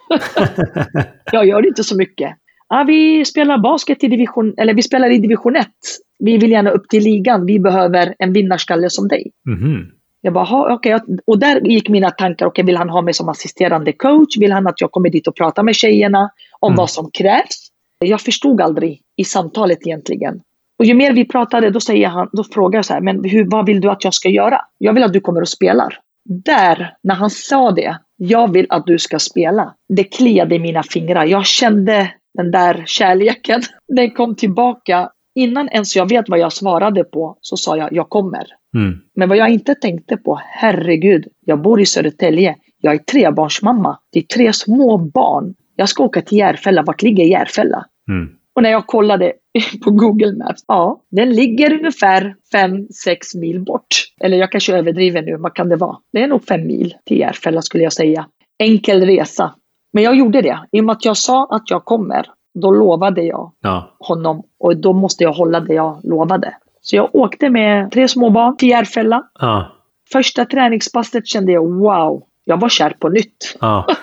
Jag gör inte så mycket. Vi spelar basket vi spelar i division 1. Vi vill gärna upp till ligan. Vi behöver en vinnarskalle som dig. Jag bara, okej. Och där gick mina tankar, vill han ha mig som assisterande coach? Vill han att jag kommer dit och pratar med tjejerna om vad som krävs? Jag förstod aldrig i samtalet egentligen. Och ju mer vi pratade, då frågar jag så här, men vad vill du att jag ska göra? Jag vill att du kommer och spelar. Där, när han sa det, Jag vill att du ska spela. Det kliade i mina fingrar. Jag kände den där kärleken. Den kom tillbaka. Innan ens jag vet vad jag svarade på så sa jag kommer. Men vad jag inte tänkte på, herregud, jag bor i Södertälje. Jag är 3-barnsmamma. Det är 3 små barn. Jag ska åka till Järfälla. Vart ligger Järfälla? Och när jag kollade på Google Maps, ja, den ligger ungefär 5-6 mil bort. Eller jag kanske överdriver nu, vad kan det vara? Det är nog 5 mil till Järfälla skulle jag säga. Enkel resa. Men jag gjorde det. I och med att jag sa att jag kommer, då lovade jag honom. Och då måste jag hålla det jag lovade. Så jag åkte med 3 små barn till Järfälla. Första träningspasset kände jag, wow, jag var kär på nytt.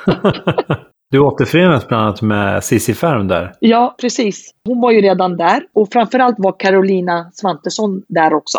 Du återförenas bland annat med Cissi Färm där. Ja, precis. Hon var ju redan där. Och framförallt var Carolina Svantesson där också.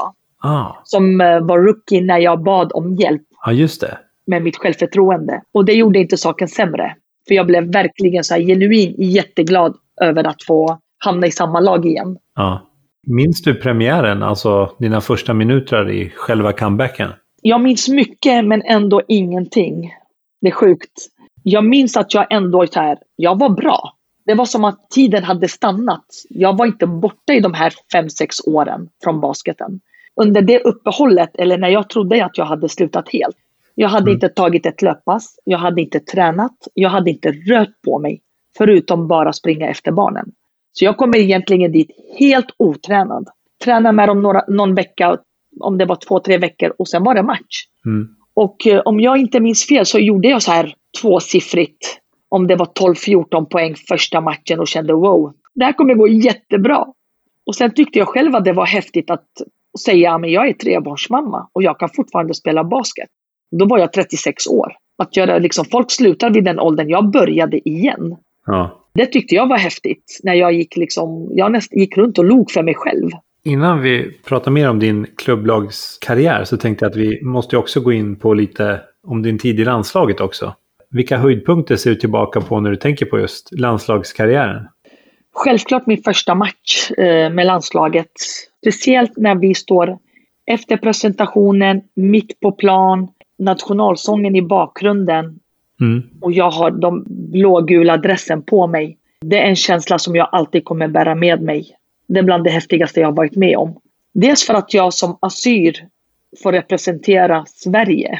Som var rookie när jag bad om hjälp. Ja, just det. Med mitt självförtroende. Och det gjorde inte saken sämre. För jag blev verkligen så här genuin jätteglad över att få hamna i samma lag igen. Minns du premiären, alltså dina första minuter i själva comebacken? Jag minns mycket men ändå ingenting. Det är sjukt. Jag minns att jag ändå så här, jag var bra. Det var som att tiden hade stannat. Jag var inte borta i de här 5-6 åren från basketen. Under det uppehållet, eller när jag trodde att jag hade slutat helt. Jag hade inte tagit ett löppass. Jag hade inte tränat. Jag hade inte rört på mig. Förutom bara springa efter barnen. Så jag kommer egentligen dit helt otränad. Träna med dem någon vecka, om det var 2-3 veckor. Och sen var det match. Och om jag inte minns fel så gjorde jag så här 2-siffrigt. Om det var 12-14 poäng första matchen och kände wow, det här kommer gå jättebra. Och sen tyckte jag själv att det var häftigt att säga men jag är 3-barnsmamma och jag kan fortfarande spela basket. Då var jag 36 år. Att göra liksom, folk slutar vid den åldern jag började igen. Det tyckte jag var häftigt. När jag gick jag gick runt och log för mig själv. Innan vi pratar mer om din klubblagskarriär så tänkte jag att vi måste också gå in på lite om din tid i landslaget också. Vilka höjdpunkter ser du tillbaka på när du tänker på just landslagskarriären? Självklart min första match med landslaget. Speciellt när vi står efter presentationen, mitt på plan, nationalsången i bakgrunden. Och jag har de blågula dressen på mig. Det är en känsla som jag alltid kommer bära med mig. Det är bland det häftigaste jag har varit med om. Dels för att jag som assyr får representera Sverige.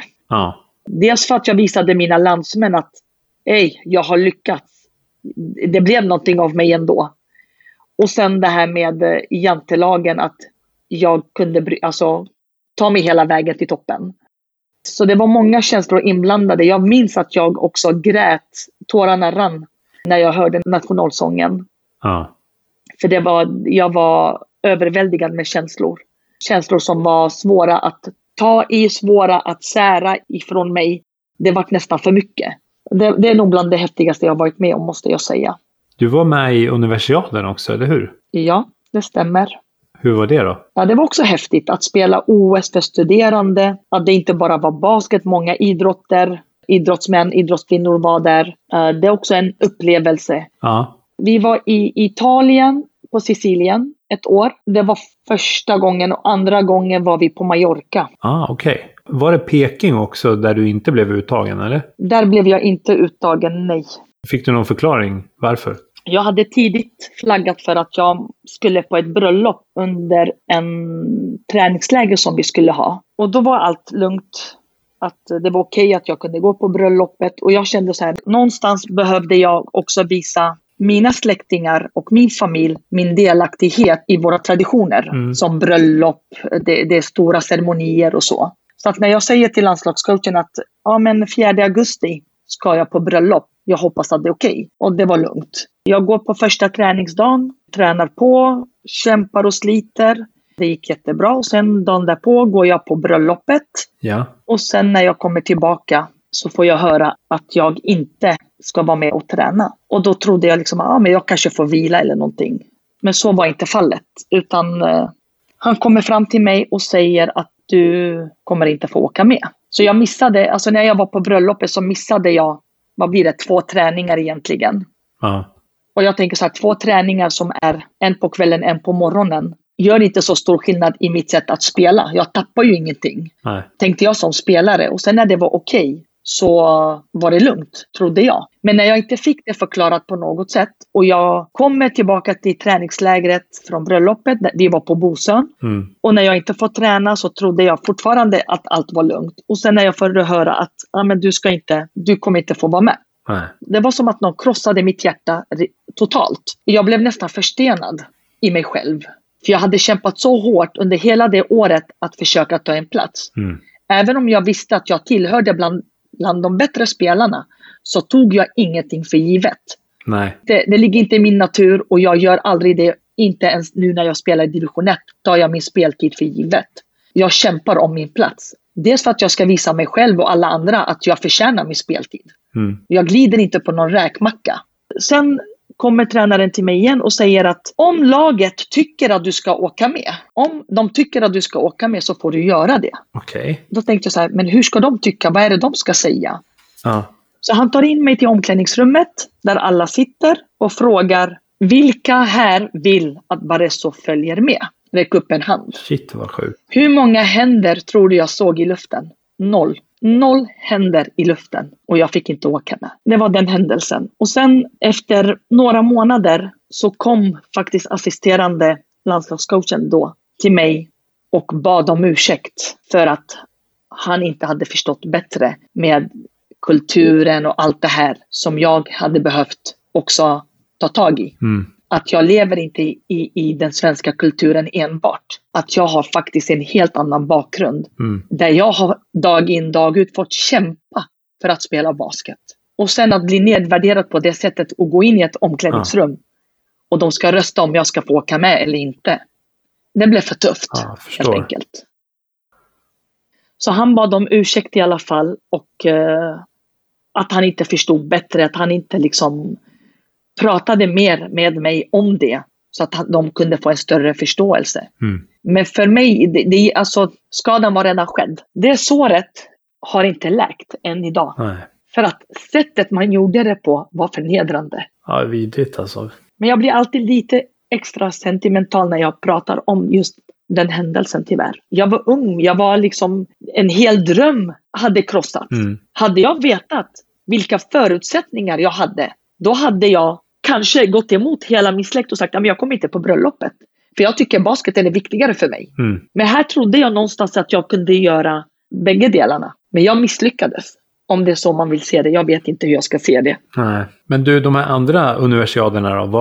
Dels för att jag visade mina landsmän att jag har lyckats. Det blev någonting av mig ändå. Och sen det här med jantelagen att jag kunde ta mig hela vägen till toppen. Så det var många känslor inblandade. Jag minns att jag också grät. Tårarna rann när jag hörde nationalsången. För jag var överväldigad med känslor. Känslor som var svåra att ta i, svåra att sära ifrån mig. Det var nästan för mycket. Det är nog bland det häftigaste jag varit med om, måste jag säga. Du var med i universiaden också, eller hur? Ja, det stämmer. Hur var det då? Ja, det var också häftigt att spela OS för studerande. Att det inte bara var basket, många idrotter. Idrottsmän, idrottskvinnor var där. Det är också en upplevelse. Vi var i Italien, på Sicilien, ett år. Det var första gången och andra gången var vi på Mallorca. Okej. Var det Peking också där du inte blev uttagen, eller? Där blev jag inte uttagen, nej. Fick du någon förklaring? Varför? Jag hade tidigt flaggat för att jag skulle på ett bröllop under en träningsläger som vi skulle ha. Och då var allt lugnt. Att det var okej att jag kunde gå på bröllopet. Och jag kände så här, någonstans behövde jag också visa mina släktingar och min familj min delaktighet i våra traditioner. Som bröllop, det är stora ceremonier och så. Så att när jag säger till landslagscoachen att 4 augusti ska jag på bröllop. Jag hoppas att det är okej. Och det var lugnt. Jag går på första träningsdagen, tränar på, kämpar och sliter. Det gick jättebra. Och sen dagen därpå går jag på bröllopet. Ja. Och sen när jag kommer tillbaka så får jag höra att jag inte ska vara med och träna. Och då trodde jag men jag kanske får vila eller någonting. Men så var inte fallet. Utan han kommer fram till mig och säger att du kommer inte få åka med. Så jag missade, när jag var på bröllopet så missade jag, 2 träningar egentligen. Och jag tänker så här, 2 träningar som är en på kvällen, en på morgonen. Gör inte så stor skillnad i mitt sätt att spela. Jag tappar ju ingenting. Tänkte jag som spelare. Och sen när det var okej, så var det lugnt, trodde jag. Men när jag inte fick det förklarat på något sätt och jag kommer tillbaka till träningslägret från bröllopet, vi var på Bosön. Och när jag inte får träna så trodde jag fortfarande att allt var lugnt. Och sen när jag får höra att men du kommer inte få vara med. Nej. Det var som att någon krossade mitt hjärta totalt. Jag blev nästan förstenad i mig själv. För jag hade kämpat så hårt under hela det året att försöka ta en plats. Även om jag visste att jag tillhörde bland de bättre spelarna så tog jag ingenting för givet. Nej. Det ligger inte i min natur och jag gör aldrig det. Inte ens nu när jag spelar i division 1 tar jag min speltid för givet. Jag kämpar om min plats. Dels för att jag ska visa mig själv och alla andra att jag förtjänar min speltid. Jag glider inte på någon räkmacka. Sen kommer tränaren till mig igen och säger att om laget tycker att du ska åka med. Om de tycker att du ska åka med så får du göra det. Okay. Då tänkte jag så här, men hur ska de tycka? Vad är det de ska säga? Ja. Så han tar in mig till omklädningsrummet där alla sitter och frågar vilka här vill att Barresso följer med? Räck upp en hand. Shit, vad sjukt. Hur många händer tror du jag såg i luften? 0. 0 händer i luften och jag fick inte åka med. Det var den händelsen. Och sen efter några månader så kom faktiskt assisterande landslagscoachen då till mig och bad om ursäkt för att han inte hade förstått bättre med kulturen och allt det här som jag hade behövt också ta tag i. Att jag lever inte i den svenska kulturen enbart. Att jag har faktiskt en helt annan bakgrund. Där jag har dag in dag ut fått kämpa för att spela basket. Och sen att bli nedvärderad på det sättet och gå in i ett omklädningsrum. Och de ska rösta om jag ska få åka med eller inte. Det blev för tufft, helt enkelt. Så han bad om ursäkt i alla fall. Och att han inte förstod bättre. Att han inte liksom pratade mer med mig om det. Så att de kunde få en större förståelse. Men för mig, alltså, skadan var redan skedd. Det såret har inte läkt än idag. Nej. För att sättet man gjorde det på var förnedrande. Ja, vidrigt alltså. Men jag blir alltid lite extra sentimental när jag pratar om just den händelsen tyvärr. Jag var ung, jag var liksom, en hel dröm hade krossats. Hade jag vetat vilka förutsättningar jag hade, då hade jag kanske gått emot hela min släkt och sagt att jag kommer inte på bröllopet. För jag tycker basket är viktigare för mig. Men här trodde jag någonstans att jag kunde göra bägge delarna. Men jag misslyckades. Om det är så man vill se det. Jag vet inte hur jag ska se det. Nej. Men du, de här andra universiaderna då?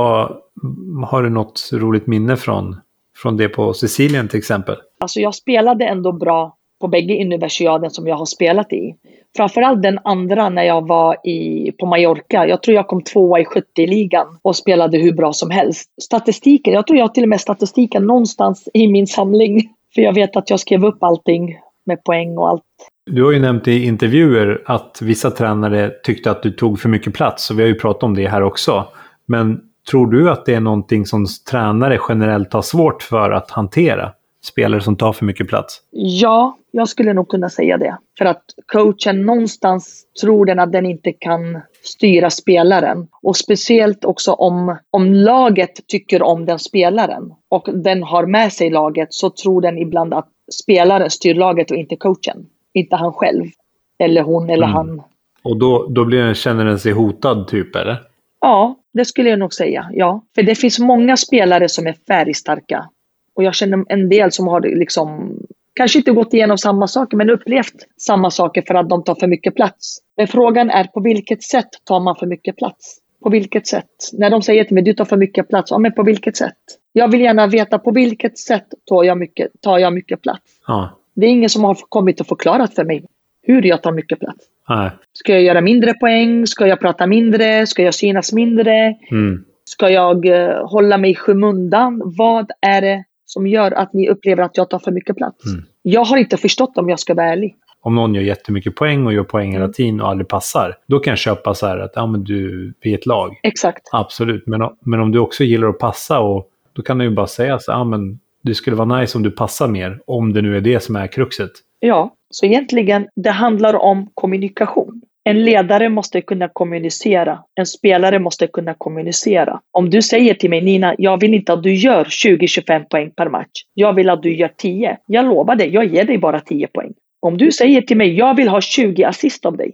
Har du något roligt minne från det på Sicilien till exempel? Alltså jag spelade ändå bra på bägge universiaden som jag har spelat i. Framförallt den andra när jag var på Mallorca. Jag tror jag kom 2:a i 70-ligan och spelade hur bra som helst. Statistiken, jag tror jag har till och med statistiken någonstans i min samling. För jag vet att jag skrev upp allting med poäng och allt. Du har ju nämnt i intervjuer att vissa tränare tyckte att du tog för mycket plats. Och vi har ju pratat om det här också. Men tror du att det är någonting som tränare generellt har svårt för att hantera? Spelare som tar för mycket plats? Ja, jag skulle nog kunna säga det. För att coachen någonstans tror den att den inte kan styra spelaren. Och speciellt också om laget tycker om den spelaren och den har med sig laget, så tror den ibland att spelaren styr laget och inte coachen. Inte han själv. Eller hon eller han. Och då känner den sig hotad typ, eller? Ja, det skulle jag nog säga. Ja. För det finns många spelare som är färgstarka. Och jag känner en del som har liksom kanske inte gått igenom samma saker, men upplevt samma saker för att de tar för mycket plats. Men frågan är, på vilket sätt tar man för mycket plats? På vilket sätt? När de säger till mig, du tar för mycket plats. Ja, men på vilket sätt? Jag vill gärna veta på vilket sätt tar jag mycket plats. Ja. Det är ingen som har kommit och förklarat för mig hur jag tar mycket plats. Nej. Ska jag göra mindre poäng? Ska jag prata mindre? Ska jag synas mindre? Ska jag hålla mig i skymundan? Vad är det som gör att ni upplever att jag tar för mycket plats? Jag har inte förstått, om jag ska vara ärlig. Om någon gör jättemycket poäng och gör poäng hela tiden och aldrig passar, då kan jag köpa så här att men vi är ett lag. Exakt. Absolut. Men om du också gillar att passa, och då kan du ju bara säga så här, men det skulle vara nice om du passar mer, om det nu är det som är kruxet. Ja, så egentligen det handlar om kommunikation. En ledare måste kunna kommunicera. En spelare måste kunna kommunicera. Om du säger till mig, Nina, jag vill inte att du gör 20-25 poäng per match. Jag vill att du gör 10. Jag lovar dig, jag ger dig bara 10 poäng. Om du säger till mig, jag vill ha 20 assist av dig.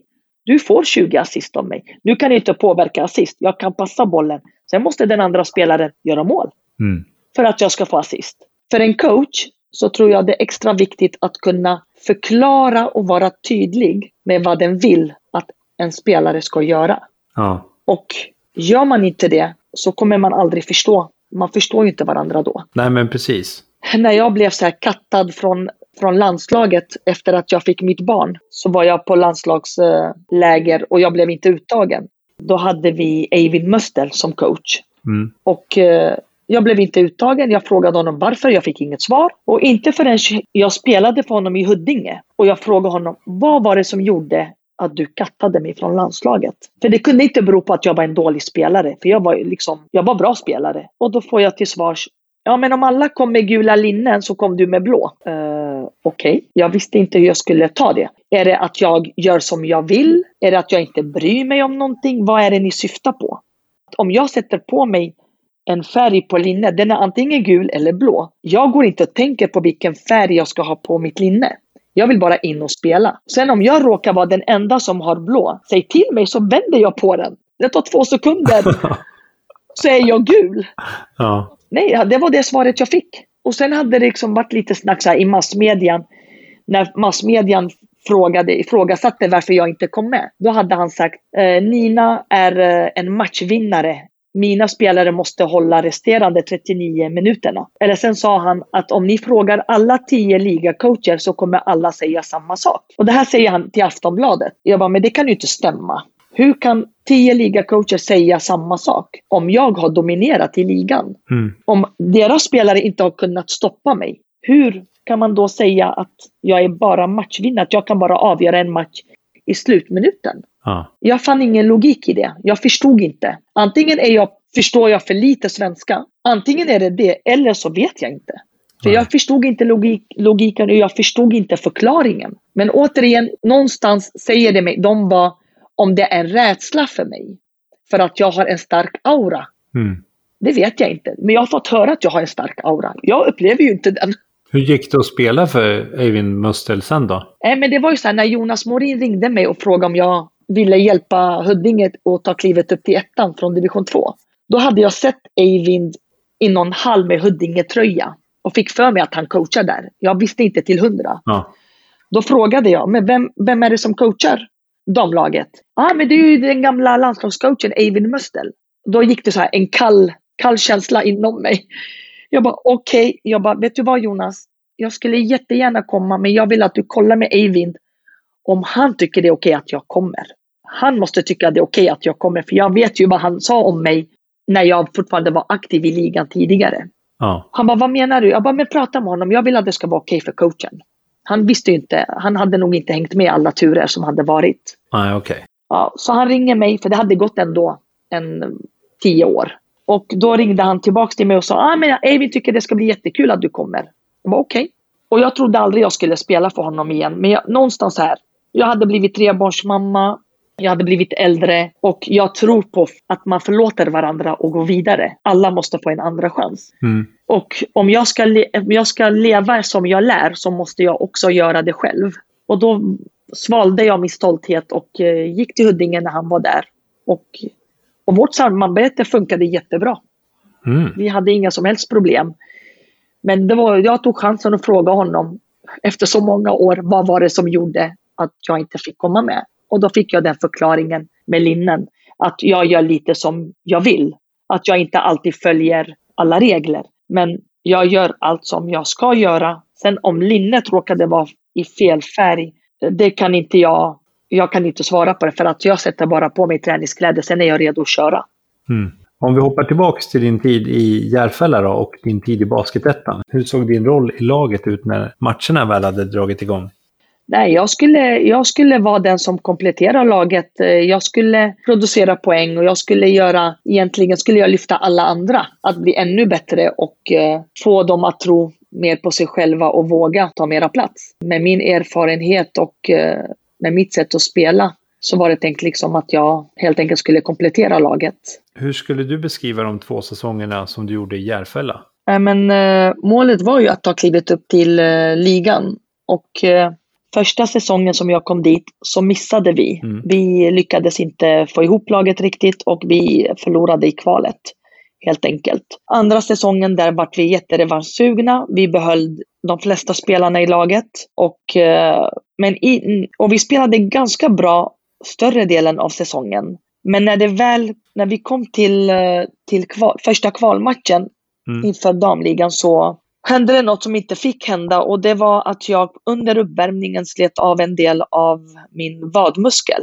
Du får 20 assist av mig. Du kan inte påverka assist. Jag kan passa bollen. Sen måste den andra spelaren göra mål. För att jag ska få assist. För en coach så tror jag det är extra viktigt att kunna förklara och vara tydlig med vad den vill att en spelare ska göra. Ja. Och gör man inte det så kommer man aldrig förstå. Man förstår ju inte varandra då. Nej, men precis. När jag blev så här kattad från landslaget efter att jag fick mitt barn, så var jag på landslagsläger och jag blev inte uttagen. Då hade vi Eivind Möstel som coach. Och jag blev inte uttagen. Jag frågade honom varför. Jag fick inget svar. Och inte förrän jag spelade för honom i Huddinge. Och jag frågade honom, vad var det som gjorde att du kattade mig från landslaget? För det kunde inte bero på att jag var en dålig spelare. För jag var bra spelare. Och då får jag till svars, ja men om alla kom med gula linnen så kom du med blå. Okej. Jag visste inte hur jag skulle ta det. Är det att jag gör som jag vill? Är det att jag inte bryr mig om någonting? Vad är det ni syftar på? Om jag sätter på mig en färg på linne, den är antingen gul eller blå. Jag går inte och tänker på vilken färg jag ska ha på mitt linne. Jag vill bara in och spela. Sen om jag råkar vara den enda som har blå, säg till mig så vänder jag på den. Det tar 2 sekunder så är jag gul. Ja. Nej, det var det svaret jag fick. Och sen hade det liksom varit lite snack så här i massmedian. När massmedian ifrågasatte varför jag inte kom med. Då hade han sagt, Nina är en matchvinnare. Mina spelare måste hålla resterande 39 minuterna. Eller sen sa han att om ni frågar alla 10 ligacoacher så kommer alla säga samma sak. Och det här säger han till Aftonbladet. Jag bara, men det kan ju inte stämma. Hur kan 10 ligacoacher säga samma sak om jag har dominerat i ligan? Om deras spelare inte har kunnat stoppa mig. Hur kan man då säga att jag är bara matchvinnare? Att jag kan bara avgöra en match i slutminuten? Jag fann ingen logik i det. Jag förstod inte. Antingen förstår jag för lite svenska. Antingen är det eller så vet jag inte. För jag förstod inte logiken och jag förstod inte förklaringen. Men återigen, någonstans säger det mig, om det är en rädsla för mig. För att jag har en stark aura. Det vet jag inte. Men jag har fått höra att jag har en stark aura. Jag upplever ju inte den. Hur gick det att spela för Eivind Möstel sen då? Men det var ju så här, när Jonas Morin ringde mig och frågade om jag ville hjälpa Huddinge och ta klivet upp till 1:an från division 2. Då hade jag sett Eivind i någon hall med Huddinge-tröja. Och fick för mig att han coachar där. Jag visste inte till 100. Då frågade jag, men vem är det som coachar damlaget? Men det är ju den gamla landslagscoachen Eivind Möstel. Då gick det så här en kall känsla inom mig. Jag bara okej. Jag bara, vet du vad Jonas? Jag skulle jättegärna komma, men jag vill att du kollar med Eivind om han tycker det är okej att jag kommer. Han måste tycka det är okej att jag kommer, för jag vet ju vad han sa om mig när jag fortfarande var aktiv i ligan tidigare. Han bara, vad menar du? Jag bara, men prata med honom. Jag vill att det ska vara okej för coachen. Han visste ju inte, han hade nog inte hängt med alla turer som hade varit. Så han ringer mig, för det hade gått ändå 10 år. Och då ringde han tillbaka till mig och sa, men Eivind tycker det ska bli jättekul att du kommer. Jag bara okej. Och jag trodde aldrig jag skulle spela för honom igen. Men någonstans här, jag hade blivit 3-barnsmamma. Jag hade blivit äldre. Och jag tror på att man förlåter varandra och går vidare. Alla måste få en andra chans. Och om jag ska leva som jag lär, så måste jag också göra det själv. Och då svalde jag min stolthet och gick till Huddinge när han var där. Och vårt samarbete funkade jättebra. Vi hade inga som helst problem. Men jag tog chansen att fråga honom efter så många år, vad var det som gjorde att jag inte fick komma med? Och då fick jag den förklaringen med linnen. Att jag gör lite som jag vill. Att jag inte alltid följer alla regler. Men jag gör allt som jag ska göra. Sen om linnet råkade vara i fel färg, det kan inte jag kan inte svara på det. För att jag sätter bara på mig träningskläder, sen är jag redo att köra. Om vi hoppar tillbaka till din tid i Järfälla då, och din tid i Basketettan. Hur såg din roll i laget ut när matcherna väl hade dragit igång? Nej, jag skulle vara den som kompletterar laget. Jag skulle producera poäng och egentligen skulle jag lyfta alla andra att bli ännu bättre och få dem att tro mer på sig själva och våga ta mera plats. Med min erfarenhet och med mitt sätt att spela så var det tänkt liksom att jag helt enkelt skulle komplettera laget. Hur skulle du beskriva de 2 säsongerna som du gjorde i Järfälla? Målet var ju att ta klivet upp till ligan. Och Första säsongen som jag kom dit så missade vi. Vi lyckades inte få ihop laget riktigt och vi förlorade i kvalet. Helt enkelt. Andra säsongen där vart vi jätterevanschsugna. Vi behöll de flesta spelarna i laget. Och vi spelade ganska bra större delen av säsongen. Men när vi kom till första kvalmatchen inför damligan så hände det något som inte fick hända. Och det var att jag under uppvärmningen slet av en del av min vadmuskel.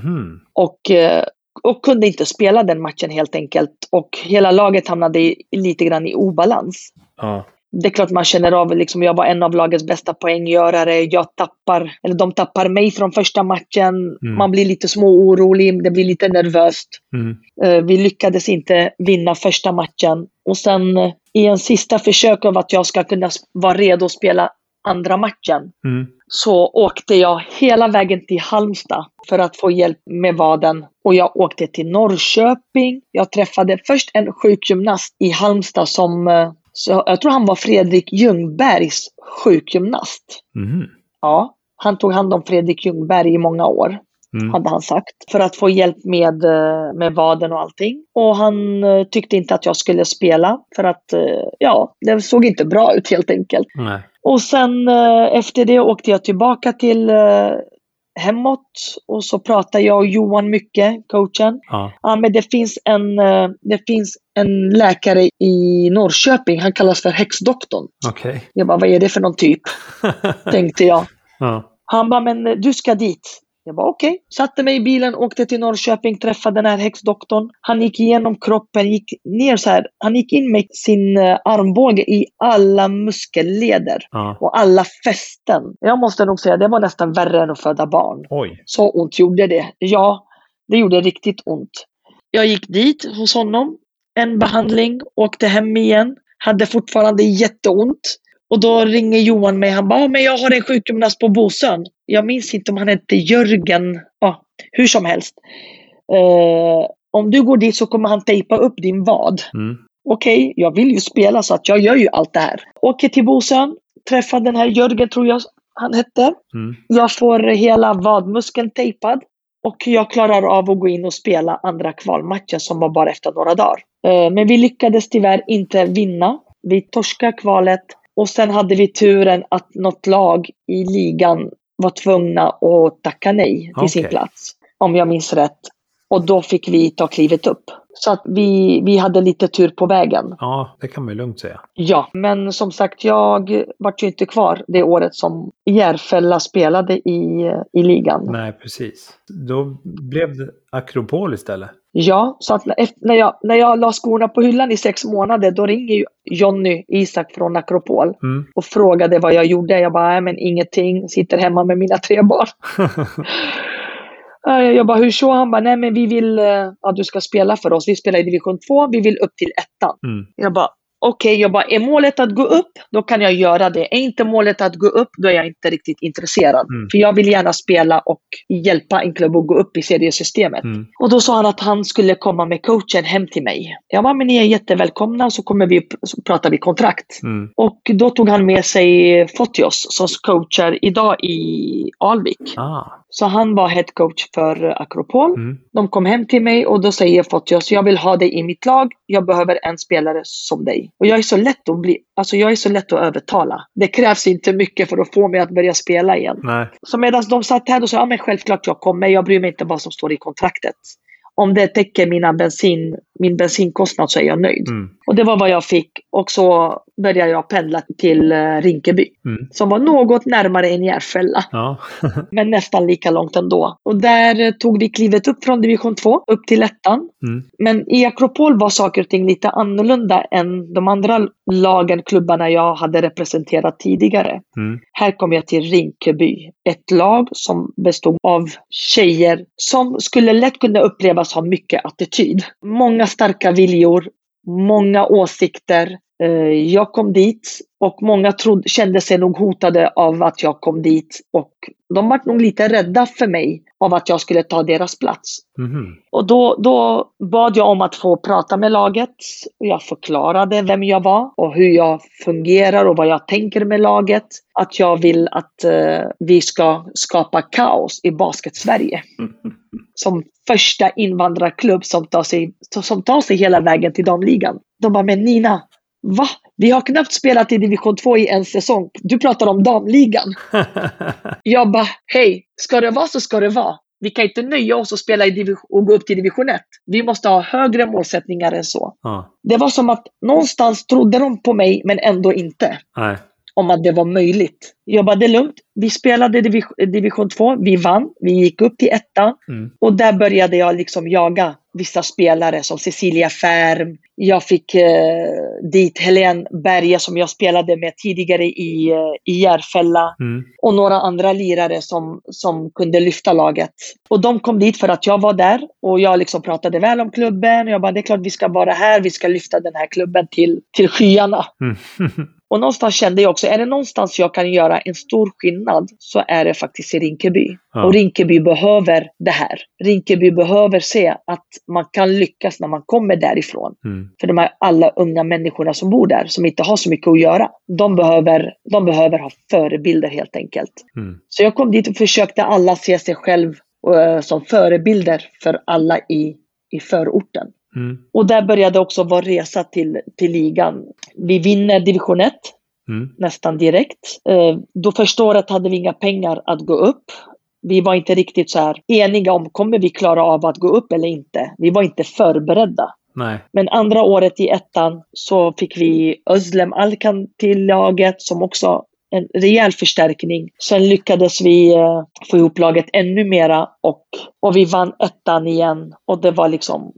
Och kunde inte spela den matchen helt enkelt. Och hela laget hamnade lite grann i obalans. Det är klart man känner av, liksom, jag var en av lagets bästa poänggörare. De tappar mig från första matchen. Man blir lite orolig, det blir lite nervöst. Vi lyckades inte vinna första matchen. Och sen i en sista försök av att jag ska kunna vara redo att spela andra matchen. Så åkte jag hela vägen till Halmstad för att få hjälp med vaden. Och jag åkte till Norrköping. Jag träffade först en sjukgymnast i Halmstad jag tror han var Fredrik Ljungbergs sjukgymnast. Ja, han tog hand om Fredrik Ljungberg i många år. Hade han sagt. För att få hjälp med vaden och allting. Och han tyckte inte att jag skulle spela. För att, det såg inte bra ut helt enkelt. Nej. Och sen efter det åkte jag tillbaka till hemåt. Och så pratade jag och Johan mycket, coachen. Ja, men det finns en läkare i Norrköping. Han kallas för häxdoktorn. Okay. Jag bara, vad är det för någon typ? Tänkte jag. Han bara, men du ska dit. Jag bara okej. Satte mig i bilen, åkte till Norrköping, träffade den här häxdoktorn. Han gick igenom kroppen, gick ner så här. Han gick in med sin armbåge i alla muskelleder och alla fästen. Jag måste nog säga, det var nästan värre än att föda barn. Oj. Så ont gjorde det. Ja, det gjorde riktigt ont. Jag gick dit hos honom, en behandling, åkte hem igen. Hade fortfarande jätteont. Och då ringer Johan mig. Han bara, men jag har en sjukgymnast på Bosön. Jag minns inte om han hette Jörgen. Hur som helst. Om du går dit så kommer han tejpa upp din vad. Okej, jag vill ju spela så att jag gör ju allt det här. Åker till Bosön. Träffar den här Jörgen, tror jag han hette. Jag får hela vadmuskeln tejpad. Och jag klarar av att gå in och spela andra kvalmatchen som var bara efter några dagar. Men vi lyckades tyvärr inte vinna. Vi torskade kvalet. Och sen hade vi turen att något lag i ligan var tvungna att tacka nej till sin plats. Om jag minns rätt. Och då fick vi ta klivet upp. Så att vi hade lite tur på vägen. Ja, det kan man ju lugnt säga. Ja, men som sagt, jag var ju inte kvar det året som Järfälla spelade i ligan. Nej, precis. Då blev det Akropol istället. Ja, så att när jag la skorna på hyllan i 6 månader, då ringer ju Jonny Isak från Akropol och frågade vad jag gjorde. Jag bara, nej men ingenting, sitter hemma med mina 3 barn. Jag bara, hur så? Han bara, nej men vi vill att du ska spela för oss. Vi spelar i division 2, vi vill upp till 1:an. Jag bara, okej, jag bara, är målet att gå upp, då kan jag göra det. Är inte målet att gå upp, då är jag inte riktigt intresserad. För jag vill gärna spela och hjälpa en klubb att gå upp i seriesystemet. Och då sa han att han skulle komma med coachen hem till mig. Jag bara, men ni är jättevälkomna, så pratar vi kontrakt. Och då tog han med sig Fotios som coachar idag i Alvik. Så han var head coach för Akropol. De kom hem till mig och då säger Fotios, jag vill ha dig i mitt lag. Jag behöver en spelare som dig. Och jag är så lätt att övertala. Det krävs inte mycket för att få mig att börja spela igen. Nej. Så medan de satt här och sa, men självklart jag kommer. Jag bryr mig inte vad som står i kontraktet. Om det täcker min bensinkostnad så är jag nöjd. Och det var vad jag fick. Och så började jag pendla till Rinkeby. Som var något närmare än Järfälla. Ja. Men nästan lika långt ändå. Och där tog vi klivet upp från division 2 upp till 1:an. Men i Akropol var saker och ting lite annorlunda än de andra lagen, klubbarna jag hade representerat tidigare. Här kom jag till Rinkeby. Ett lag som bestod av tjejer som skulle lätt kunna upplevas ha mycket attityd. Många starka viljor, många åsikter. Jag kom dit och många kände sig nog hotade av att jag kom dit. Och de var nog lite rädda för mig av att jag skulle ta deras plats. Mm. Och då bad jag om att få prata med laget. Och jag förklarade vem jag var och hur jag fungerar och vad jag tänker med laget. Att jag vill att vi ska skapa kaos i Basket-Sverige. Som första invandrarklubb som tar sig hela vägen till damligan. De bara, men Nina, va? Vi har knappt spelat i division 2 i en säsong. Du pratar om damligan. Jag bara, hej, ska det vara så ska det vara. Vi kan inte nöja oss och spela och gå upp till division 1. Vi måste ha högre målsättningar än så. Det var som att någonstans trodde de på mig men ändå inte. Nej. Om att det var möjligt. Jag bara, det är lugnt. Vi spelade division 2. Vi vann. Vi gick upp till 1. Och där började jag liksom jaga vissa spelare som Cecilia Färm. Jag fick dit Helene Berge som jag spelade med tidigare i Järfälla. Och några andra lirare som kunde lyfta laget. Och de kom dit för att jag var där. Och jag liksom pratade väl om klubben. Och jag bara, det är klart vi ska vara här. Vi ska lyfta den här klubben till skyarna. Och någonstans kände jag också, är det någonstans jag kan göra en stor skillnad så är det faktiskt i Rinkeby. Ja. Och Rinkeby behöver det här. Rinkeby behöver se att man kan lyckas när man kommer därifrån. För de här alla unga människorna som bor där, som inte har så mycket att göra, de behöver ha förebilder helt enkelt. Så jag kom dit och försökte alla se sig själv som förebilder för alla i förorten. Och där började också vår resa till ligan. Vi vinner division 1 nästan direkt. Då första året hade vi inga pengar att gå upp. Vi var inte riktigt så här eniga om kommer vi klara av att gå upp eller inte. Vi var inte förberedda. Nej. Men andra året i 1 så fick vi Özlem Alkan till laget som också en rejäl förstärkning. Sen lyckades vi få ihop laget ännu mera och vi vann 1 igen. Och det var liksom,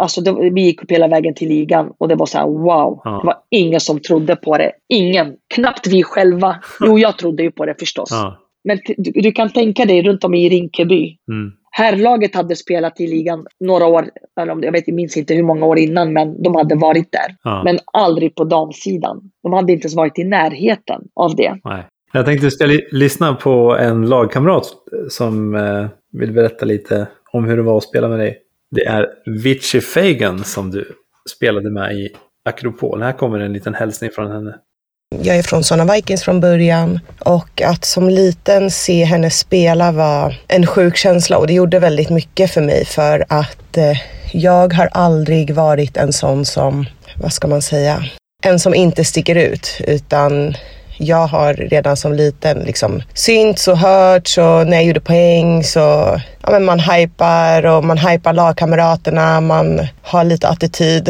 vi gick upp hela vägen till ligan och det var så här wow. Ja. Det var ingen som trodde på det. Ingen, knappt vi själva. Jo, jag trodde ju på det förstås. Ja. Men du kan tänka dig runt om i Rinkeby. Herrlaget hade spelat i ligan några år, eller jag minns inte hur många år innan, men de hade varit där. Ja. Men aldrig på damsidan. De hade inte ens varit i närheten av det. Nej. Jag tänkte att du ska lyssna på en lagkamrat som vill berätta lite om hur det var att spela med dig. Det är Vichy Fagan som du spelade med i Akropol. Här kommer en liten hälsning från henne. Jag är från Solna Vikings från början och att som liten se henne spela var en sjuk känsla och det gjorde väldigt mycket för mig för att jag har aldrig varit en sån som, vad ska man säga, en som inte sticker ut utan jag har redan som liten liksom synts och hörts och när jag gjorde poäng så ja, men man hypar och man hypar lagkamraterna, man har lite attityd.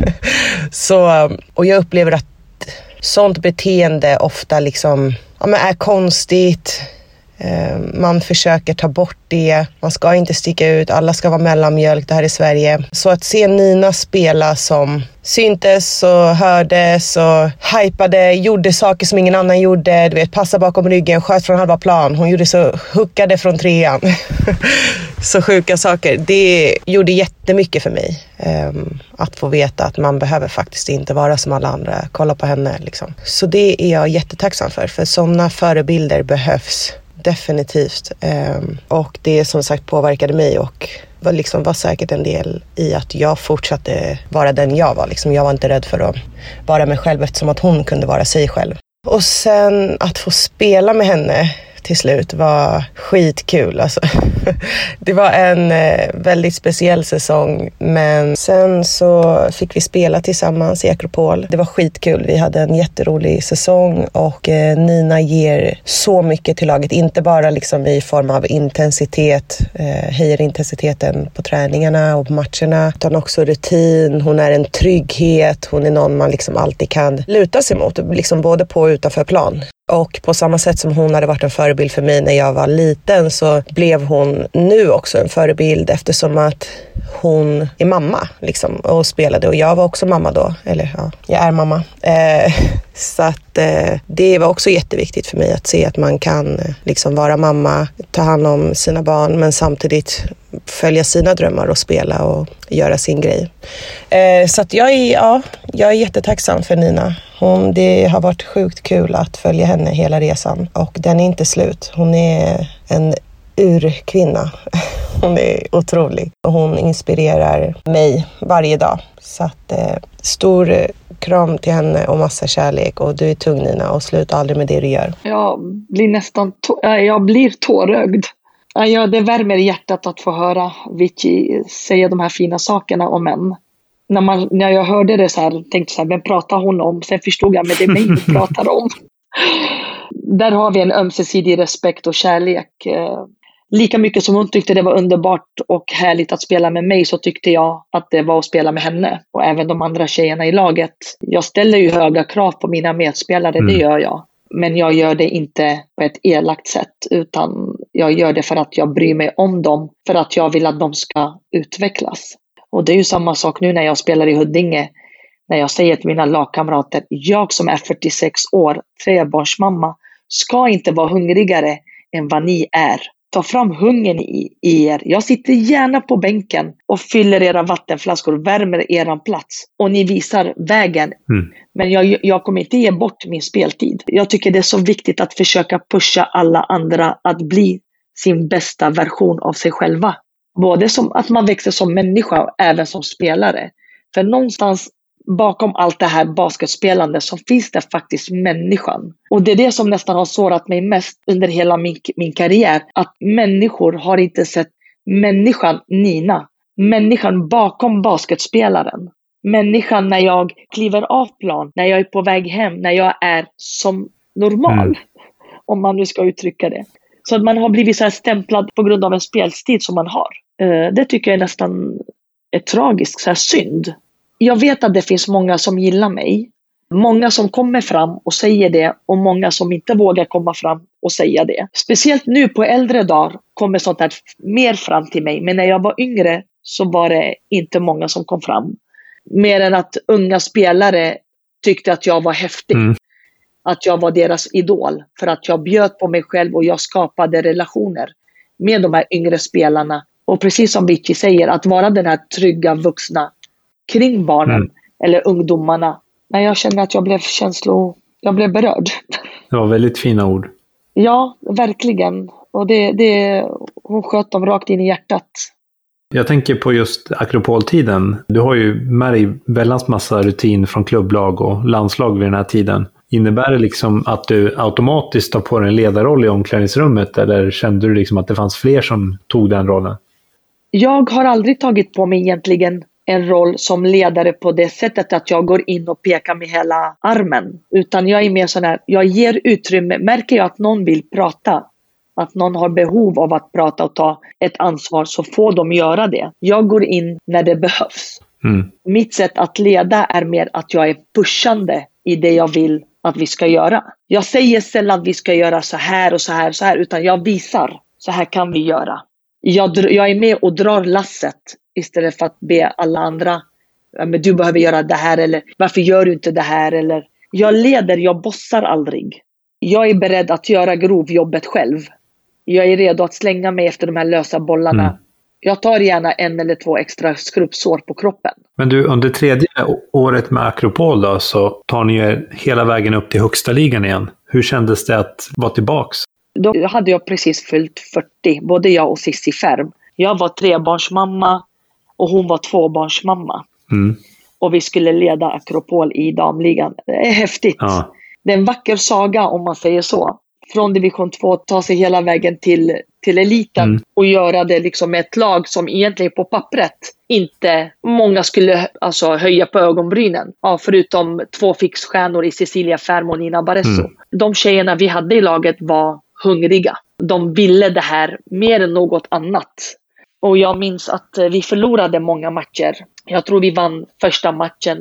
Och jag upplever att sånt beteende ofta liksom, ja, men är konstigt. Man försöker ta bort det. Man ska inte sticka ut. Alla ska vara mellanmjölk. Det här i Sverige. Så att se Nina spela som syntes och hördes och hypade, gjorde saker som ingen annan gjorde. Du vet, passa bakom ryggen, sköt från halva plan. Hon gjorde så, huckade från 3:an. Så sjuka saker. Det gjorde jättemycket för mig. Att få veta att man behöver faktiskt inte vara som alla andra. Kolla på henne liksom. Så det är jag jättetacksam för sådana förebilder behövs. Definitivt. Och det som sagt påverkade mig och var säkert en del i att jag fortsatte vara den jag var. Liksom, jag var inte rädd för att vara mig själv eftersom att hon kunde vara sig själv. Och sen att få spela med henne till slut var skitkul. Alltså. Det var en väldigt speciell säsong. Men sen så fick vi spela tillsammans i Akropol. Det var skitkul. Vi hade en jätterolig säsong. Och Nina ger så mycket till laget. Inte bara liksom i form av intensitet. Höjer intensiteten på träningarna och på matcherna. Utan också rutin. Hon är en trygghet. Hon är någon man liksom alltid kan luta sig mot. Liksom både på och utanför plan. Och på samma sätt som hon hade varit en förebild för mig när jag var liten så blev hon nu också en förebild eftersom att hon är mamma liksom, och spelade och jag var också mamma då. Eller ja, jag är mamma. Så att det var också jätteviktigt för mig att se att man kan liksom vara mamma, ta hand om sina barn men samtidigt följa sina drömmar och spela och göra sin grej. Så att jag är jättetacksam för Nina. Det har varit sjukt kul att följa henne hela resan och den är inte slut. Hon är en urkvinna. Hon är otrolig och hon inspirerar mig varje dag. Så att stor kram till henne och massa kärlek. Och du är tung, Nina, och sluta aldrig med det du gör. Jag blir tårögd. Det värmer i hjärtat att få höra Vici säga de här fina sakerna om män. När jag hörde det så här, tänkte jag så här, vem pratar hon om? Sen förstod jag, men det är mig du pratar om. Där har vi en ömsesidig respekt och kärlek. Lika mycket som hon tyckte det var underbart och härligt att spela med mig, så tyckte jag att det var att spela med henne. Och även de andra tjejerna i laget. Jag ställer ju höga krav på mina medspelare, det gör jag. Men jag gör det inte på ett elakt sätt, utan jag gör det för att jag bryr mig om dem. För att jag vill att de ska utvecklas. Och det är ju samma sak nu när jag spelar i Huddinge. När jag säger till mina lagkamrater, jag som är 46 år, trebarnsmamma, ska inte vara hungrigare än vad ni är. Ta fram hungern i er. Jag sitter gärna på bänken och fyller era vattenflaskor, värmer eran plats. Och ni visar vägen. Men jag kommer inte ge bort min speltid. Jag tycker det är så viktigt att försöka pusha alla andra att bli sin bästa version av sig själva. Både som att man växer som människa och även som spelare. För någonstans bakom allt det här basketspelande så finns det faktiskt människan. Och det är det som nästan har sårat mig mest under hela min karriär. Att människor har inte sett människan Nina. Människan bakom basketspelaren. Människan när jag kliver av plan. När jag är på väg hem. När jag är som normal. Om man nu ska uttrycka det. Så att man har blivit så här stämplad på grund av en spelstil som man har. Det tycker jag nästan är tragiskt. Så här synd. Jag vet att det finns många som gillar mig. Många som kommer fram och säger det. Och många som inte vågar komma fram och säga det. Speciellt nu på äldre dagar kommer sånt här mer fram till mig. Men när jag var yngre så var det inte många som kom fram. Mer än att unga spelare tyckte att jag var häftig. Att jag var deras idol. För att jag bjöd på mig själv och jag skapade relationer med de här yngre spelarna. Och precis som Vici säger, att vara den här trygga vuxna kring barnen eller ungdomarna. När jag kände att jag blev berörd. Det var väldigt fina ord. Ja, verkligen. Och hon sköt dem rakt in i hjärtat. Jag tänker på just Akropol-tiden. Du har ju med dig väldans massa rutin från klubblag och landslag vid den här tiden. Innebär det liksom att du automatiskt tar på dig en ledarroll i omklädningsrummet, eller kände du liksom att det fanns fler som tog den rollen? Jag har aldrig tagit på mig egentligen en roll som ledare på det sättet att jag går in och pekar med hela armen. Utan jag är mer sån här, jag ger utrymme. Märker jag att någon vill prata, att någon har behov av att prata och ta ett ansvar, så får de göra det. Jag går in när det behövs. Mitt sätt att leda är mer att jag är pushande i det jag vill att vi ska göra. Jag säger sällan att vi ska göra så här och så här och så här, utan jag visar, så här kan vi göra. Jag är med och drar lasset istället för att be alla andra, men du behöver göra det här, eller varför gör du inte det här, eller jag leder, jag bossar aldrig. Jag är beredd att göra grovjobbet själv. Jag är redo att slänga mig efter de här lösa bollarna. Jag tar gärna 1 eller 2 extra skrubbsår på kroppen. Men du, under 3:e året med Akropol då, så tar ni er hela vägen upp till högsta ligan igen. Hur kändes det att vara tillbaks? Då hade jag precis fyllt 40, både jag och Cissi Färm. Jag var 3-barnsmamma och hon var 2-barnsmamma. Och vi skulle leda Akropol i damligan. Det är häftigt. Ja. Det är en vacker saga, om man säger så. Från division 2 ta sig hela vägen till eliten och göra det liksom med ett lag som egentligen på pappret inte många skulle alltså höja på ögonbrynen. Ja, förutom 2 fixstjärnor i Cecilia Färm och Nina Baresso. De tjejerna vi hade i laget var hungriga. De ville det här mer än något annat. Och jag minns att vi förlorade många matcher. Jag tror vi vann första matchen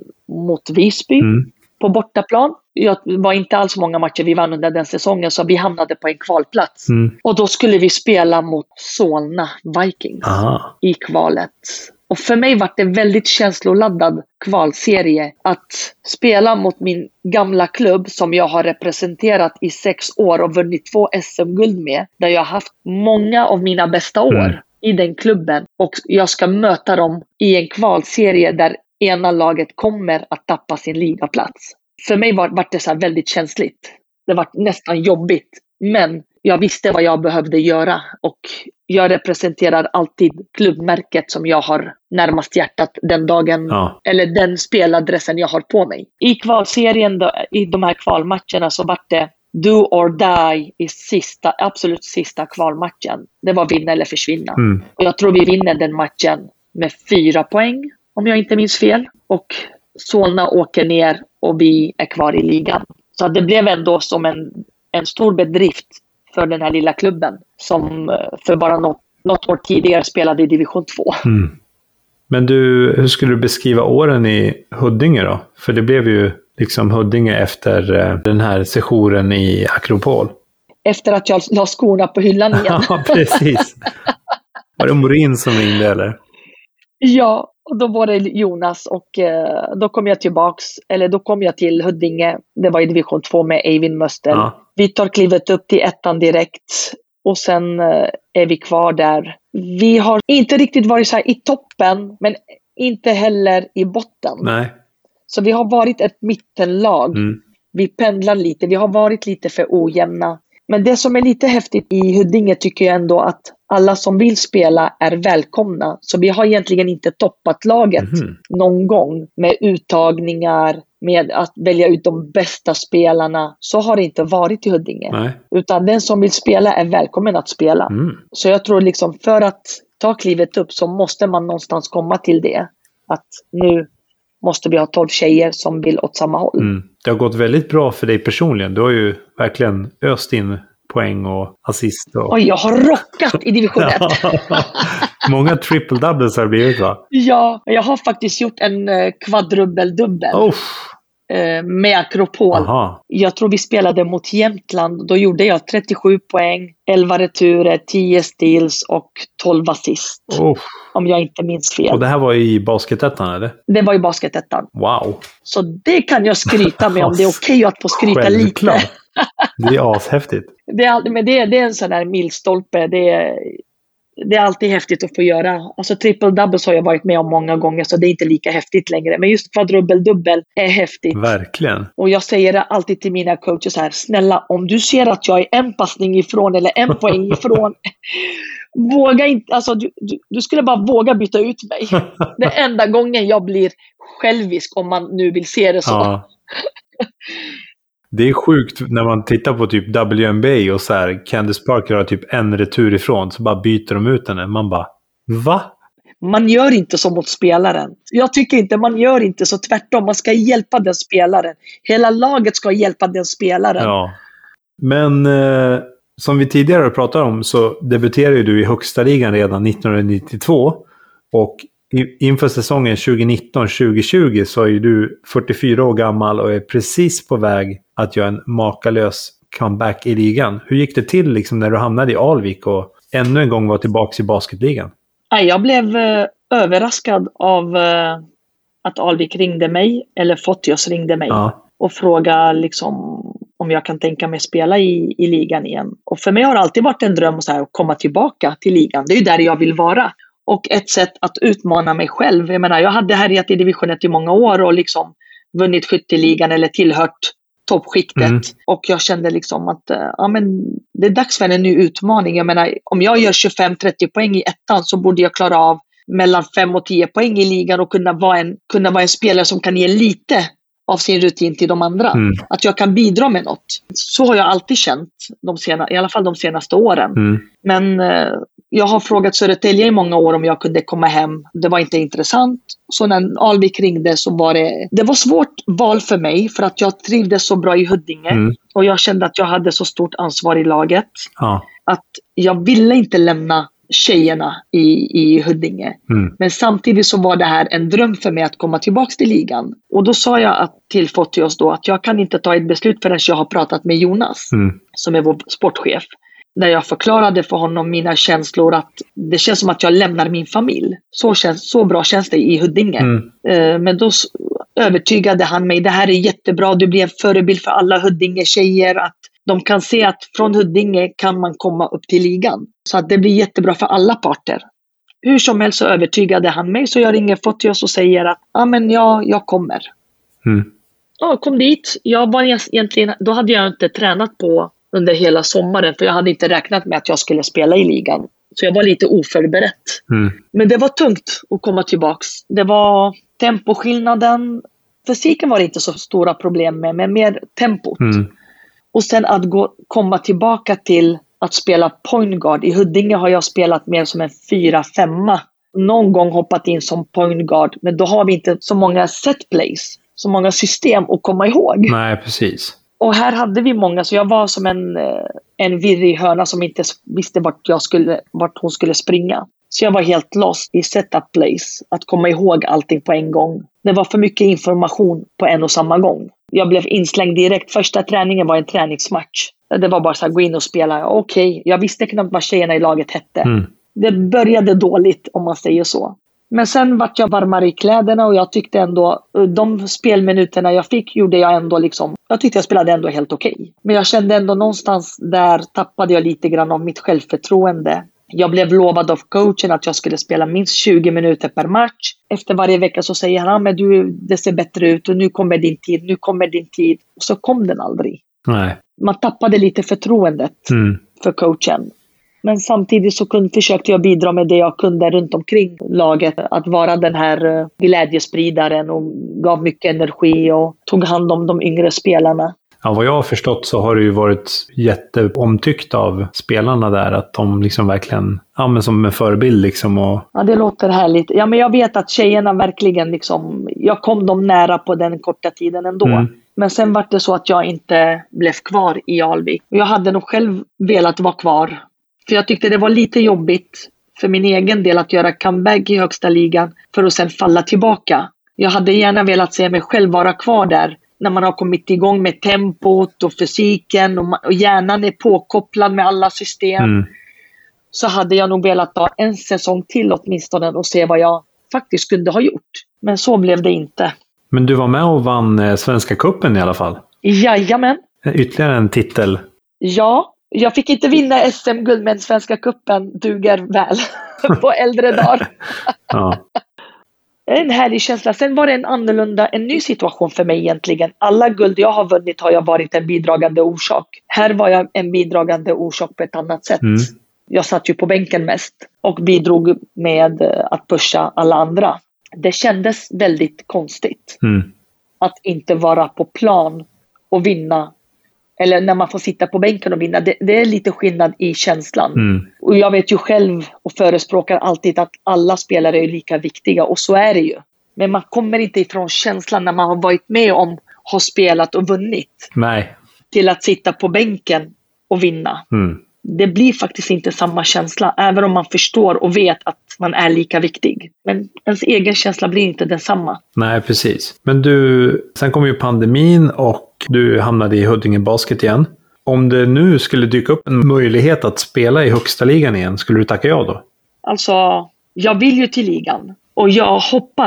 mot Visby på bortaplan. Det var inte alls många matcher vi vann under den säsongen, så vi hamnade på en kvalplats. Och då skulle vi spela mot Solna Vikings i kvalet. Och för mig var det väldigt känsloladdad kvalserie att spela mot min gamla klubb som jag har representerat i 6 år och vunnit 2 SM-guld med. Där jag har haft många av mina bästa år i den klubben. Och jag ska möta dem i en kvalserie där ena laget kommer att tappa sin ligaplats. För mig var det så här väldigt känsligt. Det var nästan jobbigt. Men jag visste vad jag behövde göra. Och jag representerar alltid klubbmärket som jag har närmast hjärtat den dagen. Ja. Eller den speladressen jag har på mig. I kvalserien, i de här kvalmatcherna så var det do or die i absolut sista kvalmatchen. Det var vinna eller försvinna. Och jag tror vi vinner den matchen med 4 poäng. Om jag inte minns fel. Och Solna åker ner och vi är kvar i ligan. Så det blev ändå som en stor bedrift för den här lilla klubben. Som för bara något år tidigare spelade i division 2. Men hur skulle du beskriva åren i Huddinge då? För det blev ju liksom Huddinge efter den här sessionen i Akropol. Efter att jag la skorna på hyllan igen. Ja, precis. Var det Morin som ringde eller? Ja, och då var det Jonas och då kom jag till Huddinge. Det var i division 2 med Eivind Möster. Ja. Vi tar klivet upp till 1:an direkt och sen är vi kvar där. Vi har inte riktigt varit så här i toppen men inte heller i botten. Nej. Så vi har varit ett mittenlag. Vi pendlar lite, vi har varit lite för ojämna. Men det som är lite häftigt i Huddinge tycker jag ändå att alla som vill spela är välkomna. Så vi har egentligen inte toppat laget någon gång med uttagningar, med att välja ut de bästa spelarna. Så har det inte varit i Huddinge. Nej. Utan den som vill spela är välkommen att spela. Så jag tror liksom för att ta klivet upp så måste man någonstans komma till det. Att nu måste vi ha 12 tjejer som vill åt samma håll. Det har gått väldigt bra för dig personligen. Du har ju verkligen öst in poäng och assist. Oj, jag har rockat i division 1. Många triple doubles har blivit, va? Ja, jag har faktiskt gjort en kvadrubbel-dubbel. Med Akropol. Aha. Jag tror vi spelade mot Jämtland. Då gjorde jag 37 poäng, 11 returer, 10 steals och 12 assist. Om jag inte minns fel. Och det här var i basketettan, eller? Det var i basketettan. Wow. Så det kan jag skryta med om det är okej att få skryta lite. Det är ashäftigt. Det är en sån här milstolpe. Det är alltid häftigt att få göra. Alltså triple doubles har jag varit med om många gånger så det är inte lika häftigt längre. Men just kvadrubbel-dubbel är häftigt. Verkligen. Och jag säger det alltid till mina coaches här. Snälla, om du ser att jag är en passning ifrån eller en poäng ifrån. Våga inte, alltså du skulle bara våga byta ut mig. Det är enda gången jag blir självisk om man nu vill se det så. Ja. Det är sjukt när man tittar på typ WNBA och så här Candice Parker har typ en retur ifrån så bara byter de ut henne. Man bara, va? Man gör inte så mot spelaren. Jag tycker inte man gör inte så, tvärtom. Man ska hjälpa den spelaren. Hela laget ska hjälpa den spelaren. Ja. Men som vi tidigare pratade om så debuterade du i högsta ligan redan 1992 och inför säsongen 2019-2020 så är du 44 år gammal och är precis på väg att göra en makalös comeback i ligan. Hur gick det till liksom när du hamnade i Alvik och ännu en gång var tillbaka i basketligan? Jag blev överraskad av att Alvik ringde mig, eller Fotios ringde mig och frågade liksom om jag kan tänka mig spela i ligan igen. Och för mig har det alltid varit en dröm att komma tillbaka till ligan. Det är ju där jag vill vara. Och ett sätt att utmana mig själv. Jag menar, jag hade härjat i division 1 i många år och liksom vunnit skytteligan eller tillhört toppskiktet. Och jag kände liksom att det är dags för en ny utmaning. Jag menar, om jag gör 25-30 poäng i ettan så borde jag klara av mellan 5 och 10 poäng i ligan och kunna vara en spelare som kan ge lite av sin rutin till de andra. Att jag kan bidra med något. Så har jag alltid känt i alla fall de senaste åren. Men jag har frågat Södertälje i många år om jag kunde komma hem. Det var inte intressant. Så när Alvik ringde så var det var svårt val för mig för att jag trivdes så bra i Huddinge. Och jag kände att jag hade så stort ansvar i laget. Att jag ville inte lämna tjejerna i Huddinge. Men samtidigt så var det här en dröm för mig att komma tillbaka till ligan. Och då sa jag till Fotios då att jag kan inte ta ett beslut förrän jag har pratat med Jonas som är vår sportchef. Där jag förklarade för honom mina känslor, att det känns som att jag lämnar min familj. Så bra känns det i Huddinge. Men då övertygade han mig, det här är jättebra, du blir en förebild för alla Huddinge-tjejer, att de kan se att från Huddinge kan man komma upp till ligan. Så att det blir jättebra för alla parter. Hur som helst så övertygade han mig, så jag ringer Fotios och säger att jag kommer. Ja, kom dit. Jag var egentligen, då hade jag inte tränat på under hela sommaren, för jag hade inte räknat med att jag skulle spela i ligan. Så jag var lite oförberett. Men det var tungt att komma tillbaks. Det var temposkillnaden. Fysiken var inte så stora problem med, men mer tempot. Och sen att komma tillbaka till att spela point guard. I Huddinge har jag spelat mer som en 4-5. Någon gång hoppat in som point guard, men då har vi inte så många set plays, så många system att komma ihåg. Nej, precis. Och här hade vi många, så jag var som en virrig höna som inte visste vart hon skulle springa. Så jag var helt lost i setup plays, att komma ihåg allting på en gång. Det var för mycket information på en och samma gång. Jag blev inslängd direkt. Första träningen var en träningsmatch. Det var bara så här, gå in och spela. Okej, jag visste knappt vad tjejerna i laget hette. Det började dåligt, om man säger så. Men sen vart jag varmare i kläderna, och jag tyckte ändå, de spelminuterna jag fick gjorde jag ändå liksom, jag tyckte jag spelade ändå helt okej. Men jag kände ändå någonstans där tappade jag lite grann av mitt självförtroende. Jag blev lovad av coachen att jag skulle spela minst 20 minuter per match. Efter varje vecka så säger han, men det ser bättre ut och nu kommer din tid. Och så kom den aldrig. Nej. Man tappade lite förtroendet för coachen. Men samtidigt så försökte jag bidra med det jag kunde runt omkring laget. Att vara den här glädjespridaren och gav mycket energi och tog hand om de yngre spelarna. Ja, vad jag har förstått så har det ju varit jätteomtyckt av spelarna där. Att de liksom verkligen, men som en förebild liksom. Ja, det låter härligt. Ja, men jag vet att tjejerna verkligen liksom, jag kom dem nära på den korta tiden ändå. Men sen var det så att jag inte blev kvar i Alvik. Jag hade nog själv velat vara kvar. För jag tyckte det var lite jobbigt för min egen del att göra comeback i högsta ligan för att sen falla tillbaka. Jag hade gärna velat se mig själv vara kvar där när man har kommit igång med tempot och fysiken och hjärnan är påkopplad med alla system. Så hade jag nog velat ta en säsong till åtminstone och se vad jag faktiskt kunde ha gjort. Men så blev det inte. Men du var med och vann Svenska cupen i alla fall? Jajamän. Ytterligare en titel. Ja. Jag fick inte vinna SM-guld, men Svenska cupen duger väl på äldre dagar. Ja. En härlig känsla. Sen var det en ny situation för mig egentligen. Alla guld jag har vunnit har jag varit en bidragande orsak. Här var jag en bidragande orsak på ett annat sätt. Jag satt ju på bänken mest och bidrog med att pusha alla andra. Det kändes väldigt konstigt att inte vara på plan och vinna. Eller när man får sitta på bänken och vinna. Det är lite skillnad i känslan. Och jag vet ju själv och förespråkar alltid att alla spelare är lika viktiga. Och så är det ju. Men man kommer inte ifrån känslan när man har varit med om, har spelat och vunnit. Nej. Till att sitta på bänken och vinna. Det blir faktiskt inte samma känsla. Även om man förstår och vet att man är lika viktig. Men ens egen känsla blir inte densamma. Nej, precis. Men sen kom ju pandemin och du hamnade i Huddinge Basket igen. Om det nu skulle dyka upp en möjlighet att spela i högsta ligan igen, skulle du tacka ja då? Alltså, jag vill ju till ligan. Och jag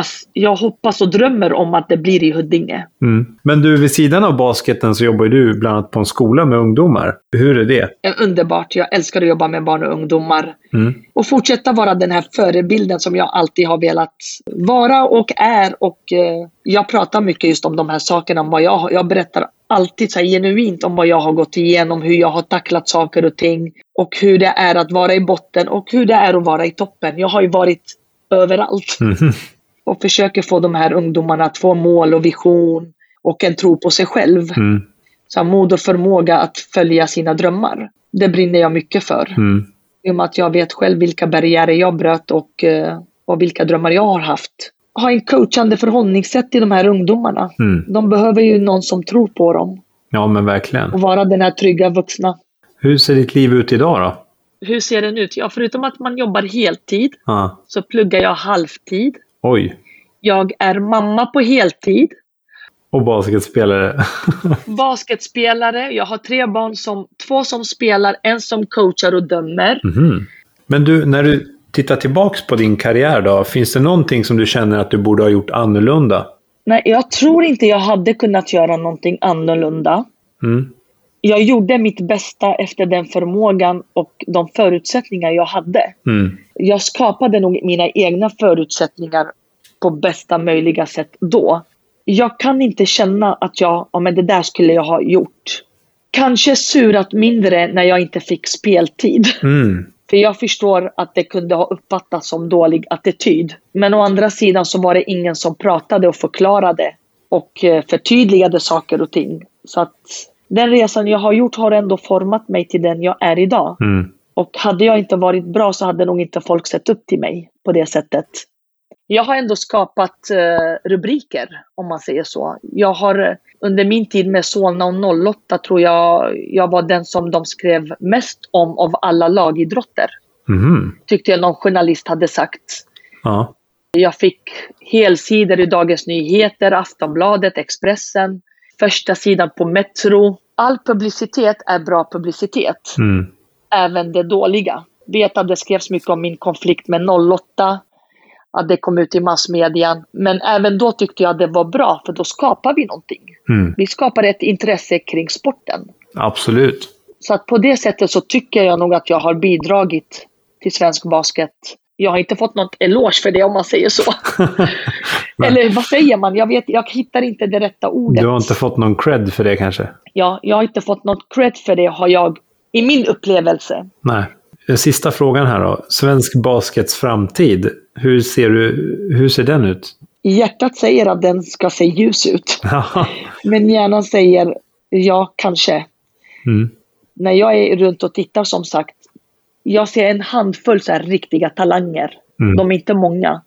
hoppas och drömmer om att det blir i Huddinge. Men du, vid sidan av basketen så jobbar du bland annat på en skola med ungdomar. Hur är det? Underbart. Jag älskar att jobba med barn och ungdomar. Och fortsätta vara den här förebilden som jag alltid har velat vara och är. Och jag pratar mycket just om de här sakerna. Om vad jag berättar alltid så här genuint om vad jag har gått igenom. Hur jag har tacklat saker och ting. Och hur det är att vara i botten och hur det är att vara i toppen. Jag har ju varit överallt. Och försöker få de här ungdomarna att få mål och vision och en tro på sig själv. Så mod och förmåga att följa sina drömmar. Det brinner jag mycket för. I och med att jag vet själv vilka barriärer jag bröt och vilka drömmar jag har haft. Ha en coachande förhållningssätt till de här ungdomarna. De behöver ju någon som tror på dem. Ja, men verkligen. Och vara den här trygga vuxna. Hur ser ditt liv ut idag då? Hur ser den ut? Ja, förutom att man jobbar heltid så pluggar jag halvtid. Oj. Jag är mamma på heltid. Och basketspelare. Basketspelare. Jag har 3 barn, 2 som spelar, en som coachar och dömer. Mm. Men du, när du tittar tillbaks på din karriär då, finns det någonting som du känner att du borde ha gjort annorlunda? Nej, jag tror inte jag hade kunnat göra någonting annorlunda. Mm. Jag gjorde mitt bästa efter den förmågan och de förutsättningar jag hade. Mm. Jag skapade nog mina egna förutsättningar på bästa möjliga sätt då. Jag kan inte känna att men det där skulle jag ha gjort. Kanske surat mindre när jag inte fick speltid. Mm. För jag förstår att det kunde ha uppfattats som dålig attityd. Men å andra sidan så var det ingen som pratade och förklarade och förtydligade saker och ting. Så att den resan jag har gjort har ändå format mig till den jag är idag. Mm. Och hade jag inte varit bra så hade nog inte folk sett upp till mig på det sättet. Jag har ändå skapat rubriker, om man säger så. Jag har under min tid med Solna och 08 tror jag var den som de skrev mest om av alla lagidrotter. Mm. Tyckte jag någon journalist hade sagt. Ja. Jag fick helsidor i Dagens Nyheter, Aftonbladet, Expressen, första sidan på Metro. All publicitet är bra publicitet. Mm. Även det dåliga. Vet att det skrevs mycket om min konflikt med 08. Att det kom ut i massmedian. Men även då tyckte jag att det var bra. För då skapar vi någonting. Mm. Vi skapar ett intresse kring sporten. Absolut. Så att på det sättet så tycker jag nog att jag har bidragit till svensk basket. Jag har inte fått något eloge för det, om man säger så. Eller vad säger man? Jag hittar inte det rätta ordet. Du har inte fått någon cred för det kanske? Ja, jag har inte fått något cred för det, har jag i min upplevelse. Nej. Sista frågan här då. Svensk baskets framtid. Hur ser den ut? Hjärtat säger att den ska se ljus ut. Men hjärnan säger ja, kanske. Mm. När jag är runt och tittar, som sagt, jag ser en handfull så här riktiga talanger. Mm. De är inte många.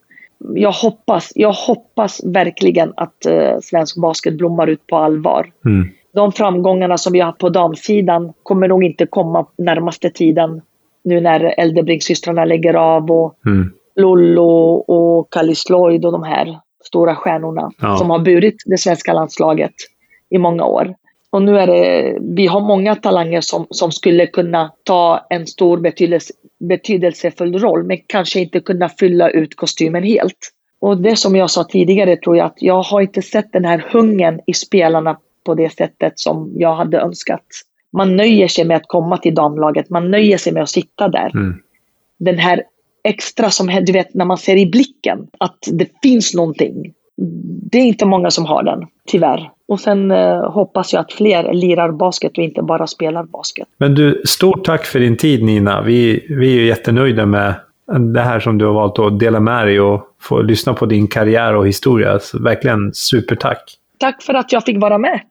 Jag hoppas verkligen att svensk basket blommar ut på allvar. Mm. De framgångarna som vi har på damsidan kommer nog inte komma närmaste tiden. Nu när Eldebrink-systrarna lägger av och Lollo och Kallis Lloyd och de här stora stjärnorna som har burit det svenska landslaget i många år. Och nu vi har många talanger som skulle kunna ta en stor betydelsefull roll, men kanske inte kunna fylla ut kostymen helt. Och det som jag sa tidigare, tror jag att jag har inte sett den här hungern i spelarna på det sättet som jag hade önskat. Man nöjer sig med att komma till damlaget. Man nöjer sig med att sitta där. Mm. Den här extra som, du vet, när man ser i blicken att det finns någonting. Det är inte många som har den, tyvärr. Och sen hoppas jag att fler lirar basket och inte bara spelar basket. Men du, stort tack för din tid, Nina. Vi är ju jättenöjda med det här som du har valt att dela med dig och få lyssna på din karriär och historia. Så verkligen supertack. Tack för att jag fick vara med.